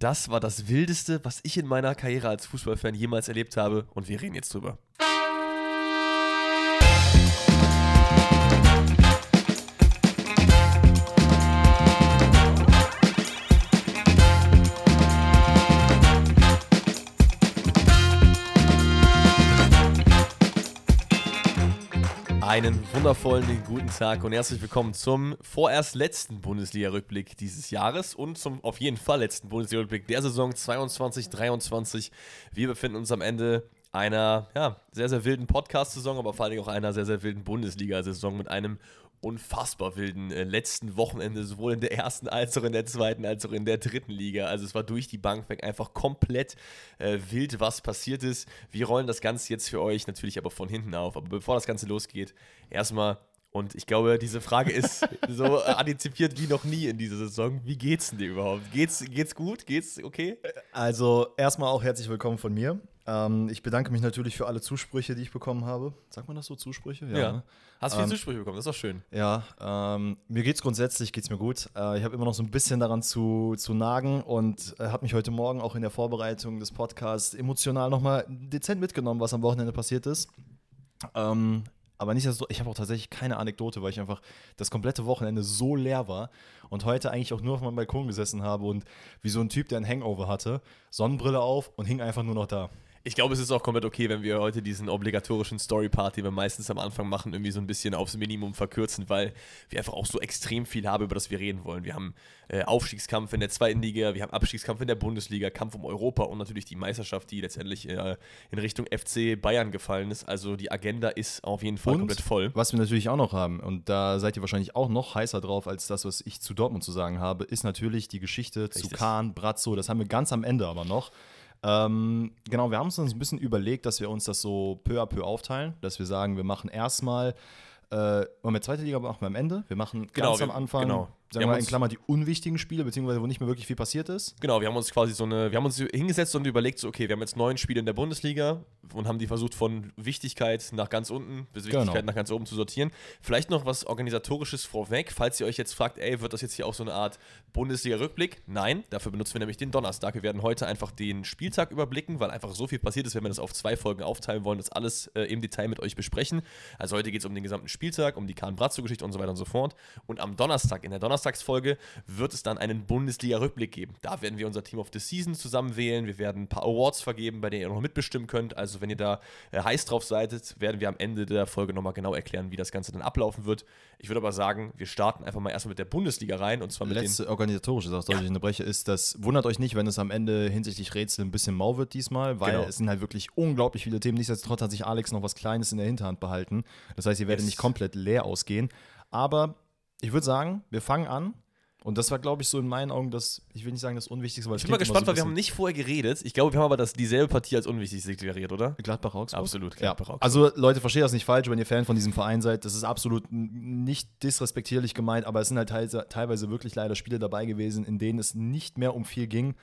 das war das Wildeste, was ich in meiner Karriere als Fußballfan jemals erlebt habe. Und wir reden jetzt drüber. Einen wundervollen guten Tag und herzlich willkommen zum vorerst letzten Bundesliga-Rückblick dieses Jahres und zum auf jeden Fall letzten Bundesliga-Rückblick der Saison 22/23. Wir befinden uns am Ende einer sehr, sehr wilden Podcast-Saison, aber vor allem auch einer sehr, sehr wilden Bundesliga-Saison mit einem unfassbar wilden letzten Wochenende, sowohl in der ersten als auch in der zweiten, als auch in der dritten Liga. Also es war durch die Bank weg einfach komplett wild, was passiert ist. Wir rollen das Ganze jetzt für euch natürlich aber von hinten auf. Aber bevor das Ganze losgeht, erstmal, und ich glaube, diese Frage ist so antizipiert wie noch nie in dieser Saison. Wie geht's denn dir überhaupt? Geht's gut? Geht's okay? Also erstmal auch herzlich willkommen von mir. Ich bedanke mich natürlich für alle Zusprüche, die ich bekommen habe. Sagt man das so, Zusprüche? Ja. Ne? Hast du viele Zusprüche bekommen, das ist doch schön. Ja, mir geht's grundsätzlich gut. Ich habe immer noch so ein bisschen daran zu nagen und habe mich heute Morgen auch in der Vorbereitung des Podcasts emotional nochmal dezent mitgenommen, was am Wochenende passiert ist. Aber nichtsdestotrotz, ich habe auch tatsächlich keine Anekdote, weil ich einfach das komplette Wochenende so leer war und heute eigentlich auch nur auf meinem Balkon gesessen habe und wie so ein Typ, der ein Hangover hatte, Sonnenbrille auf und hing einfach nur noch da. Ich glaube, es ist auch komplett okay, wenn wir heute diesen obligatorischen Story-Part, den wir meistens am Anfang machen, irgendwie so ein bisschen aufs Minimum verkürzen, weil wir einfach auch so extrem viel haben, über das wir reden wollen. Wir haben Aufstiegskampf in der zweiten Liga, wir haben Abstiegskampf in der Bundesliga, Kampf um Europa und natürlich die Meisterschaft, die letztendlich in Richtung FC Bayern gefallen ist. Also die Agenda ist auf jeden Fall komplett voll. Was wir natürlich auch noch haben, und da seid ihr wahrscheinlich auch noch heißer drauf als das, was ich zu Dortmund zu sagen habe, ist natürlich die Geschichte zu Kahn, Brazzo. Das haben wir ganz am Ende aber noch. Genau, wir haben uns ein bisschen überlegt, dass wir uns das so peu à peu aufteilen, dass wir sagen, wir machen erstmal, wollen wir zweite Liga machen wir am Ende, wir machen ganz am Anfang, sagen wir mal in Klammer die unwichtigen Spiele, beziehungsweise wo nicht mehr wirklich viel passiert ist. Genau, wir haben uns quasi wir haben uns hingesetzt und überlegt, so, okay, wir haben jetzt 9 Spiele in der Bundesliga und haben die versucht von Wichtigkeit nach ganz unten bis Wichtigkeit nach ganz oben zu sortieren. Vielleicht noch was Organisatorisches vorweg, falls ihr euch jetzt fragt, wird das jetzt hier auch so eine Art Bundesliga-Rückblick? Nein, dafür benutzen wir nämlich den Donnerstag. Wir werden heute einfach den Spieltag überblicken, weil einfach so viel passiert ist, wenn wir das auf 2 Folgen aufteilen wollen, das alles im Detail mit euch besprechen. Also heute geht es um den gesamten Spieltag, um die Kahn-Brazzo-Geschichte und so weiter und so fort. Und am Donnerstag, in der Donnerstagsfolge, wird es dann einen Bundesliga-Rückblick geben. Da werden wir unser Team of the Season zusammen wählen. Wir werden ein paar Awards vergeben, bei denen ihr noch mitbestimmen könnt. Also wenn ihr da heiß drauf seid, werden wir am Ende der Folge nochmal genau erklären, wie das Ganze dann ablaufen wird. Ich würde aber sagen, wir starten einfach mal erstmal mit der Bundesliga rein. Und zwar mit letzte organisatorische Sache, die ich unterbreche, ist, dass wundert euch nicht, wenn es am Ende hinsichtlich Rätsel ein bisschen mau wird diesmal, weil es sind halt wirklich unglaublich viele Themen. Nichtsdestotrotz hat sich Alex noch was Kleines in der Hinterhand behalten. Das heißt, ihr werdet nicht komplett leer ausgehen. Aber ich würde sagen, wir fangen an. Und das war, glaube ich, so in meinen Augen ich will nicht sagen das Unwichtigste, weil ich bin mal gespannt, weil wir haben nicht vorher geredet. Ich glaube, wir haben aber dieselbe Partie als unwichtig deklariert, oder? Gladbach-Augsburg? Absolut, Gladbach-Augsburg. Also Leute, versteht das nicht falsch, wenn ihr Fan von diesem Verein seid. Das ist absolut nicht disrespektierlich gemeint, aber es sind halt teilweise wirklich leider Spiele dabei gewesen, in denen es nicht mehr um viel ging.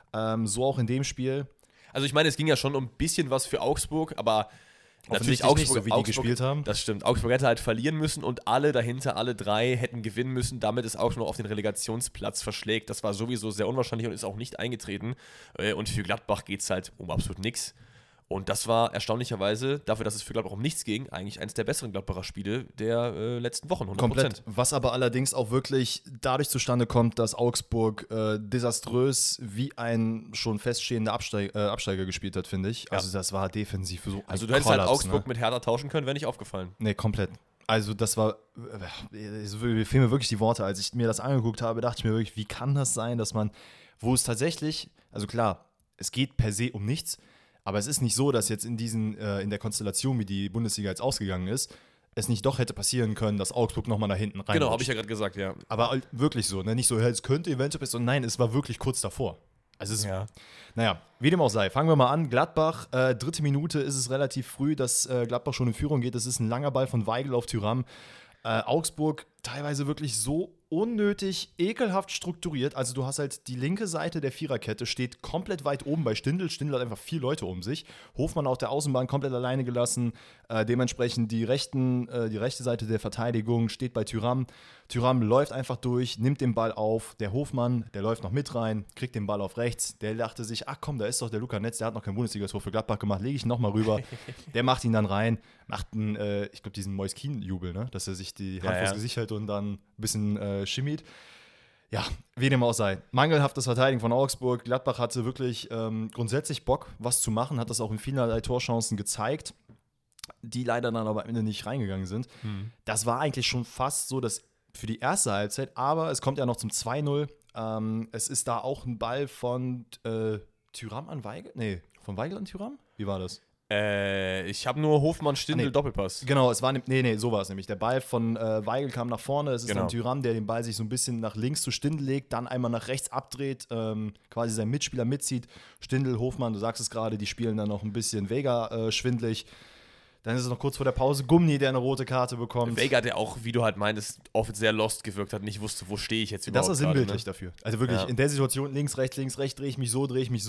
So auch in dem Spiel. Also ich meine, es ging ja schon um ein bisschen was für Augsburg, aber natürlich Augsburg, nicht so wie die gespielt haben. Das stimmt. Augsburg hätte halt verlieren müssen und alle dahinter, alle 3 hätten gewinnen müssen. Damit ist Augsburg noch auf den Relegationsplatz verschlägt. Das war sowieso sehr unwahrscheinlich und ist auch nicht eingetreten. Und für Gladbach geht es halt um absolut nichts. Und das war erstaunlicherweise, dafür, dass es für Gladbach um nichts ging, eigentlich eines der besseren Gladbacher Spiele der letzten Wochen, 100%. Komplett. Was aber allerdings auch wirklich dadurch zustande kommt, dass Augsburg desaströs wie ein schon feststehender Absteiger gespielt hat, finde ich. Also das war defensiv so ein Also du hättest halt Augsburg mit Hertha tauschen können, wäre nicht aufgefallen. Nee, komplett. Also das war, mir fehlen mir wirklich die Worte. Als ich mir das angeguckt habe, dachte ich mir wirklich, wie kann das sein, dass man, wo es tatsächlich, also klar, es geht per se um nichts, aber es ist nicht so, dass jetzt in der Konstellation, wie die Bundesliga jetzt ausgegangen ist, es nicht doch hätte passieren können, dass Augsburg nochmal nach hinten rein. Genau, habe ich ja gerade gesagt, ja. Aber wirklich so, ne? Nicht so, es könnte eventuell sein, nein, es war wirklich kurz davor. Also es naja, wie dem auch sei, fangen wir mal an. Gladbach, 3. Minute ist es relativ früh, dass Gladbach schon in Führung geht. Das ist ein langer Ball von Weigl auf Thuram. Augsburg teilweise wirklich so unnötig, ekelhaft strukturiert. Also du hast halt die linke Seite der Viererkette steht komplett weit oben bei Stindl. Stindl hat einfach 4 Leute um sich. Hofmann auf der Außenbahn komplett alleine gelassen. Dementsprechend die rechte Seite der Verteidigung steht bei Thuram. Thuram läuft einfach durch, nimmt den Ball auf. Der Hofmann, der läuft noch mit rein, kriegt den Ball auf rechts. Der dachte sich, ach komm, da ist doch der Luca Netz, der hat noch kein Bundesliga-Tor für Gladbach gemacht, lege ich ihn nochmal rüber. Der macht ihn dann rein, macht einen, ich glaube, diesen Moiskin-Jubel, ne? Dass er sich die Hand vors Gesicht hält und dann ein bisschen schimmit. Ja, wie dem auch sei. Mangelhaftes Verteidigen von Augsburg. Gladbach hatte wirklich grundsätzlich Bock, was zu machen, hat das auch in vielerlei Torchancen gezeigt, die leider dann aber am Ende nicht reingegangen sind. Das war eigentlich schon fast so das für die erste Halbzeit, aber es kommt ja noch zum 2-0. Es ist da auch ein Ball von Thuram an Weigl? Nee, von Weigl an Thuram? Wie war das? Ich habe nur Hofmann-Stindl Doppelpass. Genau, es war so war es nämlich. Der Ball von Weigl kam nach vorne, es ist dann Thuram, der den Ball sich so ein bisschen nach links zu Stindl legt, dann einmal nach rechts abdreht, quasi seinen Mitspieler mitzieht. Stindl, Hofmann, du sagst es gerade, die spielen dann noch ein bisschen Vega schwindlig. Dann ist es noch kurz vor der Pause Gumni, der eine rote Karte bekommt. Vega, der auch, wie du halt meintest, oft sehr lost gewirkt hat, nicht wusste, wo stehe ich jetzt überhaupt. Das war sinnbildlich dafür. Also wirklich, in der Situation links, rechts, drehe ich mich so.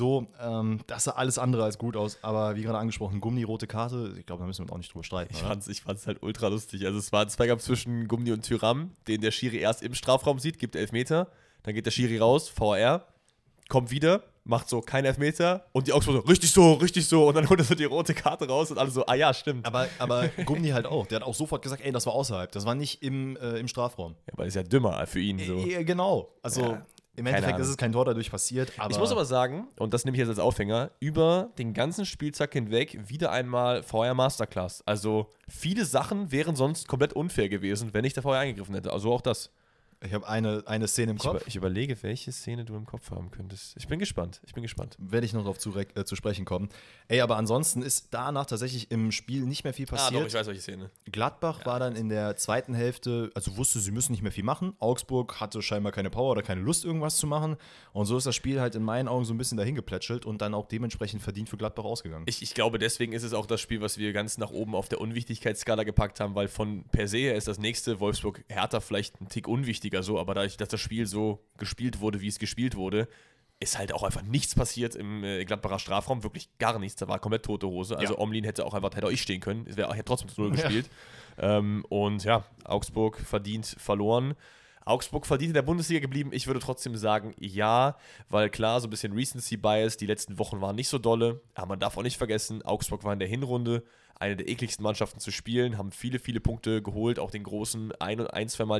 Das sah alles andere als gut aus. Aber wie gerade angesprochen, Gumni, rote Karte, ich glaube, da müssen wir auch nicht drüber streiten. Ich fand's halt ultra lustig. Also es war ein Zweikampf zwischen Gumni und Thuram, den der Schiri erst im Strafraum sieht, gibt Elfmeter. Dann geht der Schiri raus, VR, kommt wieder, macht so keinen Elfmeter und die Augsburger so, richtig so und dann holt er so die rote Karte raus und alle so, ah ja, stimmt. Aber Gumni halt auch, der hat auch sofort gesagt, ey, das war außerhalb, das war nicht im Strafraum. Ja, weil das ist ja dümmer für ihn so. Genau, also im Endeffekt ist es kein Tor dadurch passiert. Aber ich muss aber sagen, und das nehme ich jetzt als Aufhänger, über den ganzen Spieltag hinweg wieder einmal VR Masterclass. Also viele Sachen wären sonst komplett unfair gewesen, wenn nicht der VR eingegriffen hätte, also auch das. Ich habe eine Szene im Kopf. Ich überlege, welche Szene du im Kopf haben könntest. Ich bin gespannt. Werde ich noch darauf zu sprechen kommen. Ey, aber ansonsten ist danach tatsächlich im Spiel nicht mehr viel passiert. Doch, ich weiß, welche Szene. Gladbach war dann in der zweiten Hälfte, also wusste, sie müssen nicht mehr viel machen. Augsburg hatte scheinbar keine Power oder keine Lust, irgendwas zu machen. Und so ist das Spiel halt in meinen Augen so ein bisschen dahin geplätschelt und dann auch dementsprechend verdient für Gladbach ausgegangen. Ich glaube, deswegen ist es auch das Spiel, was wir ganz nach oben auf der Unwichtigkeitsskala gepackt haben, weil von per se her ist das nächste Wolfsburg-Hertha vielleicht ein Tick unwichtiger so, aber dadurch, dass das Spiel so gespielt wurde, wie es gespielt wurde, ist halt auch einfach nichts passiert im Gladbacher Strafraum, wirklich gar nichts, da war komplett tote Hose, also Omlin hätte auch ich stehen können, hätte trotzdem zu 0 gespielt und ja, Augsburg verdient verloren. Augsburg verdient in der Bundesliga geblieben. Ich würde trotzdem sagen, ja, weil klar, so ein bisschen Recency-Bias, die letzten Wochen waren nicht so dolle, aber man darf auch nicht vergessen, Augsburg war in der Hinrunde eine der ekligsten Mannschaften zu spielen, haben viele, viele Punkte geholt, auch den Großen ein, zweimal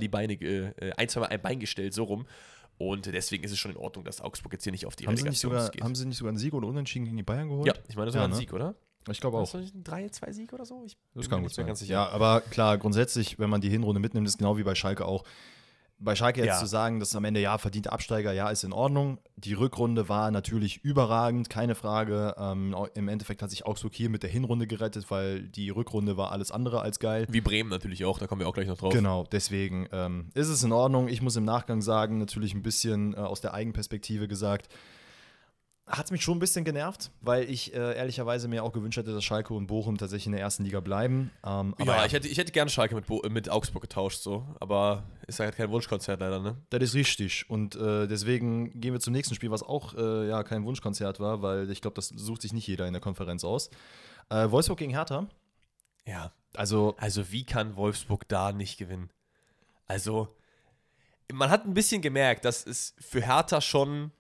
ein Bein gestellt, so rum. Und deswegen ist es schon in Ordnung, dass Augsburg jetzt hier nicht auf die Relegation geht. Haben sie nicht sogar einen Sieg oder Unentschieden gegen die Bayern geholt? Ja, ich meine, das war ein Sieg, oder? Ich glaube auch. Ist das ein 3-2-Sieg oder so? Das kann gut sein. Ja, aber klar, grundsätzlich, wenn man die Hinrunde mitnimmt, ist genau wie bei Schalke auch. Bei Schalke jetzt zu sagen, dass am Ende verdiente Absteiger, ist in Ordnung. Die Rückrunde war natürlich überragend, keine Frage. Im Endeffekt hat sich Augsburg hier mit der Hinrunde gerettet, weil die Rückrunde war alles andere als geil. Wie Bremen natürlich auch, da kommen wir auch gleich noch drauf. Genau, deswegen ist es in Ordnung. Ich muss im Nachgang sagen, natürlich ein bisschen aus der Eigenperspektive gesagt, hat es mich schon ein bisschen genervt, weil ich ehrlicherweise mir auch gewünscht hätte, dass Schalke und Bochum tatsächlich in der ersten Liga bleiben. Ich hätte gerne Schalke mit Augsburg getauscht, so, aber ist halt kein Wunschkonzert leider, ne? Das ist richtig und deswegen gehen wir zum nächsten Spiel, was auch kein Wunschkonzert war, weil ich glaube, das sucht sich nicht jeder in der Konferenz aus. Wolfsburg gegen Hertha. Ja. Also wie kann Wolfsburg da nicht gewinnen? Also, man hat ein bisschen gemerkt, dass es für Hertha schon,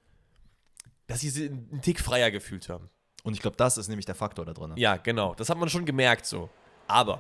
dass sie sich einen Tick freier gefühlt haben. Und ich glaube, das ist nämlich der Faktor da drin. Ja, genau. Das hat man schon gemerkt so. Aber,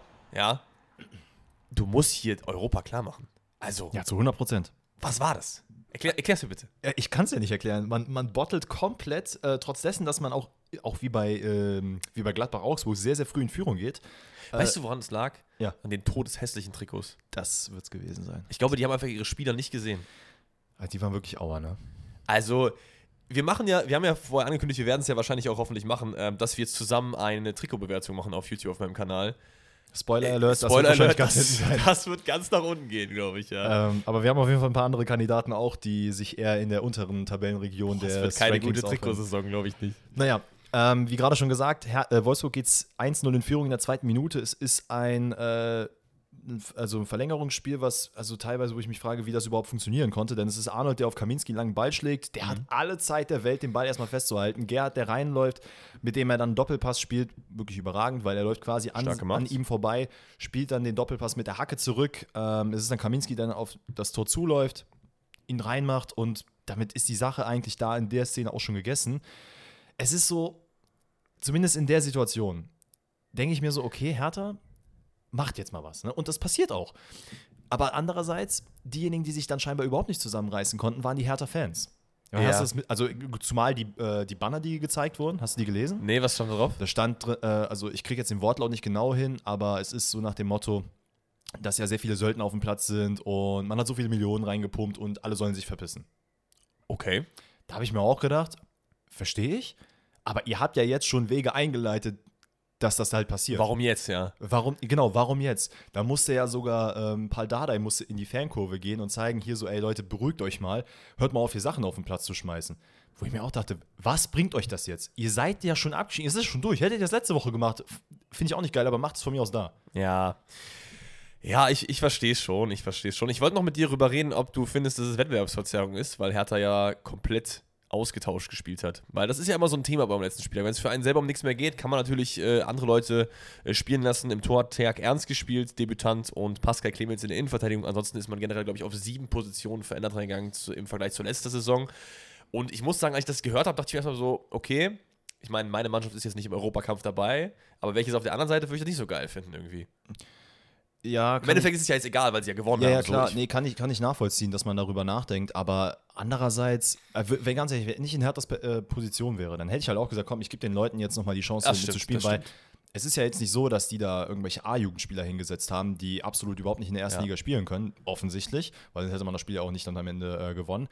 du musst hier Europa klar machen. Also. Ja, zu 100%. Was war das? Erklär's mir bitte. Ich kann es ja nicht erklären. Man bottelt komplett, trotz dessen, dass man auch wie bei Gladbach-Augsburg sehr, sehr früh in Führung geht. Weißt du, woran es lag? Ja. An den todeshässlichen Trikots. Das wird es gewesen sein. Ich glaube, die haben einfach ihre Spieler nicht gesehen. Die waren wirklich Auer, ne? Also, wir haben ja vorher angekündigt, wir werden es ja wahrscheinlich auch hoffentlich machen, dass wir jetzt zusammen eine Trikotbewertung machen auf YouTube auf meinem Kanal. Spoiler Alert, das wird ganz nach unten gehen, glaube ich, ja. Aber wir haben auf jeden Fall ein paar andere Kandidaten auch, die sich eher in der unteren Tabellenregion der Das wird keine gute Trikotsaison, glaube ich nicht. Naja, wie gerade schon gesagt, Wolfsburg geht's 1-0 in Führung in der zweiten Minute. Es ist ein ein Verlängerungsspiel, also teilweise, wo ich mich frage, wie das überhaupt funktionieren konnte, denn es ist Arnold, der auf Kaminski einen langen Ball schlägt, der hat alle Zeit der Welt, den Ball erstmal festzuhalten. Gerhard, der reinläuft, mit dem er dann einen Doppelpass spielt, wirklich überragend, weil er läuft quasi an ihm vorbei, spielt dann den Doppelpass mit der Hacke zurück. Es ist dann Kaminski, der dann auf das Tor zuläuft, ihn reinmacht und damit ist die Sache eigentlich da in der Szene auch schon gegessen. Es ist so, zumindest in der Situation, denke ich mir so, okay, Hertha macht jetzt mal was. Ne? Und das passiert auch. Aber andererseits, diejenigen, die sich dann scheinbar überhaupt nicht zusammenreißen konnten, waren die Hertha-Fans. Ja. Also zumal die Banner, die gezeigt wurden, hast du die gelesen? Nee, was stand da drauf? Da stand, also ich kriege jetzt den Wortlaut nicht genau hin, aber es ist so nach dem Motto, dass ja sehr viele Söldner auf dem Platz sind und man hat so viele Millionen reingepumpt und alle sollen sich verpissen. Okay. Da habe ich mir auch gedacht, verstehe ich, aber ihr habt ja jetzt schon Wege eingeleitet, dass das halt passiert. Warum jetzt, ja? Warum jetzt? Da musste ja sogar Paul Dardai musste in die Fankurve gehen und zeigen, hier so, ey Leute, beruhigt euch mal, hört mal auf, hier Sachen auf den Platz zu schmeißen. Wo ich mir auch dachte, was bringt euch das jetzt? Ihr seid ja schon abgeschieden, es ist schon durch. Hättet ihr das letzte Woche gemacht, finde ich auch nicht geil, aber macht es von mir aus da. Ja. Ja, ich verstehe es schon, Ich wollte noch mit dir darüber reden, ob du findest, dass es Wettbewerbsverzerrung ist, weil Hertha ja komplett ausgetauscht gespielt hat. Weil das ist ja immer so ein Thema beim letzten Spiel. Wenn es für einen selber um nichts mehr geht, kann man natürlich andere Leute spielen lassen. Im Tor hat Terk Ernst gespielt, Debütant, und Pascal Clemens in der Innenverteidigung. Ansonsten ist man generell, glaube ich, auf 7 Positionen verändert reingegangen im Vergleich zur letzten Saison. Und ich muss sagen, als ich das gehört habe, dachte ich mir erstmal so, okay, ich meine, meine Mannschaft ist jetzt nicht im Europakampf dabei, aber welches auf der anderen Seite würde ich das nicht so geil finden irgendwie. Ja, im Endeffekt ist es ja jetzt egal, weil sie ja gewonnen haben. Ja, klar, so. Nee, kann ich nachvollziehen, dass man darüber nachdenkt, aber andererseits, wenn ganz ehrlich, wenn ich in Herthas Position wäre, dann hätte ich halt auch gesagt, komm, ich gebe den Leuten jetzt nochmal die Chance zu spielen, weil es ist ja jetzt nicht so, dass die da irgendwelche A-Jugendspieler hingesetzt haben, die absolut überhaupt nicht in der ersten Liga spielen können, offensichtlich, weil sonst hätte man das Spiel ja auch nicht dann am Ende gewonnen.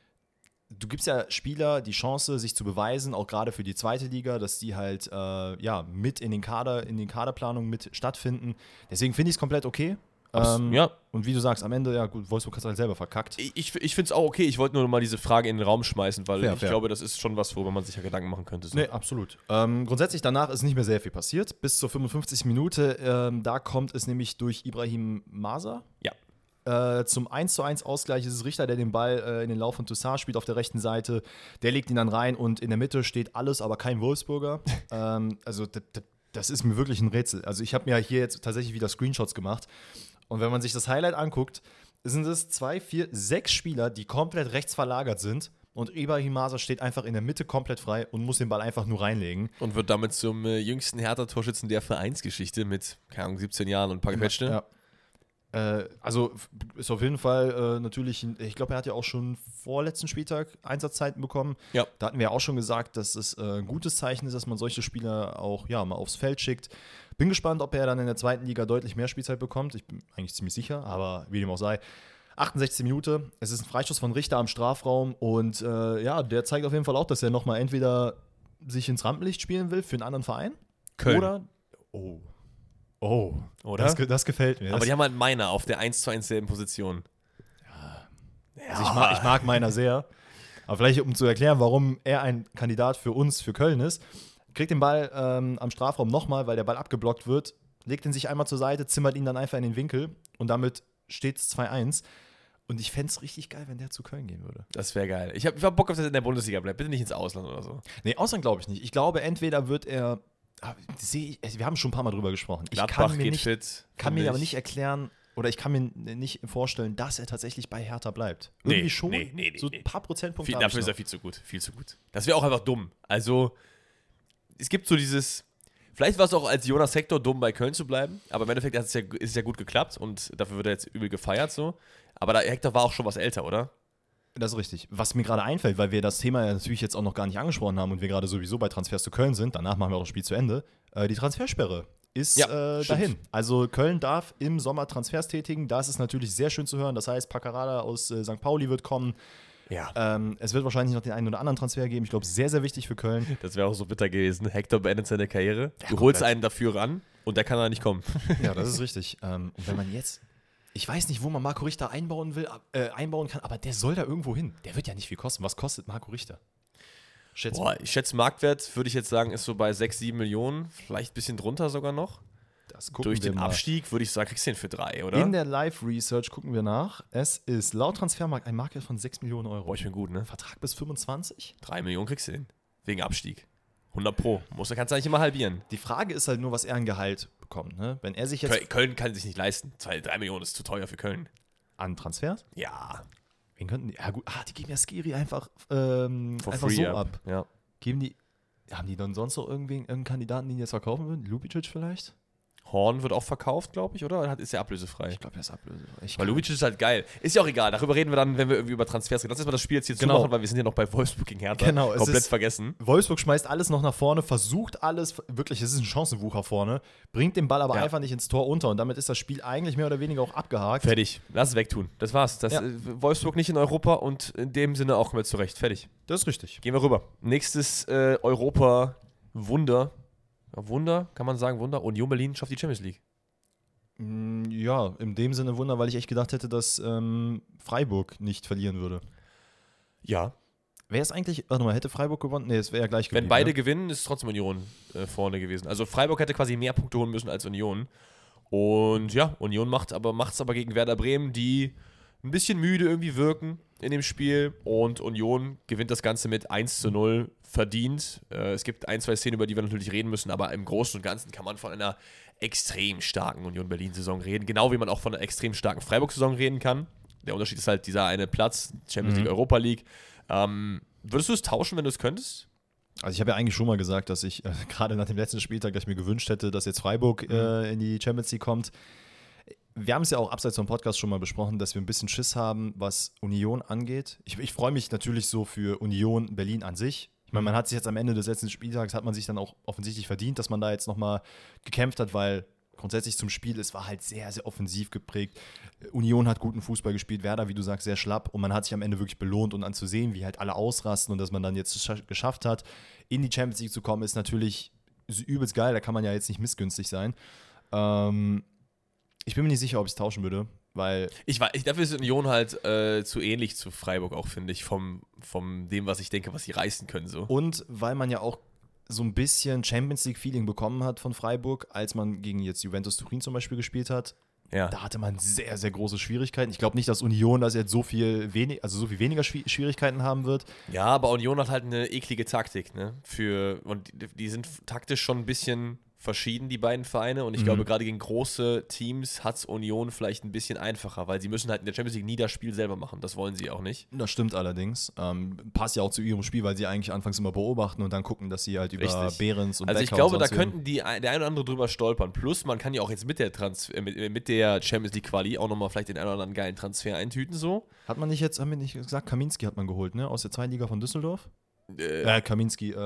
Du gibst ja Spieler die Chance, sich zu beweisen, auch gerade für die zweite Liga, dass die halt mit in den Kaderplanungen mit stattfinden. Deswegen finde ich es komplett okay. Ja. Und wie du sagst, am Ende, ja gut, Wolfsburg hat es halt selber verkackt. Ich finde es auch okay. Ich wollte nur mal diese Frage in den Raum schmeißen, weil ich glaube, das ist schon was, worüber man sich ja Gedanken machen könnte. So. Nee, absolut. Grundsätzlich danach ist nicht mehr sehr viel passiert. Bis zur 55. Minute, da kommt es nämlich durch Ibrahim Maza. Ja. Zum 1:1 Ausgleich ist es Richter, der den Ball in den Lauf von Toussaint spielt auf der rechten Seite. Der legt ihn dann rein und in der Mitte steht alles, aber kein Wolfsburger. Also das ist mir wirklich ein Rätsel. Also ich habe mir hier jetzt tatsächlich wieder Screenshots gemacht. Und wenn man sich das Highlight anguckt, sind es 2, 4, 6 Spieler, die komplett rechts verlagert sind. Und Ibrahim Maza steht einfach in der Mitte komplett frei und muss den Ball einfach nur reinlegen. Und wird damit zum jüngsten Hertha-Torschützen der Vereinsgeschichte mit, keine Ahnung, 17 Jahren und ein paar Gequetschte. Ja. Also ist auf jeden Fall natürlich, ich glaube, er hat ja auch schon vorletzten Spieltag Einsatzzeiten bekommen. Ja. Da hatten wir auch schon gesagt, dass es ein gutes Zeichen ist, dass man solche Spieler auch mal aufs Feld schickt. Bin gespannt, ob er dann in der zweiten Liga deutlich mehr Spielzeit bekommt. Ich bin eigentlich ziemlich sicher, aber wie dem auch sei. 68 Minute, es ist ein Freistoß von Richter am Strafraum und der zeigt auf jeden Fall auch, dass er nochmal entweder sich ins Rampenlicht spielen will für einen anderen Verein Köln. Oder? Das gefällt mir. Aber die haben halt Meiner auf der 1:1 selben Position. Ja. Also ich mag Meiner sehr. Aber vielleicht, um zu erklären, warum er ein Kandidat für uns, für Köln ist, kriegt den Ball am Strafraum nochmal, weil der Ball abgeblockt wird, legt ihn sich einmal zur Seite, zimmert ihn dann einfach in den Winkel und damit steht es 2:1. Und ich fände es richtig geil, wenn der zu Köln gehen würde. Das wäre geil. Ich hab Bock auf, dass er in der Bundesliga bleibt. Bitte nicht ins Ausland oder so. Nee, Ausland glaube ich nicht. Ich glaube, entweder wird er. Wir haben schon ein paar Mal drüber gesprochen. Gladbach kann mir aber nicht erklären, oder ich kann mir nicht vorstellen, dass er tatsächlich bei Hertha bleibt. Irgendwie schon. Nee, so ein paar Prozentpunkte. Dafür ist er viel zu gut. Viel zu gut. Das wäre auch einfach dumm. Also, es gibt so dieses. Vielleicht war es auch als Jonas Hector dumm, bei Köln zu bleiben, aber im Endeffekt ist es ja gut geklappt und dafür wird er jetzt übel gefeiert. So. Aber Hector war auch schon was älter, oder? Das ist richtig. Was mir gerade einfällt, weil wir das Thema ja natürlich jetzt auch noch gar nicht angesprochen haben und wir gerade sowieso bei Transfers zu Köln sind, danach machen wir auch das Spiel zu Ende, die Transfersperre ist dahin. Also Köln darf im Sommer Transfers tätigen, das ist natürlich sehr schön zu hören. Das heißt, Paccarada aus St. Pauli wird kommen. Ja. Es wird wahrscheinlich noch den einen oder anderen Transfer geben. Ich glaube, sehr, sehr wichtig für Köln. Das wäre auch so bitter gewesen. Hector beendet seine Karriere. Du holst einen dafür ran und der kann da nicht kommen. Ja, das ist richtig. Und wenn man jetzt, ich weiß nicht, wo man Marco Richter einbauen kann, aber der soll da irgendwo hin. Der wird ja nicht viel kosten. Was kostet Marco Richter? Ich schätze, Marktwert, würde ich jetzt sagen, ist so bei 6, 7 Millionen. Vielleicht ein bisschen drunter sogar noch. Das gucken Durch wir den mal. Abstieg würde ich sagen, kriegst du den für 3, oder? In der Live-Research gucken wir nach. Es ist laut Transfermarkt ein Marktwert von 6 Millionen Euro. Boah, ich bin gut, ne? Vertrag bis 25? 3 Millionen kriegst du den. Wegen Abstieg. 100 Pro. Kannst du eigentlich immer halbieren. Die Frage ist halt nur, was er an Gehalt bekommt. Ne? Wenn er sich jetzt Köln kann sich nicht leisten. 3 Millionen ist zu teuer für Köln. an Transfers? Ja. Wen könnten die? Ja gut, die geben ja Skiri einfach For einfach free so ab. Ja. Haben die dann sonst noch irgendeinen Kandidaten, den die jetzt verkaufen würden? Lubicic vielleicht? Horn wird auch verkauft, glaube ich, oder? Ist er ablösefrei? Ich glaube, er ist ablösefrei. Weil Lubicic ist halt geil. Ist ja auch egal. Darüber reden wir dann, wenn wir irgendwie über Transfers reden. Lass uns mal das Spiel jetzt hier zumachen, weil wir sind ja noch bei Wolfsburg gegen Hertha. Genau, es komplett ist- vergessen. Wolfsburg schmeißt alles noch nach vorne, versucht alles, wirklich, es ist ein Chancenwucher vorne, bringt den Ball aber Ja. einfach nicht ins Tor unter und damit ist das Spiel eigentlich mehr oder weniger auch abgehakt. Fertig. Lass es wegtun. Das war's. Ja. Wolfsburg nicht in Europa und in dem Sinne auch mit zurecht. Fertig. Das ist richtig. Gehen wir rüber. Nächstes Europa-Wunder. Wunder, kann man sagen, Wunder. Union Berlin schafft die Champions League. Ja, in dem Sinne Wunder, weil ich echt gedacht hätte, dass Freiburg nicht verlieren würde. Ja. Wer ist eigentlich, warte mal, hätte Freiburg gewonnen? Nee, es wäre ja gleich geblieben. Wenn beide ne? gewinnen, ist trotzdem Union vorne gewesen. Also Freiburg hätte quasi mehr Punkte holen müssen als Union. Und ja, Union macht's aber gegen Werder Bremen, die ein bisschen müde irgendwie wirken in dem Spiel. Und Union gewinnt das Ganze mit 1:0 verdient. Es gibt 1, 2 Szenen, über die wir natürlich reden müssen, aber im Großen und Ganzen kann man von einer extrem starken Union Berlin-Saison reden. Genau wie man auch von einer extrem starken Freiburg-Saison reden kann. Der Unterschied ist halt dieser eine Platz, Champions League, Europa League. Würdest du es tauschen, wenn du es könntest? Also ich habe ja eigentlich schon mal gesagt, dass ich gerade nach dem letzten Spieltag, dass ich mir gewünscht hätte, dass jetzt Freiburg in die Champions League kommt. Wir haben es ja auch abseits vom Podcast schon mal besprochen, dass wir ein bisschen Schiss haben, was Union angeht. Ich freue mich natürlich so für Union Berlin an sich. Ich meine, man hat sich jetzt am Ende des letzten Spieltags, hat man sich dann auch offensichtlich verdient, dass man da jetzt nochmal gekämpft hat, weil grundsätzlich zum Spiel, es war halt sehr, sehr offensiv geprägt. Union hat guten Fußball gespielt, Werder, wie du sagst, sehr schlapp und man hat sich am Ende wirklich belohnt und anzusehen, wie halt alle ausrasten und dass man dann jetzt geschafft hat, in die Champions League zu kommen, ist natürlich übelst geil, da kann man ja jetzt nicht missgünstig sein. Ich bin mir nicht sicher, ob ich es tauschen würde, weil Dafür ist Union halt zu ähnlich zu Freiburg auch, finde ich, vom dem, was ich denke, was sie reißen können. So. und weil man ja auch so ein bisschen Champions League-Feeling bekommen hat von Freiburg, als man gegen jetzt Juventus Turin zum Beispiel gespielt hat. Ja. Da hatte man sehr, sehr große Schwierigkeiten. Ich glaube nicht, dass Union das jetzt so viel weniger Schwierigkeiten haben wird. Ja, aber Union hat halt eine eklige Taktik, ne? Und die sind taktisch schon ein bisschen verschieden, die beiden Vereine. Und ich glaube, gerade gegen große Teams hat es Union vielleicht ein bisschen einfacher, weil sie müssen halt in der Champions League nie das Spiel selber machen. Das wollen sie auch nicht. Das stimmt allerdings. Passt ja auch zu ihrem Spiel, weil sie eigentlich anfangs immer beobachten und dann gucken, dass sie halt über Richtig. Behrens und Also ich Becker glaube, und da sonst könnten der ein oder andere drüber stolpern. Plus, man kann ja auch jetzt mit der Champions League Quali auch nochmal vielleicht den einen oder anderen geilen Transfer eintüten, so. haben wir nicht gesagt, Kaminski hat man geholt, ne? Aus der Zweitliga von Düsseldorf? Kaminski,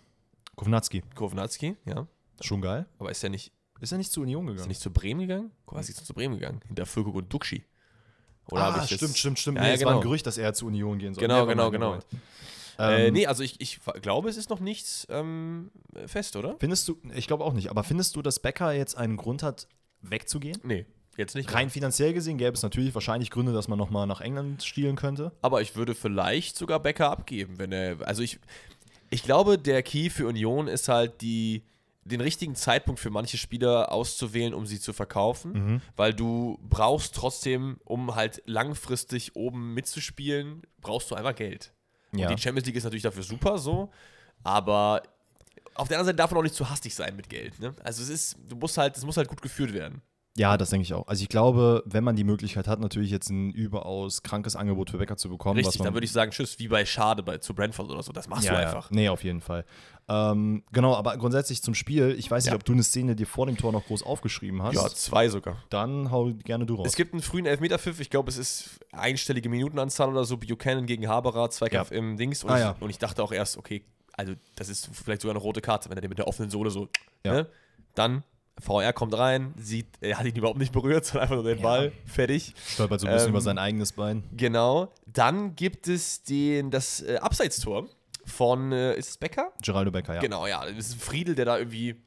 Kovnatski, ja. Schon geil. Aber ist er nicht Zu Union gegangen? zu Bremen gegangen? Kovnatski ist zu Bremen gegangen. Hinter Füllkrug und Duxi. Oder habe ich das? stimmt. Ja, Nee, ja, es war ein genau. Gerücht, dass er zu Union gehen soll. Genau. Nevermind. Nee, also ich glaube, es ist noch nichts fest, oder? Ich glaube auch nicht, aber findest du, dass Becker jetzt einen Grund hat, wegzugehen? Nee, jetzt nicht. Rein finanziell gesehen gäbe es natürlich wahrscheinlich Gründe, dass man nochmal nach England stielen könnte. Aber ich würde vielleicht sogar Becker abgeben, wenn er. Also ich glaube, der Key für Union ist halt den richtigen Zeitpunkt für manche Spieler auszuwählen, um sie zu verkaufen, weil du brauchst trotzdem, um halt langfristig oben mitzuspielen, brauchst du einfach Geld. Ja. Und die Champions League ist natürlich dafür super so, aber auf der anderen Seite darf man auch nicht zu hastig sein mit Geld. Ne? Also es muss halt gut geführt werden. Ja, das denke ich auch. Also ich glaube, wenn man die Möglichkeit hat, natürlich jetzt ein überaus krankes Angebot für Becker zu bekommen. Richtig, was man dann würde ich sagen, tschüss, wie bei Schade zu Brentford oder so, das machst du einfach. Ja. Nee, auf jeden Fall. Genau, aber grundsätzlich zum Spiel, ich weiß nicht, ob du eine Szene dir vor dem Tor noch groß aufgeschrieben hast. Ja, 2 sogar. Dann hau gerne du raus. Es gibt einen frühen Elfmeterpfiff, ich glaube, es ist einstellige Minutenanzahl oder so, Buchanan gegen Haberer, Zweikampf im Dings. Und, und ich dachte auch erst, okay, also das ist vielleicht sogar eine rote Karte, wenn er den mit der offenen Sohle so, ne? Dann VR kommt rein, er hat ihn überhaupt nicht berührt, sondern einfach nur den Ball, fertig. Stolpert so ein bisschen über sein eigenes Bein. Genau. Dann gibt es das Abseitstor von, ist es Becker? Geraldo Becker, ja. Genau, ja. Das ist ein Friedel, der da irgendwie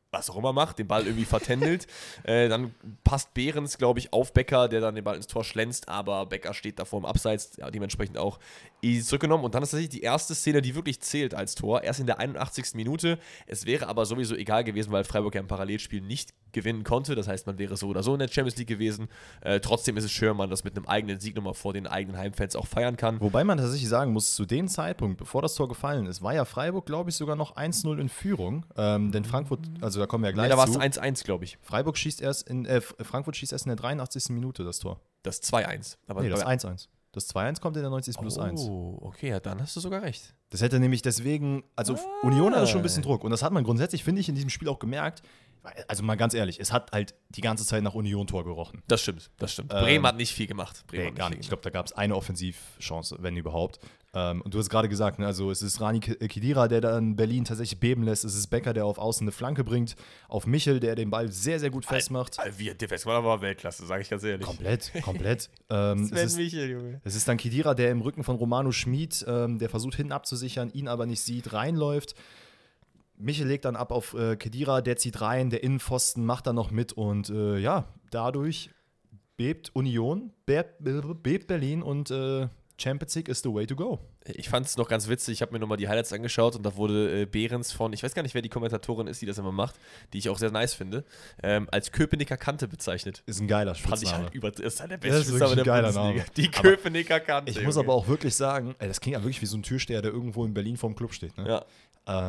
was auch immer macht, den Ball irgendwie vertändelt. Dann passt Behrens, glaube ich, auf Becker, der dann den Ball ins Tor schlänzt, aber Becker steht davor im Abseits, ja, dementsprechend auch easy zurückgenommen. Und dann ist tatsächlich die erste Szene, die wirklich zählt als Tor, erst in der 81. Minute. Es wäre aber sowieso egal gewesen, weil Freiburg ja im Parallelspiel nicht gewinnen konnte. Das heißt, man wäre so oder so in der Champions League gewesen. Trotzdem ist es schön, wenn man das mit einem eigenen Sieg nochmal vor den eigenen Heimfans auch feiern kann. Wobei man tatsächlich sagen muss, zu dem Zeitpunkt, bevor das Tor gefallen ist, war ja Freiburg, glaube ich, sogar noch 1-0 in Führung. Denn Frankfurt, also da kommen wir ja gleich da war es zu. 1-1, glaube ich. Frankfurt schießt erst in der 83. Minute das Tor. Das 2-1. Nee, das 1-1. Das 2-1 kommt in der 90. plus 1. Oh, okay, ja, dann hast du sogar recht. Das hätte nämlich deswegen, also Union hatte schon ein bisschen Druck. Und das hat man grundsätzlich, finde ich, in diesem Spiel auch gemerkt. Also mal ganz ehrlich, es hat halt die ganze Zeit nach Union-Tor gerochen. Das stimmt. Bremen hat nicht viel gemacht. Gar nicht. Ich glaube, da gab es eine Offensivchance, wenn überhaupt. Und du hast gerade gesagt, ne, also es ist Rani Khedira, der dann Berlin tatsächlich beben lässt. Es ist Becker, der auf Außen eine Flanke bringt. Auf Michel, der den Ball sehr, sehr gut festmacht. Der festmacht war Weltklasse, sage ich ganz ehrlich. Komplett. Michel, Junge. Es ist dann Khedira, der im Rücken von Romano Schmid, der versucht hinten abzusichern, ihn aber nicht sieht, reinläuft. Michel legt dann ab auf Khedira, der zieht rein, der Innenpfosten macht dann noch mit und dadurch bebt Union, bebt Berlin und Champions League is the way to go. Ich fand es noch ganz witzig, ich habe mir nochmal die Highlights angeschaut und da wurde Behrens von, ich weiß gar nicht, wer die Kommentatorin ist, die das immer macht, die ich auch sehr nice finde, als Köpenicker Kante bezeichnet. Ist ein geiler Spitzname. Ist halt der beste Spitzname der geiler Bundesliga. Name. Die Köpenicker Kante. Ich muss aber auch wirklich sagen, das klingt ja wirklich wie so ein Türsteher, der irgendwo in Berlin vorm Club steht. Ne? Ja.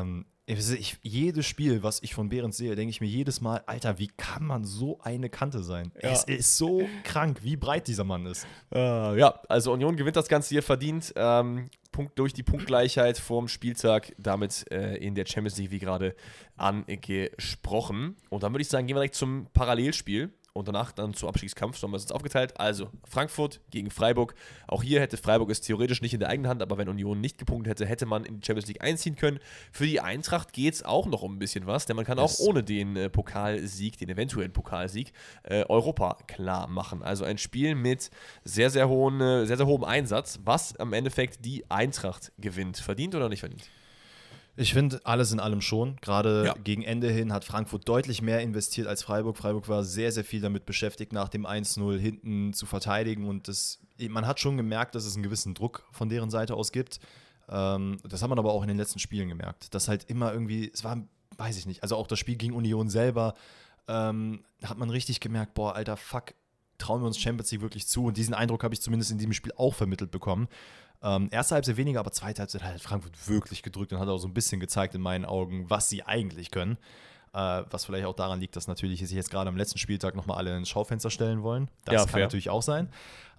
Jedes Spiel, was ich von Behrens sehe, denke ich mir jedes Mal, Alter, wie kann man so eine Kante sein? Ja. Es ist so krank, wie breit dieser Mann ist. Ja, also Union gewinnt das Ganze hier verdient. Durch die Punktgleichheit vorm Spieltag, damit in der Champions League, wie gerade angesprochen. Und dann würde ich sagen, gehen wir direkt zum Parallelspiel. Und danach dann zu Abstiegskampf, so haben wir es jetzt aufgeteilt. Also Frankfurt gegen Freiburg. Auch hier hätte Freiburg es theoretisch nicht in der eigenen Hand, aber wenn Union nicht gepunktet hätte, hätte man in die Champions League einziehen können. Für die Eintracht geht es auch noch um ein bisschen was, denn man kann auch ohne den Pokalsieg, den eventuellen Pokalsieg, Europa klar machen. Also ein Spiel mit sehr, sehr hohem Einsatz, was am Endeffekt die Eintracht gewinnt. Verdient oder nicht verdient? Ich finde, alles in allem schon. Gerade gegen Ende hin hat Frankfurt deutlich mehr investiert als Freiburg. Freiburg war sehr, sehr viel damit beschäftigt, nach dem 1-0 hinten zu verteidigen. Und man hat schon gemerkt, dass es einen gewissen Druck von deren Seite aus gibt. Das hat man aber auch in den letzten Spielen gemerkt. Dass halt immer irgendwie, es war, weiß ich nicht, also auch das Spiel gegen Union selber, hat man richtig gemerkt, boah, Alter, fuck, trauen wir uns Champions League wirklich zu? Und diesen Eindruck habe ich zumindest in diesem Spiel auch vermittelt bekommen. Erste Halbzeit weniger, aber zweite Halbzeit hat Frankfurt wirklich gedrückt und hat auch so ein bisschen gezeigt in meinen Augen, was sie eigentlich können. Was vielleicht auch daran liegt, dass natürlich sich jetzt gerade am letzten Spieltag nochmal alle ins Schaufenster stellen wollen. Das kann natürlich auch sein.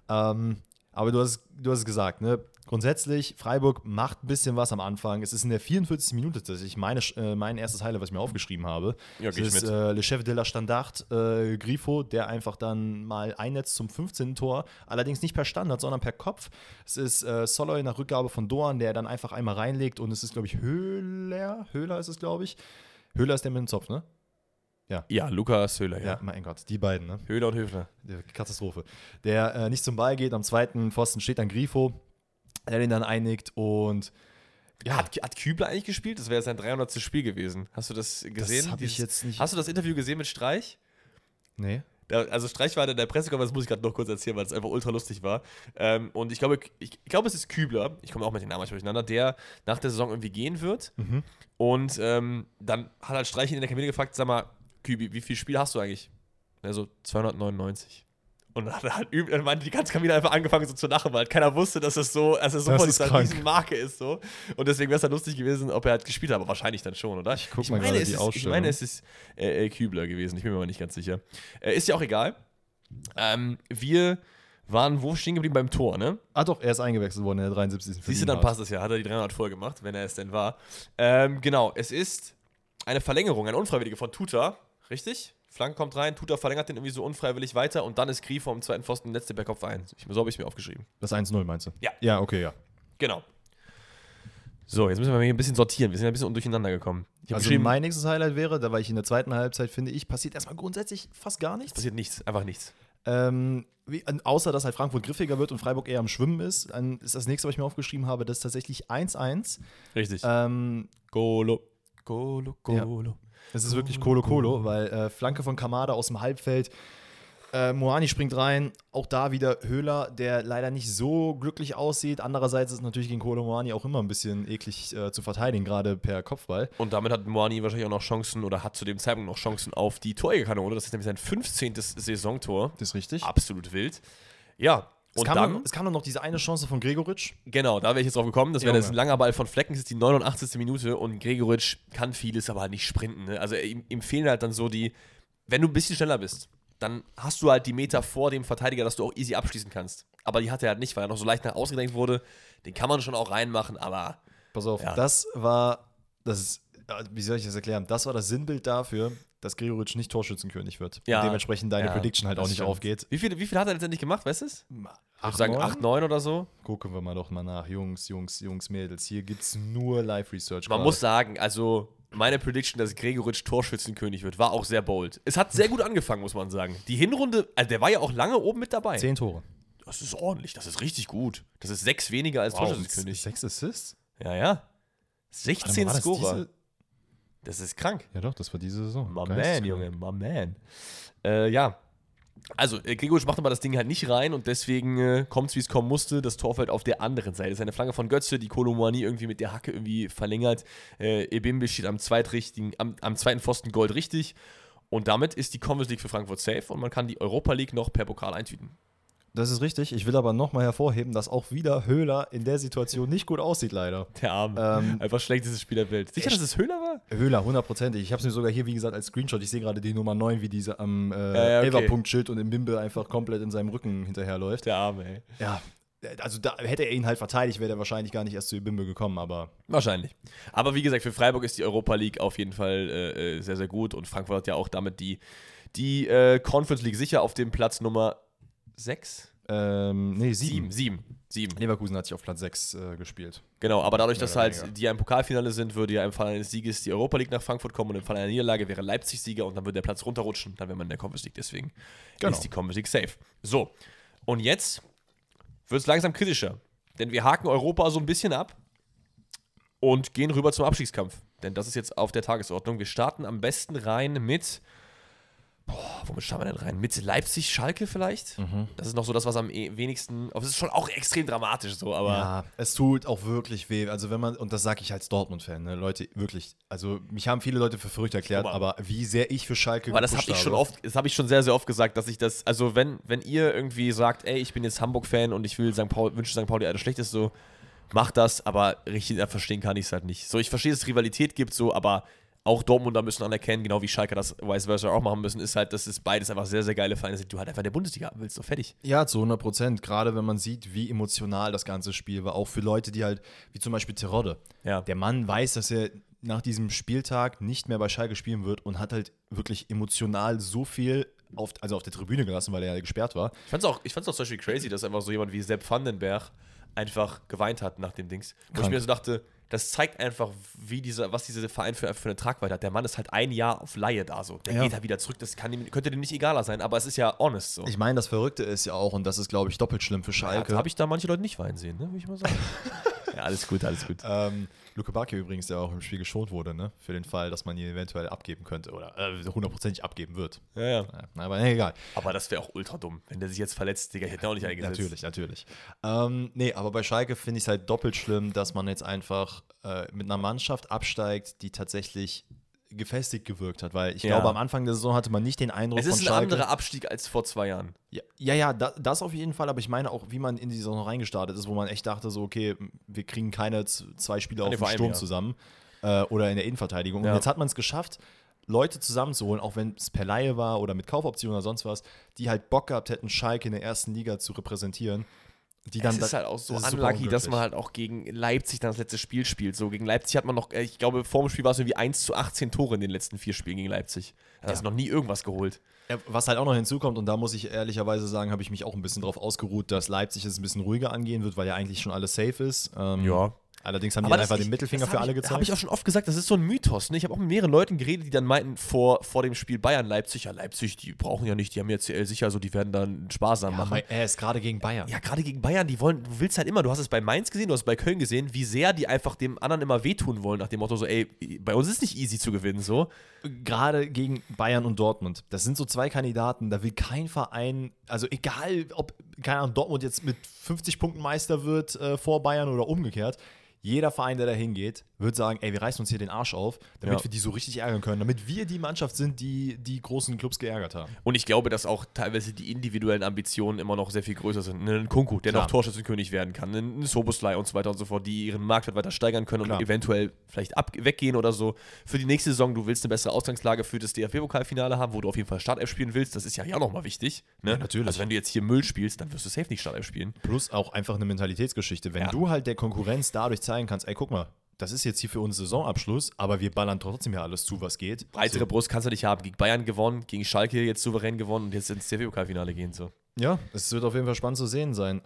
Aber du hast es gesagt, ne? Grundsätzlich, Freiburg macht ein bisschen was am Anfang. Es ist in der 44. Minute tatsächlich mein erstes Highlight, was ich mir aufgeschrieben habe. Ja, das ist Le Chef de la Standard, Grifo, der einfach dann mal einnetzt zum 15. Tor. Allerdings nicht per Standard, sondern per Kopf. Es ist Soloy nach Rückgabe von Doan, der dann einfach einmal reinlegt. Und es ist, glaube ich, Höhler ist es, glaube ich. Höhler ist der mit dem Zopf, ne? Ja, Lukas Höhler, ja. Mein Gott, die beiden, ne? Höhler und Höfler. Katastrophe. Der nicht zum Ball geht, am zweiten Pfosten steht dann Grifo, der den dann einigt und ja. Hat Kübler eigentlich gespielt? Das wäre sein 300. Spiel gewesen. Hast du das gesehen? Das habe ich jetzt nicht. Hast du das Interview gesehen mit Streich? Nee. Also Streich war in der Pressekonferenz, das muss ich gerade noch kurz erzählen, weil es einfach ultra lustig war. Und ich glaube, es ist Kübler, ich komme auch mit den Namen durcheinander, der nach der Saison irgendwie gehen wird. Mhm. Und dann hat halt Streich ihn in der Kabine gefragt, sag mal, Kübi, wie viel Spiel hast du eigentlich? Also 299. Und dann hat dann meinte die ganze Kabine einfach angefangen so zu lachen, weil keiner wusste, dass es so von dieser riesen Marke ist. So. Und deswegen wäre es dann lustig gewesen, ob er halt gespielt hat, aber wahrscheinlich dann schon, oder? Ich guck mal gerade die Ausstellung. Ich meine, es ist Kübler gewesen, ich bin mir aber nicht ganz sicher. Ist ja auch egal. Wir waren wo stehen geblieben beim Tor, ne? Ah doch, er ist eingewechselt worden in der 73. Siehst du, dann passt es ja, hat er die 300 voll gemacht, wenn er es denn war. Genau, es ist eine Verlängerung, eine unfreiwillige von Tuta, richtig? Flanke kommt rein, Tuta verlängert den irgendwie so unfreiwillig weiter und dann ist Grifo am zweiten Pfosten letzte per Kopf ein. So habe ich es mir aufgeschrieben. Das 1-0 meinst du? Ja. Ja, okay, ja. Genau. So, jetzt müssen wir hier ein bisschen sortieren. Wir sind ein bisschen durcheinander gekommen. Also mein nächstes Highlight wäre, da war ich in der zweiten Halbzeit, finde ich, passiert erstmal grundsätzlich fast gar nichts. Passiert nichts, einfach nichts. Außer, dass halt Frankfurt griffiger wird und Freiburg eher am Schwimmen ist. Dann ist das nächste, was ich mir aufgeschrieben habe, das ist tatsächlich 1-1. Richtig. Golo. Ja. Es ist wirklich Colo-Colo, weil Flanke von Kamada aus dem Halbfeld, Moani springt rein, auch da wieder Höhler, der leider nicht so glücklich aussieht. Andererseits ist es natürlich gegen Kolo Moani auch immer ein bisschen eklig zu verteidigen, gerade per Kopfball. Und damit hat Moani wahrscheinlich auch noch Chancen oder hat zu dem Zeitpunkt noch Chancen auf die Torjägerkanone. Das ist nämlich sein 15. Saisontor. Das ist richtig. Absolut wild. Ja, es kam dann noch diese eine Chance von Gregoritsch. Genau, da wäre ich jetzt drauf gekommen. Das wäre ein langer Ball von Flecken, das ist die 89. Minute und Gregoritsch kann vieles, aber halt nicht sprinten. Ne? Also ihm fehlen halt dann so wenn du ein bisschen schneller bist, dann hast du halt die Meter vor dem Verteidiger, dass du auch easy abschließen kannst. Aber die hat er halt nicht, weil er noch so leicht nach außen gedrängt wurde. Den kann man schon auch reinmachen, aber... Pass auf, ja. Wie soll ich das erklären? Das war das Sinnbild dafür, dass Gregoritsch nicht Torschützenkönig wird. Ja. Und dementsprechend deine Prediction halt auch nicht aufgeht. Wie viel hat er letztendlich gemacht, weißt du es? Ich würde sagen 8, 9 oder so. Gucken wir doch mal nach. Jungs, Mädels. Hier gibt es nur Live-Research. Man muss sagen, also... Meine Prediction, dass Gregoritsch Torschützenkönig wird, war auch sehr bold. Es hat sehr gut angefangen, muss man sagen. Die Hinrunde, also der war ja auch lange oben mit dabei. 10 Tore. Das ist ordentlich, das ist richtig gut. Das ist 6 weniger als Torschützenkönig. 6 Assists? Ja. 16 Scorer. Das ist krank. Ja doch, das war diese Saison. My man, Junge, my man. Ja. Also, Gregoritsch macht aber das Ding halt nicht rein und deswegen kommt es, wie es kommen musste. Das Tor fällt auf der anderen Seite. Das ist eine Flanke von Götze, die Kolo Muani irgendwie mit der Hacke irgendwie verlängert. Ebimbe steht am zweiten Pfosten Gold richtig. Und damit ist die Conference League für Frankfurt safe und man kann die Europa League noch per Pokal eintüten. Das ist richtig. Ich will aber nochmal hervorheben, dass auch wieder Höhler in der Situation nicht gut aussieht, leider. Der Arme. Einfach schlechtes Spielerbild. Sicher, dass es Höhler war? Höhler, 100%. Ich habe es mir sogar hier, wie gesagt, als Screenshot. Ich sehe gerade die Nummer 9, wie diese am Elferpunkt-Schild und im Bimbe einfach komplett in seinem Rücken hinterherläuft. Der Arme, ey. Ja, also da hätte er ihn halt verteidigt, wäre er wahrscheinlich gar nicht erst zu Bimbe gekommen, aber... Wahrscheinlich. Aber wie gesagt, für Freiburg ist die Europa League auf jeden Fall sehr, sehr gut und Frankfurt hat ja auch damit die Conference League sicher auf dem Platz Nummer 6? Nee, 7. 7. Leverkusen hat sich auf Platz 6 gespielt. Genau, aber dadurch, dass halt die ja im Pokalfinale sind, würde ja im Fall eines Sieges die Europa League nach Frankfurt kommen und im Fall einer Niederlage wäre Leipzig Sieger und dann würde der Platz runterrutschen, dann wäre man in der Conference League. Deswegen ist die Conference League safe. So, und jetzt wird es langsam kritischer, denn wir haken Europa so ein bisschen ab und gehen rüber zum Abstiegskampf, denn das ist jetzt auf der Tagesordnung. Wir starten am besten rein mit... womit starten wir denn rein? Mit Leipzig, Schalke vielleicht? Das ist noch so das, was am wenigsten. Aber es ist schon auch extrem dramatisch so, aber. Ja, es tut auch wirklich weh. Also, wenn man, und das sage ich als Dortmund-Fan, ne, Leute, wirklich. Also, mich haben viele Leute für verrückt erklärt, aber wie sehr ich für Schalke aber das habe ich schon sehr, sehr oft gesagt, dass ich das. Also, wenn ihr irgendwie sagt, ey, ich bin jetzt Hamburg-Fan und ich will wünsche St. Pauli alles Schlechtes, so, macht das, aber richtig verstehen kann ich es halt nicht. So, ich verstehe, dass es Rivalität gibt, so, aber. Auch Dortmunder müssen anerkennen, genau wie Schalke das vice versa auch machen müssen, ist halt, dass es beides einfach sehr, sehr geile Vereine sind, die du halt einfach in der Bundesliga haben willst, doch fertig. Ja, zu 100%. Gerade wenn man sieht, wie emotional das ganze Spiel war. Auch für Leute, die halt, wie zum Beispiel Terodde. Ja. Der Mann weiß, dass er nach diesem Spieltag nicht mehr bei Schalke spielen wird und hat halt wirklich emotional so viel auf der Tribüne gelassen, weil er ja gesperrt war. Ich fand's auch zum Beispiel crazy, dass einfach so jemand wie Sepp Vandenberg einfach geweint hat nach dem Dings. Wo ich mir so dachte, das zeigt einfach, was dieser Verein für eine Tragweite hat. Der Mann ist halt ein Jahr auf Laie da so. Der geht halt wieder zurück. Das könnte dem nicht egaler sein, aber es ist ja honest so. Ich meine, das Verrückte ist ja auch, und das ist, glaube ich, doppelt schlimm für Schalke. Ja, habe ich da manche Leute nicht weinen sehen, ne? Würde ich mal sagen. Ja, alles gut. Luke Bacchio übrigens, der auch im Spiel geschont wurde, ne? Für den Fall, dass man ihn eventuell abgeben könnte oder 100% abgeben wird. Ja. Aber egal. Aber das wäre auch ultra dumm, wenn der sich jetzt verletzt, Digga, ich hätte auch nicht eingesetzt. Natürlich. Nee, aber bei Schalke finde ich es halt doppelt schlimm, dass man jetzt einfach mit einer Mannschaft absteigt, die tatsächlich gefestigt gewirkt hat, weil ich glaube, am Anfang der Saison hatte man nicht den Eindruck von Schalke. Es ist ein anderer Abstieg als vor 2 Jahren. Ja, das auf jeden Fall, aber ich meine auch, wie man in die Saison reingestartet ist, wo man echt dachte, so, okay, wir kriegen keine 2 Spieler auf dem Sturm zusammen oder in der Innenverteidigung. Und jetzt hat man es geschafft, Leute zusammenzuholen, auch wenn es per Laie war oder mit Kaufoption oder sonst was, die halt Bock gehabt hätten, Schalke in der ersten Liga zu repräsentieren. Es ist halt auch so unlucky, dass man halt auch gegen Leipzig dann das letzte Spiel spielt. So, gegen Leipzig hat man noch, ich glaube, vor dem Spiel war es irgendwie 1:18 Tore in den letzten 4 Spielen gegen Leipzig. Da hast du noch nie irgendwas geholt. Ja, was halt auch noch hinzukommt, und da muss ich ehrlicherweise sagen, habe ich mich auch ein bisschen drauf ausgeruht, dass Leipzig es ein bisschen ruhiger angehen wird, weil ja eigentlich schon alles safe ist. Allerdings haben die dann einfach den Mittelfinger für alle gezeigt. Habe ich auch schon oft gesagt, das ist so ein Mythos. Ne? Ich habe auch mit mehreren Leuten geredet, die dann meinten vor dem Spiel Bayern-Leipzig, ja Leipzig, die brauchen ja nicht, die haben jetzt sicher so, die werden dann sparsam machen. Er ist gerade gegen Bayern. Ja, gerade gegen Bayern, du willst halt immer, du hast es bei Mainz gesehen, du hast es bei Köln gesehen, wie sehr die einfach dem anderen immer wehtun wollen, nach dem Motto so, ey, bei uns ist nicht easy zu gewinnen, so. Gerade gegen Bayern und Dortmund. Das sind so zwei Kandidaten, da will kein Verein, also egal, ob, keine Ahnung, Dortmund jetzt mit 50 Punkten Meister wird vor Bayern oder umgekehrt, jeder Verein, der da hingeht, wird sagen, ey, wir reißen uns hier den Arsch auf, damit wir die so richtig ärgern können, damit wir die Mannschaft sind, die die großen Clubs geärgert haben. Und ich glaube, dass auch teilweise die individuellen Ambitionen immer noch sehr viel größer sind. Ein Kunku, der noch Torschützenkönig werden kann, ein Szoboszlai und so weiter und so fort, die ihren Marktwert weiter steigern können und eventuell vielleicht weggehen oder so. Für die nächste Saison, du willst eine bessere Ausgangslage für das DFB-Pokalfinale haben, wo du auf jeden Fall Startelf spielen willst, das ist ja auch nochmal wichtig. Ne? Ja, natürlich. Also wenn du jetzt hier Müll spielst, dann wirst du safe nicht Startelf spielen. Plus auch einfach eine Mentalitätsgeschichte. Wenn du halt der Konkurrenz dadurch zeigen kannst, ey, guck mal, das ist jetzt hier für uns Saisonabschluss, aber wir ballern trotzdem ja alles zu, was geht. Breitere Brust kannst du nicht haben. Gegen Bayern gewonnen, gegen Schalke jetzt souverän gewonnen und jetzt ins DFB-Pokalfinale gehen. So. Ja, es wird auf jeden Fall spannend zu sehen sein.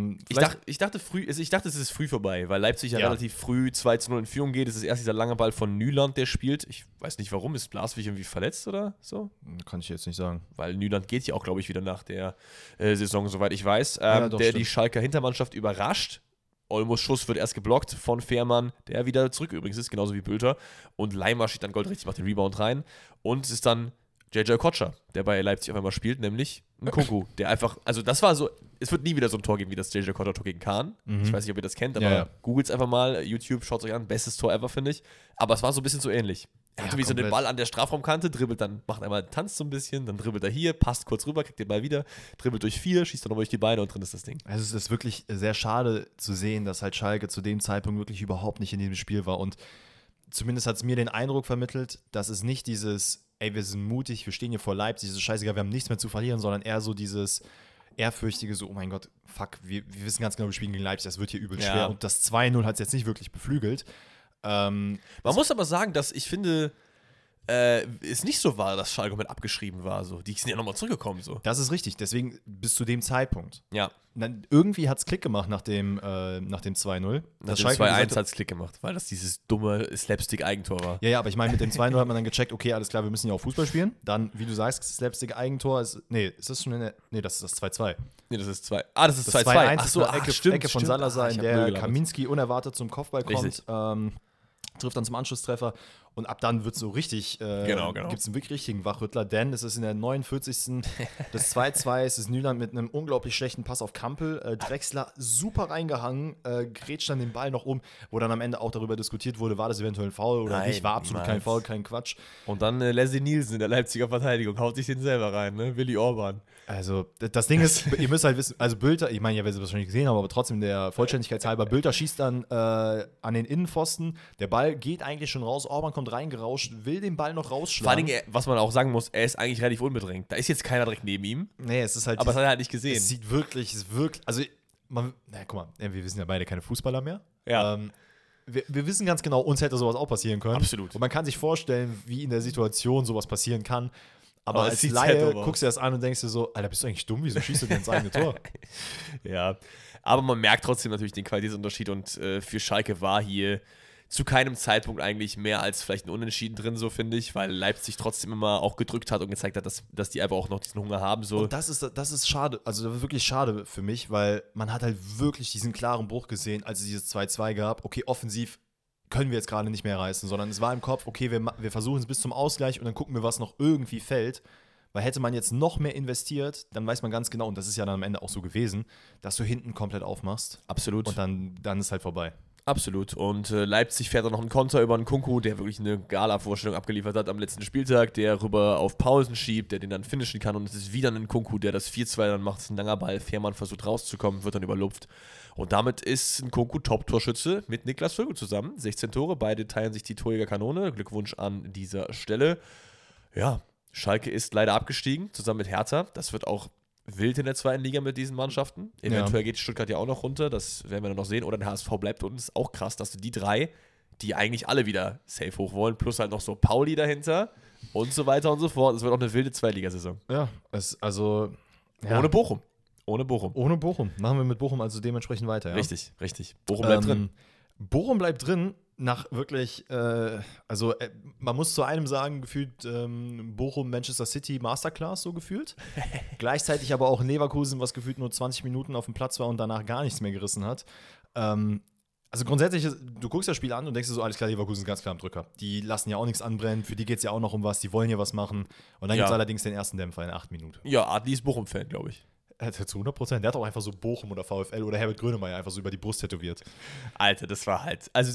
Ich dachte, es ist früh vorbei, weil Leipzig ja relativ früh 2-0 in Führung geht. Es ist erst dieser lange Ball von Nyland, der spielt. Ich weiß nicht warum. Ist Blaswig irgendwie verletzt oder so? Kann ich jetzt nicht sagen. Weil Nyland geht ja auch, glaube ich, wieder nach der Saison, soweit ich weiß. Doch, der die Schalker Hintermannschaft überrascht. Olmos Schuss wird erst geblockt von Fährmann, der wieder zurück übrigens ist, genauso wie Bülter. Und Leimer steht dann goldrichtig, macht den Rebound rein. Und es ist dann JJ Okocha, der bei Leipzig auf einmal spielt, nämlich ein Kunku, der einfach, also das war so, es wird nie wieder so ein Tor geben wie das JJ Okocha-Tor gegen Kahn. Ich weiß nicht, ob ihr das kennt, aber googelt es einfach mal, YouTube, schaut es euch an, bestes Tor ever, finde ich. Aber es war so ein bisschen so ähnlich. Er hatte wie so den Ball an der Strafraumkante, dribbelt dann, macht einmal, tanzt so ein bisschen, dann dribbelt er hier, passt kurz rüber, kriegt den Ball wieder, dribbelt durch 4, schießt dann nochmal durch die Beine und drin ist das Ding. Also es ist wirklich sehr schade zu sehen, dass halt Schalke zu dem Zeitpunkt wirklich überhaupt nicht in diesem Spiel war und zumindest hat es mir den Eindruck vermittelt, dass es nicht dieses, ey, wir sind mutig, wir stehen hier vor Leipzig, es ist scheißegal, wir haben nichts mehr zu verlieren, sondern eher so dieses ehrfürchtige, so, oh mein Gott, fuck, wir wissen ganz genau, wir spielen gegen Leipzig, das wird hier übel schwer und das 2-0 hat es jetzt nicht wirklich beflügelt. Man muss aber sagen, dass ich finde, es nicht so war, dass Schalke mit abgeschrieben war. So. Die sind ja nochmal zurückgekommen. So. Das ist richtig, deswegen bis zu dem Zeitpunkt. Ja. Dann, irgendwie hat es Klick gemacht nach dem 2-0. Nach dem 2-1 hat es Klick gemacht, weil das dieses dumme Slapstick-Eigentor war. Ja, aber ich meine, mit dem 2-0 hat man dann gecheckt, okay, alles klar, wir müssen ja auch Fußball spielen. Dann, wie du sagst, Slapstick-Eigentor ist, ist das schon das ist das 2-2. Nee, das ist 2. Das ist 2-2. Achso, Ecke von Salazar, in der Kaminski unerwartet zum Kopfball kommt. Trifft dann zum Anschlusstreffer und ab dann wird es so richtig, gibt es einen wirklich richtigen Wachrüttler, denn es ist in der 49. das 2-2, es ist Nyland mit einem unglaublich schlechten Pass auf Kampel, Drexler super reingehangen, grätscht dann den Ball noch um, wo dann am Ende auch darüber diskutiert wurde, war das eventuell ein Foul oder nicht, war absolut kein Foul, kein Quatsch. Und dann Leslie Nielsen in der Leipziger Verteidigung, haut sich den selber rein, ne? Willi Orban. Also, das Ding ist, ihr müsst halt wissen, also Bülter, ich meine, ihr werdet es wahrscheinlich gesehen haben, aber trotzdem der Vollständigkeit halber, Bülter schießt dann an den Innenpfosten, der Ball geht eigentlich schon raus, Orban kommt reingerauscht, will den Ball noch rausschlagen. Vor allen Dingen, was man auch sagen muss, er ist eigentlich relativ unbedrängt. Da ist jetzt keiner direkt neben ihm. Nee, es ist halt. Aber das hat er halt nicht gesehen. Es sieht wirklich, also, guck mal, wir sind ja beide keine Fußballer mehr. Ja. Wir wissen ganz genau, uns hätte sowas auch passieren können. Absolut. Und man kann sich vorstellen, wie in der Situation sowas passieren kann. Aber als Laie guckst du das an und denkst dir so, Alter, bist du eigentlich dumm? Wieso schießt du denn ins eigene Tor? Ja, aber man merkt trotzdem natürlich den Qualitätsunterschied und für Schalke war hier zu keinem Zeitpunkt eigentlich mehr als vielleicht ein Unentschieden drin, so finde ich, weil Leipzig trotzdem immer auch gedrückt hat und gezeigt hat, dass die einfach auch noch diesen Hunger haben. So. Und das ist schade, also wirklich schade für mich, weil man hat halt wirklich diesen klaren Bruch gesehen, als es dieses 2-2 gab. Okay, offensiv können wir jetzt gerade nicht mehr reißen, sondern es war im Kopf, okay, wir versuchen es bis zum Ausgleich und dann gucken wir, was noch irgendwie fällt. Weil hätte man jetzt noch mehr investiert, dann weiß man ganz genau, und das ist ja dann am Ende auch so gewesen, dass du hinten komplett aufmachst. Absolut. Und dann ist halt vorbei. Absolut. Und Leipzig fährt dann noch einen Konter über einen Kunku, der wirklich eine Gala-Vorstellung abgeliefert hat am letzten Spieltag, der rüber auf Pausen schiebt, der den dann finishen kann. Und es ist wieder ein Kunku, der das 4-2 dann macht. Es ist ein langer Ball. Fährmann versucht rauszukommen, wird dann überlupft. Und damit ist ein Kunku Top-Torschütze mit Niklas Vögel zusammen. 16 Tore, beide teilen sich die Torjägerkanone. Glückwunsch an dieser Stelle. Ja, Schalke ist leider abgestiegen, zusammen mit Hertha. Das wird auch wild in der zweiten Liga mit diesen Mannschaften. Eventuell geht Stuttgart ja auch noch runter, das werden wir dann noch sehen. Oder der HSV bleibt unten. Ist auch krass, dass du die drei, die eigentlich alle wieder safe hoch wollen, plus halt noch so Pauli dahinter und so weiter und so fort. Es wird auch eine wilde Zweitligasaison. Ja, Ohne Bochum. Ohne Bochum. Machen wir mit Bochum also dementsprechend weiter, ja? Richtig. Bochum bleibt drin. Bochum bleibt drin. Nach wirklich, man muss zu einem sagen, gefühlt Bochum, Manchester City Masterclass so gefühlt. Gleichzeitig aber auch Leverkusen, was gefühlt nur 20 Minuten auf dem Platz war und danach gar nichts mehr gerissen hat. Also grundsätzlich, du guckst das Spiel an und denkst dir so, alles klar, Leverkusen ist ganz klar am Drücker. Die lassen ja auch nichts anbrennen, für die geht es ja auch noch um was, die wollen ja was machen. Und dann gibt es allerdings den ersten Dämpfer in 8 Minuten. Ja, Adli ist Bochum-Fan, glaube ich. Zu 100%. Der hat auch einfach so Bochum oder VfL oder Herbert Grönemeyer einfach so über die Brust tätowiert. Alter, das war halt. Also,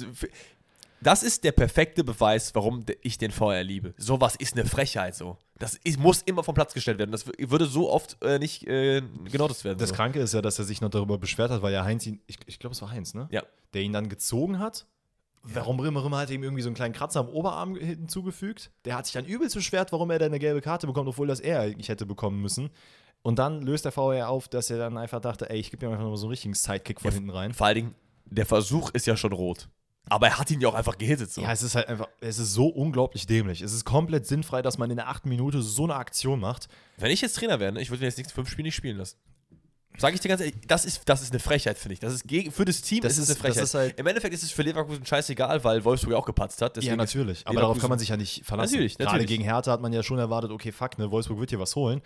das ist der perfekte Beweis, warum ich den VR liebe. Sowas ist eine Frechheit so. Muss immer vom Platz gestellt werden. Das würde so oft nicht genutzt werden. Das so. Kranke ist ja, dass er sich noch darüber beschwert hat, weil ja Heinz ihn, ich glaube, es war Heinz, ne? Ja. Der ihn dann gezogen hat. Warum immer hat er ihm irgendwie so einen kleinen Kratzer am Oberarm hinzugefügt. Der hat sich dann übelst beschwert, warum er dann eine gelbe Karte bekommt, obwohl das er eigentlich hätte bekommen müssen. Und dann löst der VR auf, dass er dann einfach dachte, ey, ich gebe ihm einfach nur so einen richtigen Sidekick von hinten rein. Vor allen Dingen, der Versuch ist ja schon rot. Aber er hat ihn ja auch einfach gehittet. So. Ja, es ist halt einfach, es ist so unglaublich dämlich. Es ist komplett sinnfrei, dass man in der 8. Minute so eine Aktion macht. Wenn ich jetzt Trainer wäre, ich würde mir jetzt nicht 5 Spiele nicht spielen lassen. Sag ich dir ganz ehrlich, das ist eine Frechheit, finde ich. Das ist für das Team ist eine Frechheit. Das ist halt, im Endeffekt ist es für Leverkusen scheißegal, weil Wolfsburg ja auch gepatzt hat. Ja, natürlich. Aber darauf kann man sich ja nicht verlassen. Natürlich. Gerade gegen Hertha hat man ja schon erwartet, okay, fuck, ne, Wolfsburg wird hier was holen.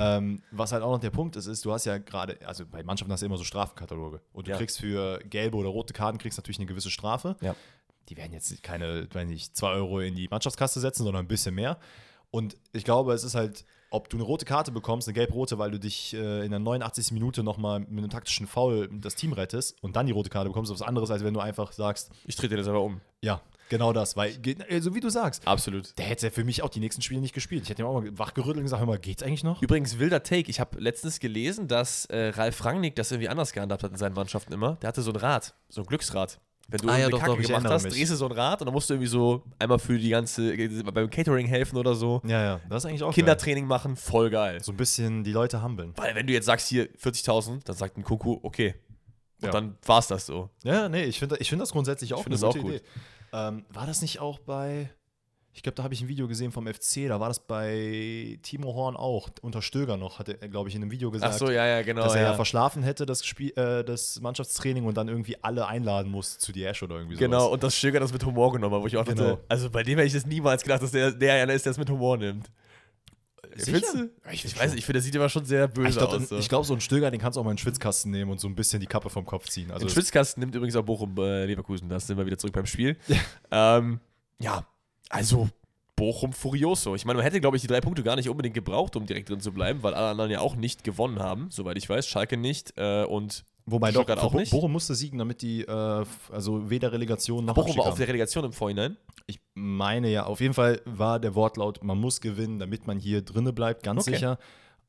Was halt auch noch der Punkt ist, du hast ja gerade, also bei Mannschaften hast du immer so Strafenkataloge. Und du kriegst für gelbe oder rote Karten kriegst natürlich eine gewisse Strafe. Ja. Die werden jetzt keine, wenn nicht 2 Euro in die Mannschaftskasse setzen, sondern ein bisschen mehr. Und ich glaube, es ist halt, ob du eine rote Karte bekommst, eine gelb-rote, weil du dich in der 89. Minute nochmal mit einem taktischen Foul das Team rettest und dann die rote Karte bekommst, ist was anderes, als wenn du einfach sagst, ich trete dir das aber um. Ja, genau das, weil, so wie du sagst, absolut. Der hätte ja für mich auch die nächsten Spiele nicht gespielt. Ich hätte ihm auch mal wachgerüttelt und gesagt, hör mal, geht's eigentlich noch? Übrigens, wilder Take, ich habe letztens gelesen, dass Ralf Rangnick das irgendwie anders gehandhabt hat in seinen Mannschaften immer. Der hatte so ein Rad, so ein Glücksrad. Wenn du eine Kacke gemacht hast, drehst du so ein Rad und dann musst du irgendwie so einmal für die ganze, beim Catering helfen oder so. Ja, das ist eigentlich auch Kindertraining machen, voll geil. So ein bisschen die Leute humbeln. Weil wenn du jetzt sagst, hier 40.000, dann sagt ein Kuckuck, okay. Und dann war's das so. Ja, nee, ich find das grundsätzlich auch eine gute Idee. War das nicht auch bei, ich glaube, da habe ich ein Video gesehen vom FC, da war das bei Timo Horn auch, unter Stöger noch, hat er, glaube ich, in einem Video gesagt. Ach so, ja, genau. Dass er ja verschlafen hätte, das Mannschaftstraining und dann irgendwie alle einladen muss zu Diash oder irgendwie sowas. Genau, und dass Stöger das mit Humor genommen hat, wo ich auch dachte, also bei dem hätte ich das niemals gedacht, dass der einer ist, der es mit Humor nimmt. Findest du? Ich weiß nicht, ich finde, der sieht immer schon sehr böse aus. Ich glaube, so einen Stöger, den kannst du auch mal in den Schwitzkasten nehmen und so ein bisschen die Kappe vom Kopf ziehen. Also den Schwitzkasten nimmt übrigens auch Bochum Leverkusen, da sind wir wieder zurück beim Spiel. Also Bochum furioso. Ich meine, man hätte, glaube ich, die 3 Punkte gar nicht unbedingt gebraucht, um direkt drin zu bleiben, weil alle anderen ja auch nicht gewonnen haben, soweit ich weiß. Schalke nicht und wobei doch, auch nicht. Bochum musste siegen, damit die also weder Relegation noch Bochum war auf der Relegation im Vorhinein. Ich meine ja, auf jeden Fall war der Wortlaut, man muss gewinnen, damit man hier drinne bleibt, ganz sicher.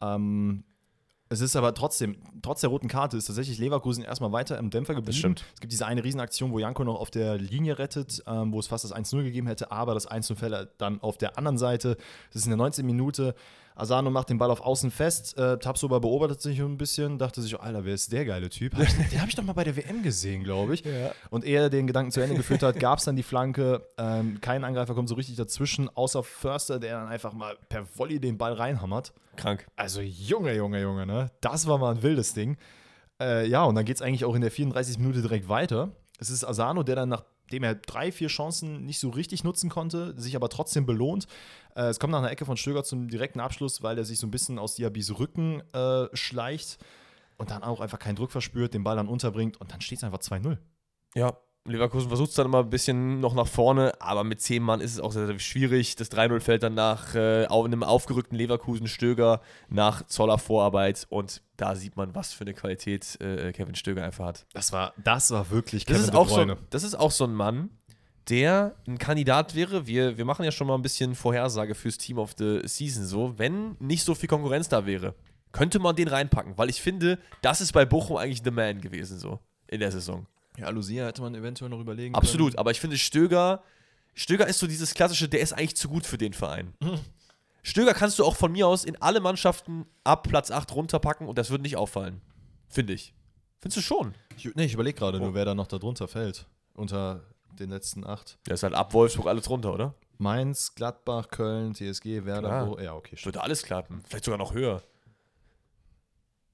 Es ist aber trotzdem, trotz der roten Karte ist tatsächlich Leverkusen erstmal weiter im Dämpfer geblieben. Das stimmt. Es gibt diese eine Riesenaktion, wo Janko noch auf der Linie rettet, wo es fast das 1-0 gegeben hätte, aber das 1-0 fällt dann auf der anderen Seite. Das ist in der 19. Minute. Asano macht den Ball auf Außen fest, Tapsoba beobachtet sich ein bisschen, dachte sich, Alter, wer ist der geile Typ? Den habe ich doch mal bei der WM gesehen, glaube ich. Ja. Und ehe er den Gedanken zu Ende geführt hat, gab es dann die Flanke. Kein Angreifer kommt so richtig dazwischen, außer Förster, der dann einfach mal per Volley den Ball reinhammert. Krank. Also Junge, ne? Das war mal ein wildes Ding. Und dann geht es eigentlich auch in der 34. Minute direkt weiter. Es ist Asano, der dann nachdem er 3-4 Chancen nicht so richtig nutzen konnte, sich aber trotzdem belohnt. Es kommt nach einer Ecke von Stöger zum direkten Abschluss, weil er sich so ein bisschen aus Diabys Rücken schleicht und dann auch einfach keinen Druck verspürt, den Ball dann unterbringt und dann steht es einfach 2-0. Ja, Leverkusen versucht es dann immer ein bisschen noch nach vorne, aber mit 10 Mann ist es auch sehr, sehr schwierig. Das 3-0 fällt dann nach einem aufgerückten Leverkusen-Stöger nach Zoller Vorarbeit und da sieht man, was für eine Qualität Kevin Stöger einfach hat. Das war wirklich Kevin De Bruyne. Das ist auch so ein Mann, der ein Kandidat wäre. Wir machen ja schon mal ein bisschen Vorhersage fürs Team of the Season so. Wenn nicht so viel Konkurrenz da wäre, könnte man den reinpacken, weil ich finde, das ist bei Bochum eigentlich the man gewesen so in der Saison. Ja, Lucia hätte man eventuell noch überlegen Absolut, können. Aber ich finde, Stöger ist so dieses klassische, der ist eigentlich zu gut für den Verein. Stöger kannst du auch von mir aus in alle Mannschaften ab Platz 8 runterpacken und das würde nicht auffallen. Finde ich. Findest du schon? Ich überlege gerade nur, wer da noch da drunter fällt. Unter den letzten 8. Der ist halt ab Wolfsburg alles drunter, oder? Mainz, Gladbach, Köln, TSG, Werder. Ja, okay. Würde alles klappen. Vielleicht sogar noch höher.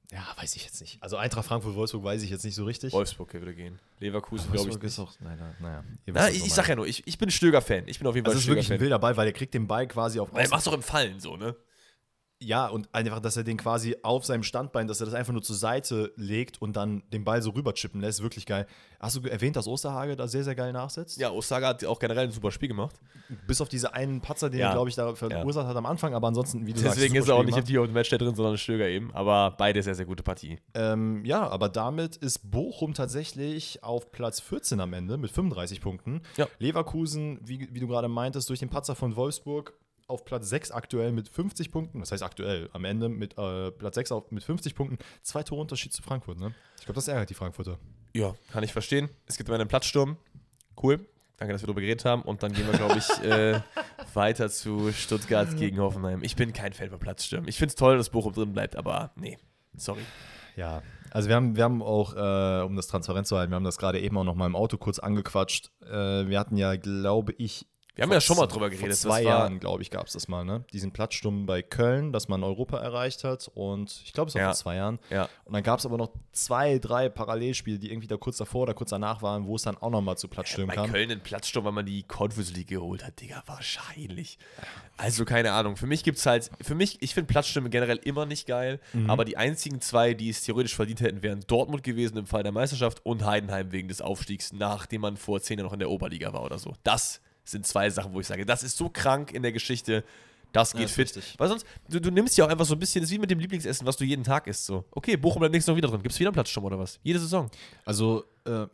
Ja, weiß ich jetzt nicht. Also Eintracht Frankfurt-Wolfsburg weiß ich jetzt nicht so richtig. Wolfsburg würde gehen. Leverkusen, glaube ich. Ist auch, naja. Ich sag ja nur, ich bin Stöger-Fan. Ich bin auf jeden Fall Stöger-Fan. Das ist wirklich ein wilder Ball, weil der kriegt den Ball quasi auf. Weil er macht doch im Fallen so, ne? Ja, und einfach, dass er den quasi auf seinem Standbein, dass er das einfach nur zur Seite legt und dann den Ball so rüberchippen lässt, wirklich geil. Hast du erwähnt, dass Osterhage da sehr, sehr geil nachsetzt? Ja, Osterhage hat auch generell ein super Spiel gemacht. Bis auf diese einen Patzer, den er, glaube ich, da verursacht hat am Anfang, aber ansonsten, wie du sagst, deswegen ist er auch nicht im Team of the Match drin, sondern Stöger eben. Aber beide sehr, sehr gute Partie. Ja, aber damit ist Bochum tatsächlich auf Platz 14 am Ende mit 35 Punkten. Ja. Leverkusen, wie du gerade meintest, durch den Patzer von Wolfsburg auf Platz 6 aktuell mit 50 Punkten. Das heißt aktuell, am Ende mit Platz 6 mit 50 Punkten. 2 Tore Unterschied zu Frankfurt, ne? Ich glaube, das ärgert die Frankfurter. Ja, kann ich verstehen. Es gibt immer einen Platzsturm. Cool. Danke, dass wir darüber geredet haben. Und dann gehen wir, glaube ich, weiter zu Stuttgart gegen Hoffenheim. Ich bin kein Fan von Platzstürmen. Ich finde es toll, dass Bochum drin bleibt, aber nee, sorry. Ja, also wir haben auch, um das transparent zu halten, wir haben das gerade eben auch noch mal im Auto kurz angequatscht. Wir hatten ja, glaube ich, wir haben ja schon mal drüber geredet. Vor 2 Jahren, glaube ich, gab es das mal, ne? Diesen Platzsturm bei Köln, dass man Europa erreicht hat. Und ich glaube, es war vor 2 Jahren. Ja. Und dann gab es aber noch 2, 3 Parallelspiele, die irgendwie da kurz davor oder kurz danach waren, wo es dann auch nochmal zu Platzstürmen kam. Bei Köln ein Platzsturm, weil man die Conference League geholt hat, Digga, wahrscheinlich. Also keine Ahnung. Für mich gibt es halt, ich finde Platzstürme generell immer nicht geil, aber die einzigen 2, die es theoretisch verdient hätten, wären Dortmund gewesen im Fall der Meisterschaft und Heidenheim wegen des Aufstiegs, nachdem man vor 10 Jahren noch in der Oberliga war oder so. Das sind 2 Sachen, wo ich sage, das ist so krank in der Geschichte, das geht fit. Richtig. Weil sonst, du nimmst ja auch einfach so ein bisschen, das ist wie mit dem Lieblingsessen, was du jeden Tag isst. So. Okay, Bochum bleibt nächstes Mal wieder drin. Gibt es wieder einen Platzsturm oder was? Jede Saison. Also,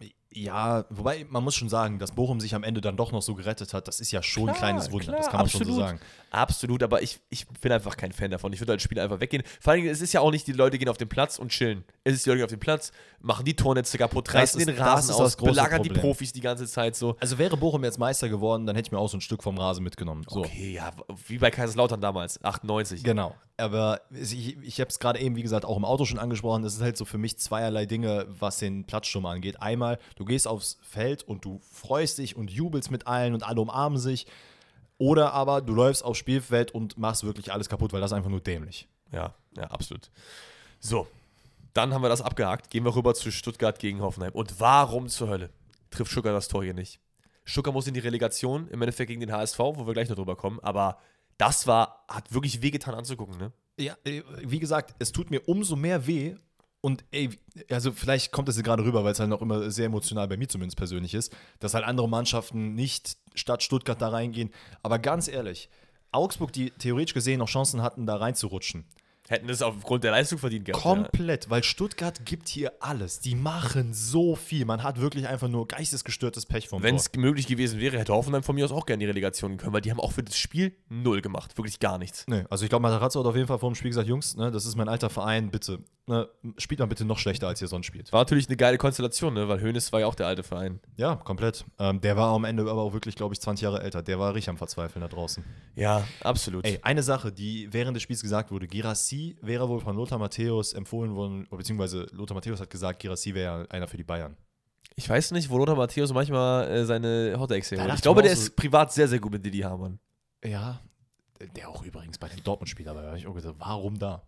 ja, wobei man muss schon sagen, dass Bochum sich am Ende dann doch noch so gerettet hat, das ist ja schon ein kleines Wunder, das kann man schon so sagen. Absolut, aber ich bin einfach kein Fan davon. Ich würde als Spieler einfach weggehen. Vor allem, es ist ja auch nicht, die Leute gehen auf den Platz und chillen. Es ist die Leute gehen auf den Platz, machen die Tornetze kaputt, reißen den Rasen aus, belagern die Profis die ganze Zeit so. Also wäre Bochum jetzt Meister geworden, dann hätte ich mir auch so ein Stück vom Rasen mitgenommen. So. Okay, ja, wie bei Kaiserslautern damals, 98. Genau. Aber ich habe es gerade eben, wie gesagt, auch im Auto schon angesprochen. Es ist halt so für mich zweierlei Dinge, was den Platzsturm angeht. Einmal, du gehst aufs Feld und du freust dich und jubelst mit allen und alle umarmen sich. Oder aber du läufst aufs Spielfeld und machst wirklich alles kaputt, weil das ist einfach nur dämlich. Ja, absolut. So, dann haben wir das abgehakt. Gehen wir rüber zu Stuttgart gegen Hoffenheim. Und warum zur Hölle trifft Stuttgart das Tor hier nicht? Stuttgart muss in die Relegation, im Endeffekt gegen den HSV, wo wir gleich noch drüber kommen. Aber das hat wirklich wehgetan anzugucken, ne? Ja, wie gesagt, es tut mir umso mehr weh. Und also vielleicht kommt das hier gerade rüber, weil es halt noch immer sehr emotional bei mir zumindest persönlich ist, dass halt andere Mannschaften nicht statt Stuttgart da reingehen. Aber ganz ehrlich, Augsburg, die theoretisch gesehen noch Chancen hatten, da reinzurutschen, hätten es aufgrund der Leistung verdient gehabt. Komplett, weil Stuttgart gibt hier alles. Die machen so viel. Man hat wirklich einfach nur geistesgestörtes Pech vom Tor. Wenn es möglich gewesen wäre, hätte Hoffenheim von mir aus auch gerne die Relegation können, weil die haben auch für das Spiel 0 gemacht. Wirklich gar nichts. Nee, also ich glaube, Matarazzo hat auf jeden Fall vor dem Spiel gesagt, Jungs, ne, das ist mein alter Verein, bitte, ne, spielt mal bitte noch schlechter, als ihr sonst spielt. War natürlich eine geile Konstellation, ne, weil Hoeneß war ja auch der alte Verein. Ja, komplett. Der war am Ende aber auch wirklich, glaube ich, 20 Jahre älter. Der war richtig am Verzweifeln da draußen. Ja, absolut. Ey, eine Sache, die während des Spiels gesagt wurde, Guirassy wäre wohl von Lothar Matthäus empfohlen worden, beziehungsweise Lothar Matthäus hat gesagt, Guirassy wäre einer für die Bayern. Ich weiß nicht, wo Lothar Matthäus manchmal seine Hottakes herholt. Ich glaube, der ist privat sehr, sehr gut mit Didi Hamann. Ja, der auch übrigens bei den Dortmund-Spielern, aber da habe ich auch gesagt, warum da?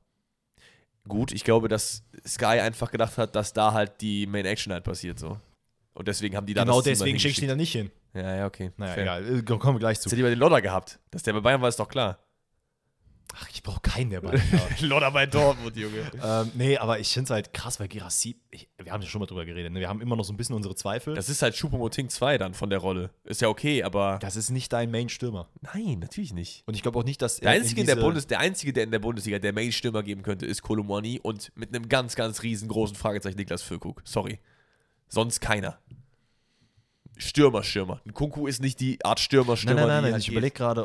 Gut, ich glaube, dass Sky einfach gedacht hat, dass da halt die Main Action halt passiert so. Und deswegen haben die da genau deswegen schicke ich die da nicht hin. Ja, okay. Naja, egal, kommen wir gleich zu. Jetzt hätte ich bei den Lodder gehabt. Dass der bei Bayern war, ist doch klar. Ach, ich brauche keinen, der Bayern Lodder bei Dortmund, Junge. Nee, aber ich finde es halt krass, weil Guirassy, wir haben ja schon mal drüber geredet, ne? Wir haben immer noch so ein bisschen unsere Zweifel. Das ist halt Choupo-Moting 2 dann von der Rolle. Ist ja okay, aber... Das ist nicht dein Main-Stürmer. Nein, natürlich nicht. Und ich glaube auch nicht, dass der Einzige, der in der Bundesliga der Main-Stürmer geben könnte, ist Kolomouani und mit einem ganz, ganz riesengroßen Fragezeichen Niklas Füllkrug. Sorry. Sonst keiner. Stürmer. Ein Kunku ist nicht die Art Stürmer. Nein. Ich überlege gerade,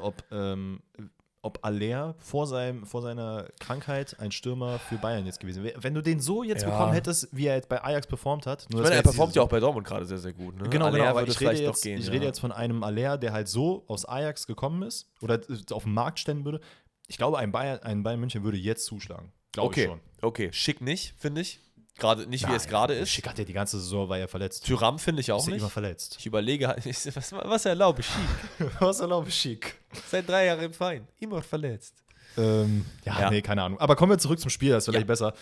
ob Aller vor seiner Krankheit ein Stürmer für Bayern jetzt gewesen wäre. Wenn du den so jetzt bekommen hättest, wie er jetzt bei Ajax performt hat. Nur er performt ja auch bei Dortmund gerade sehr, sehr gut. Ne? Genau, aber ich rede jetzt von einem Aller, der halt so aus Ajax gekommen ist oder auf dem Markt stellen würde. Ich glaube, ein Bayern München würde jetzt zuschlagen. Glaube ich schon. Okay, Schick nicht, finde ich. Gerade nicht, wie es gerade ist. Schick hat ja die ganze Saison, war ja verletzt. Thuram finde ich auch ist nicht. Immer verletzt. Ich überlege, was erlaube Schick? Was erlaube Schick? Seit 3 Jahren im Verein. Immer verletzt. Nee, keine Ahnung. Aber kommen wir zurück zum Spiel, das ist vielleicht besser.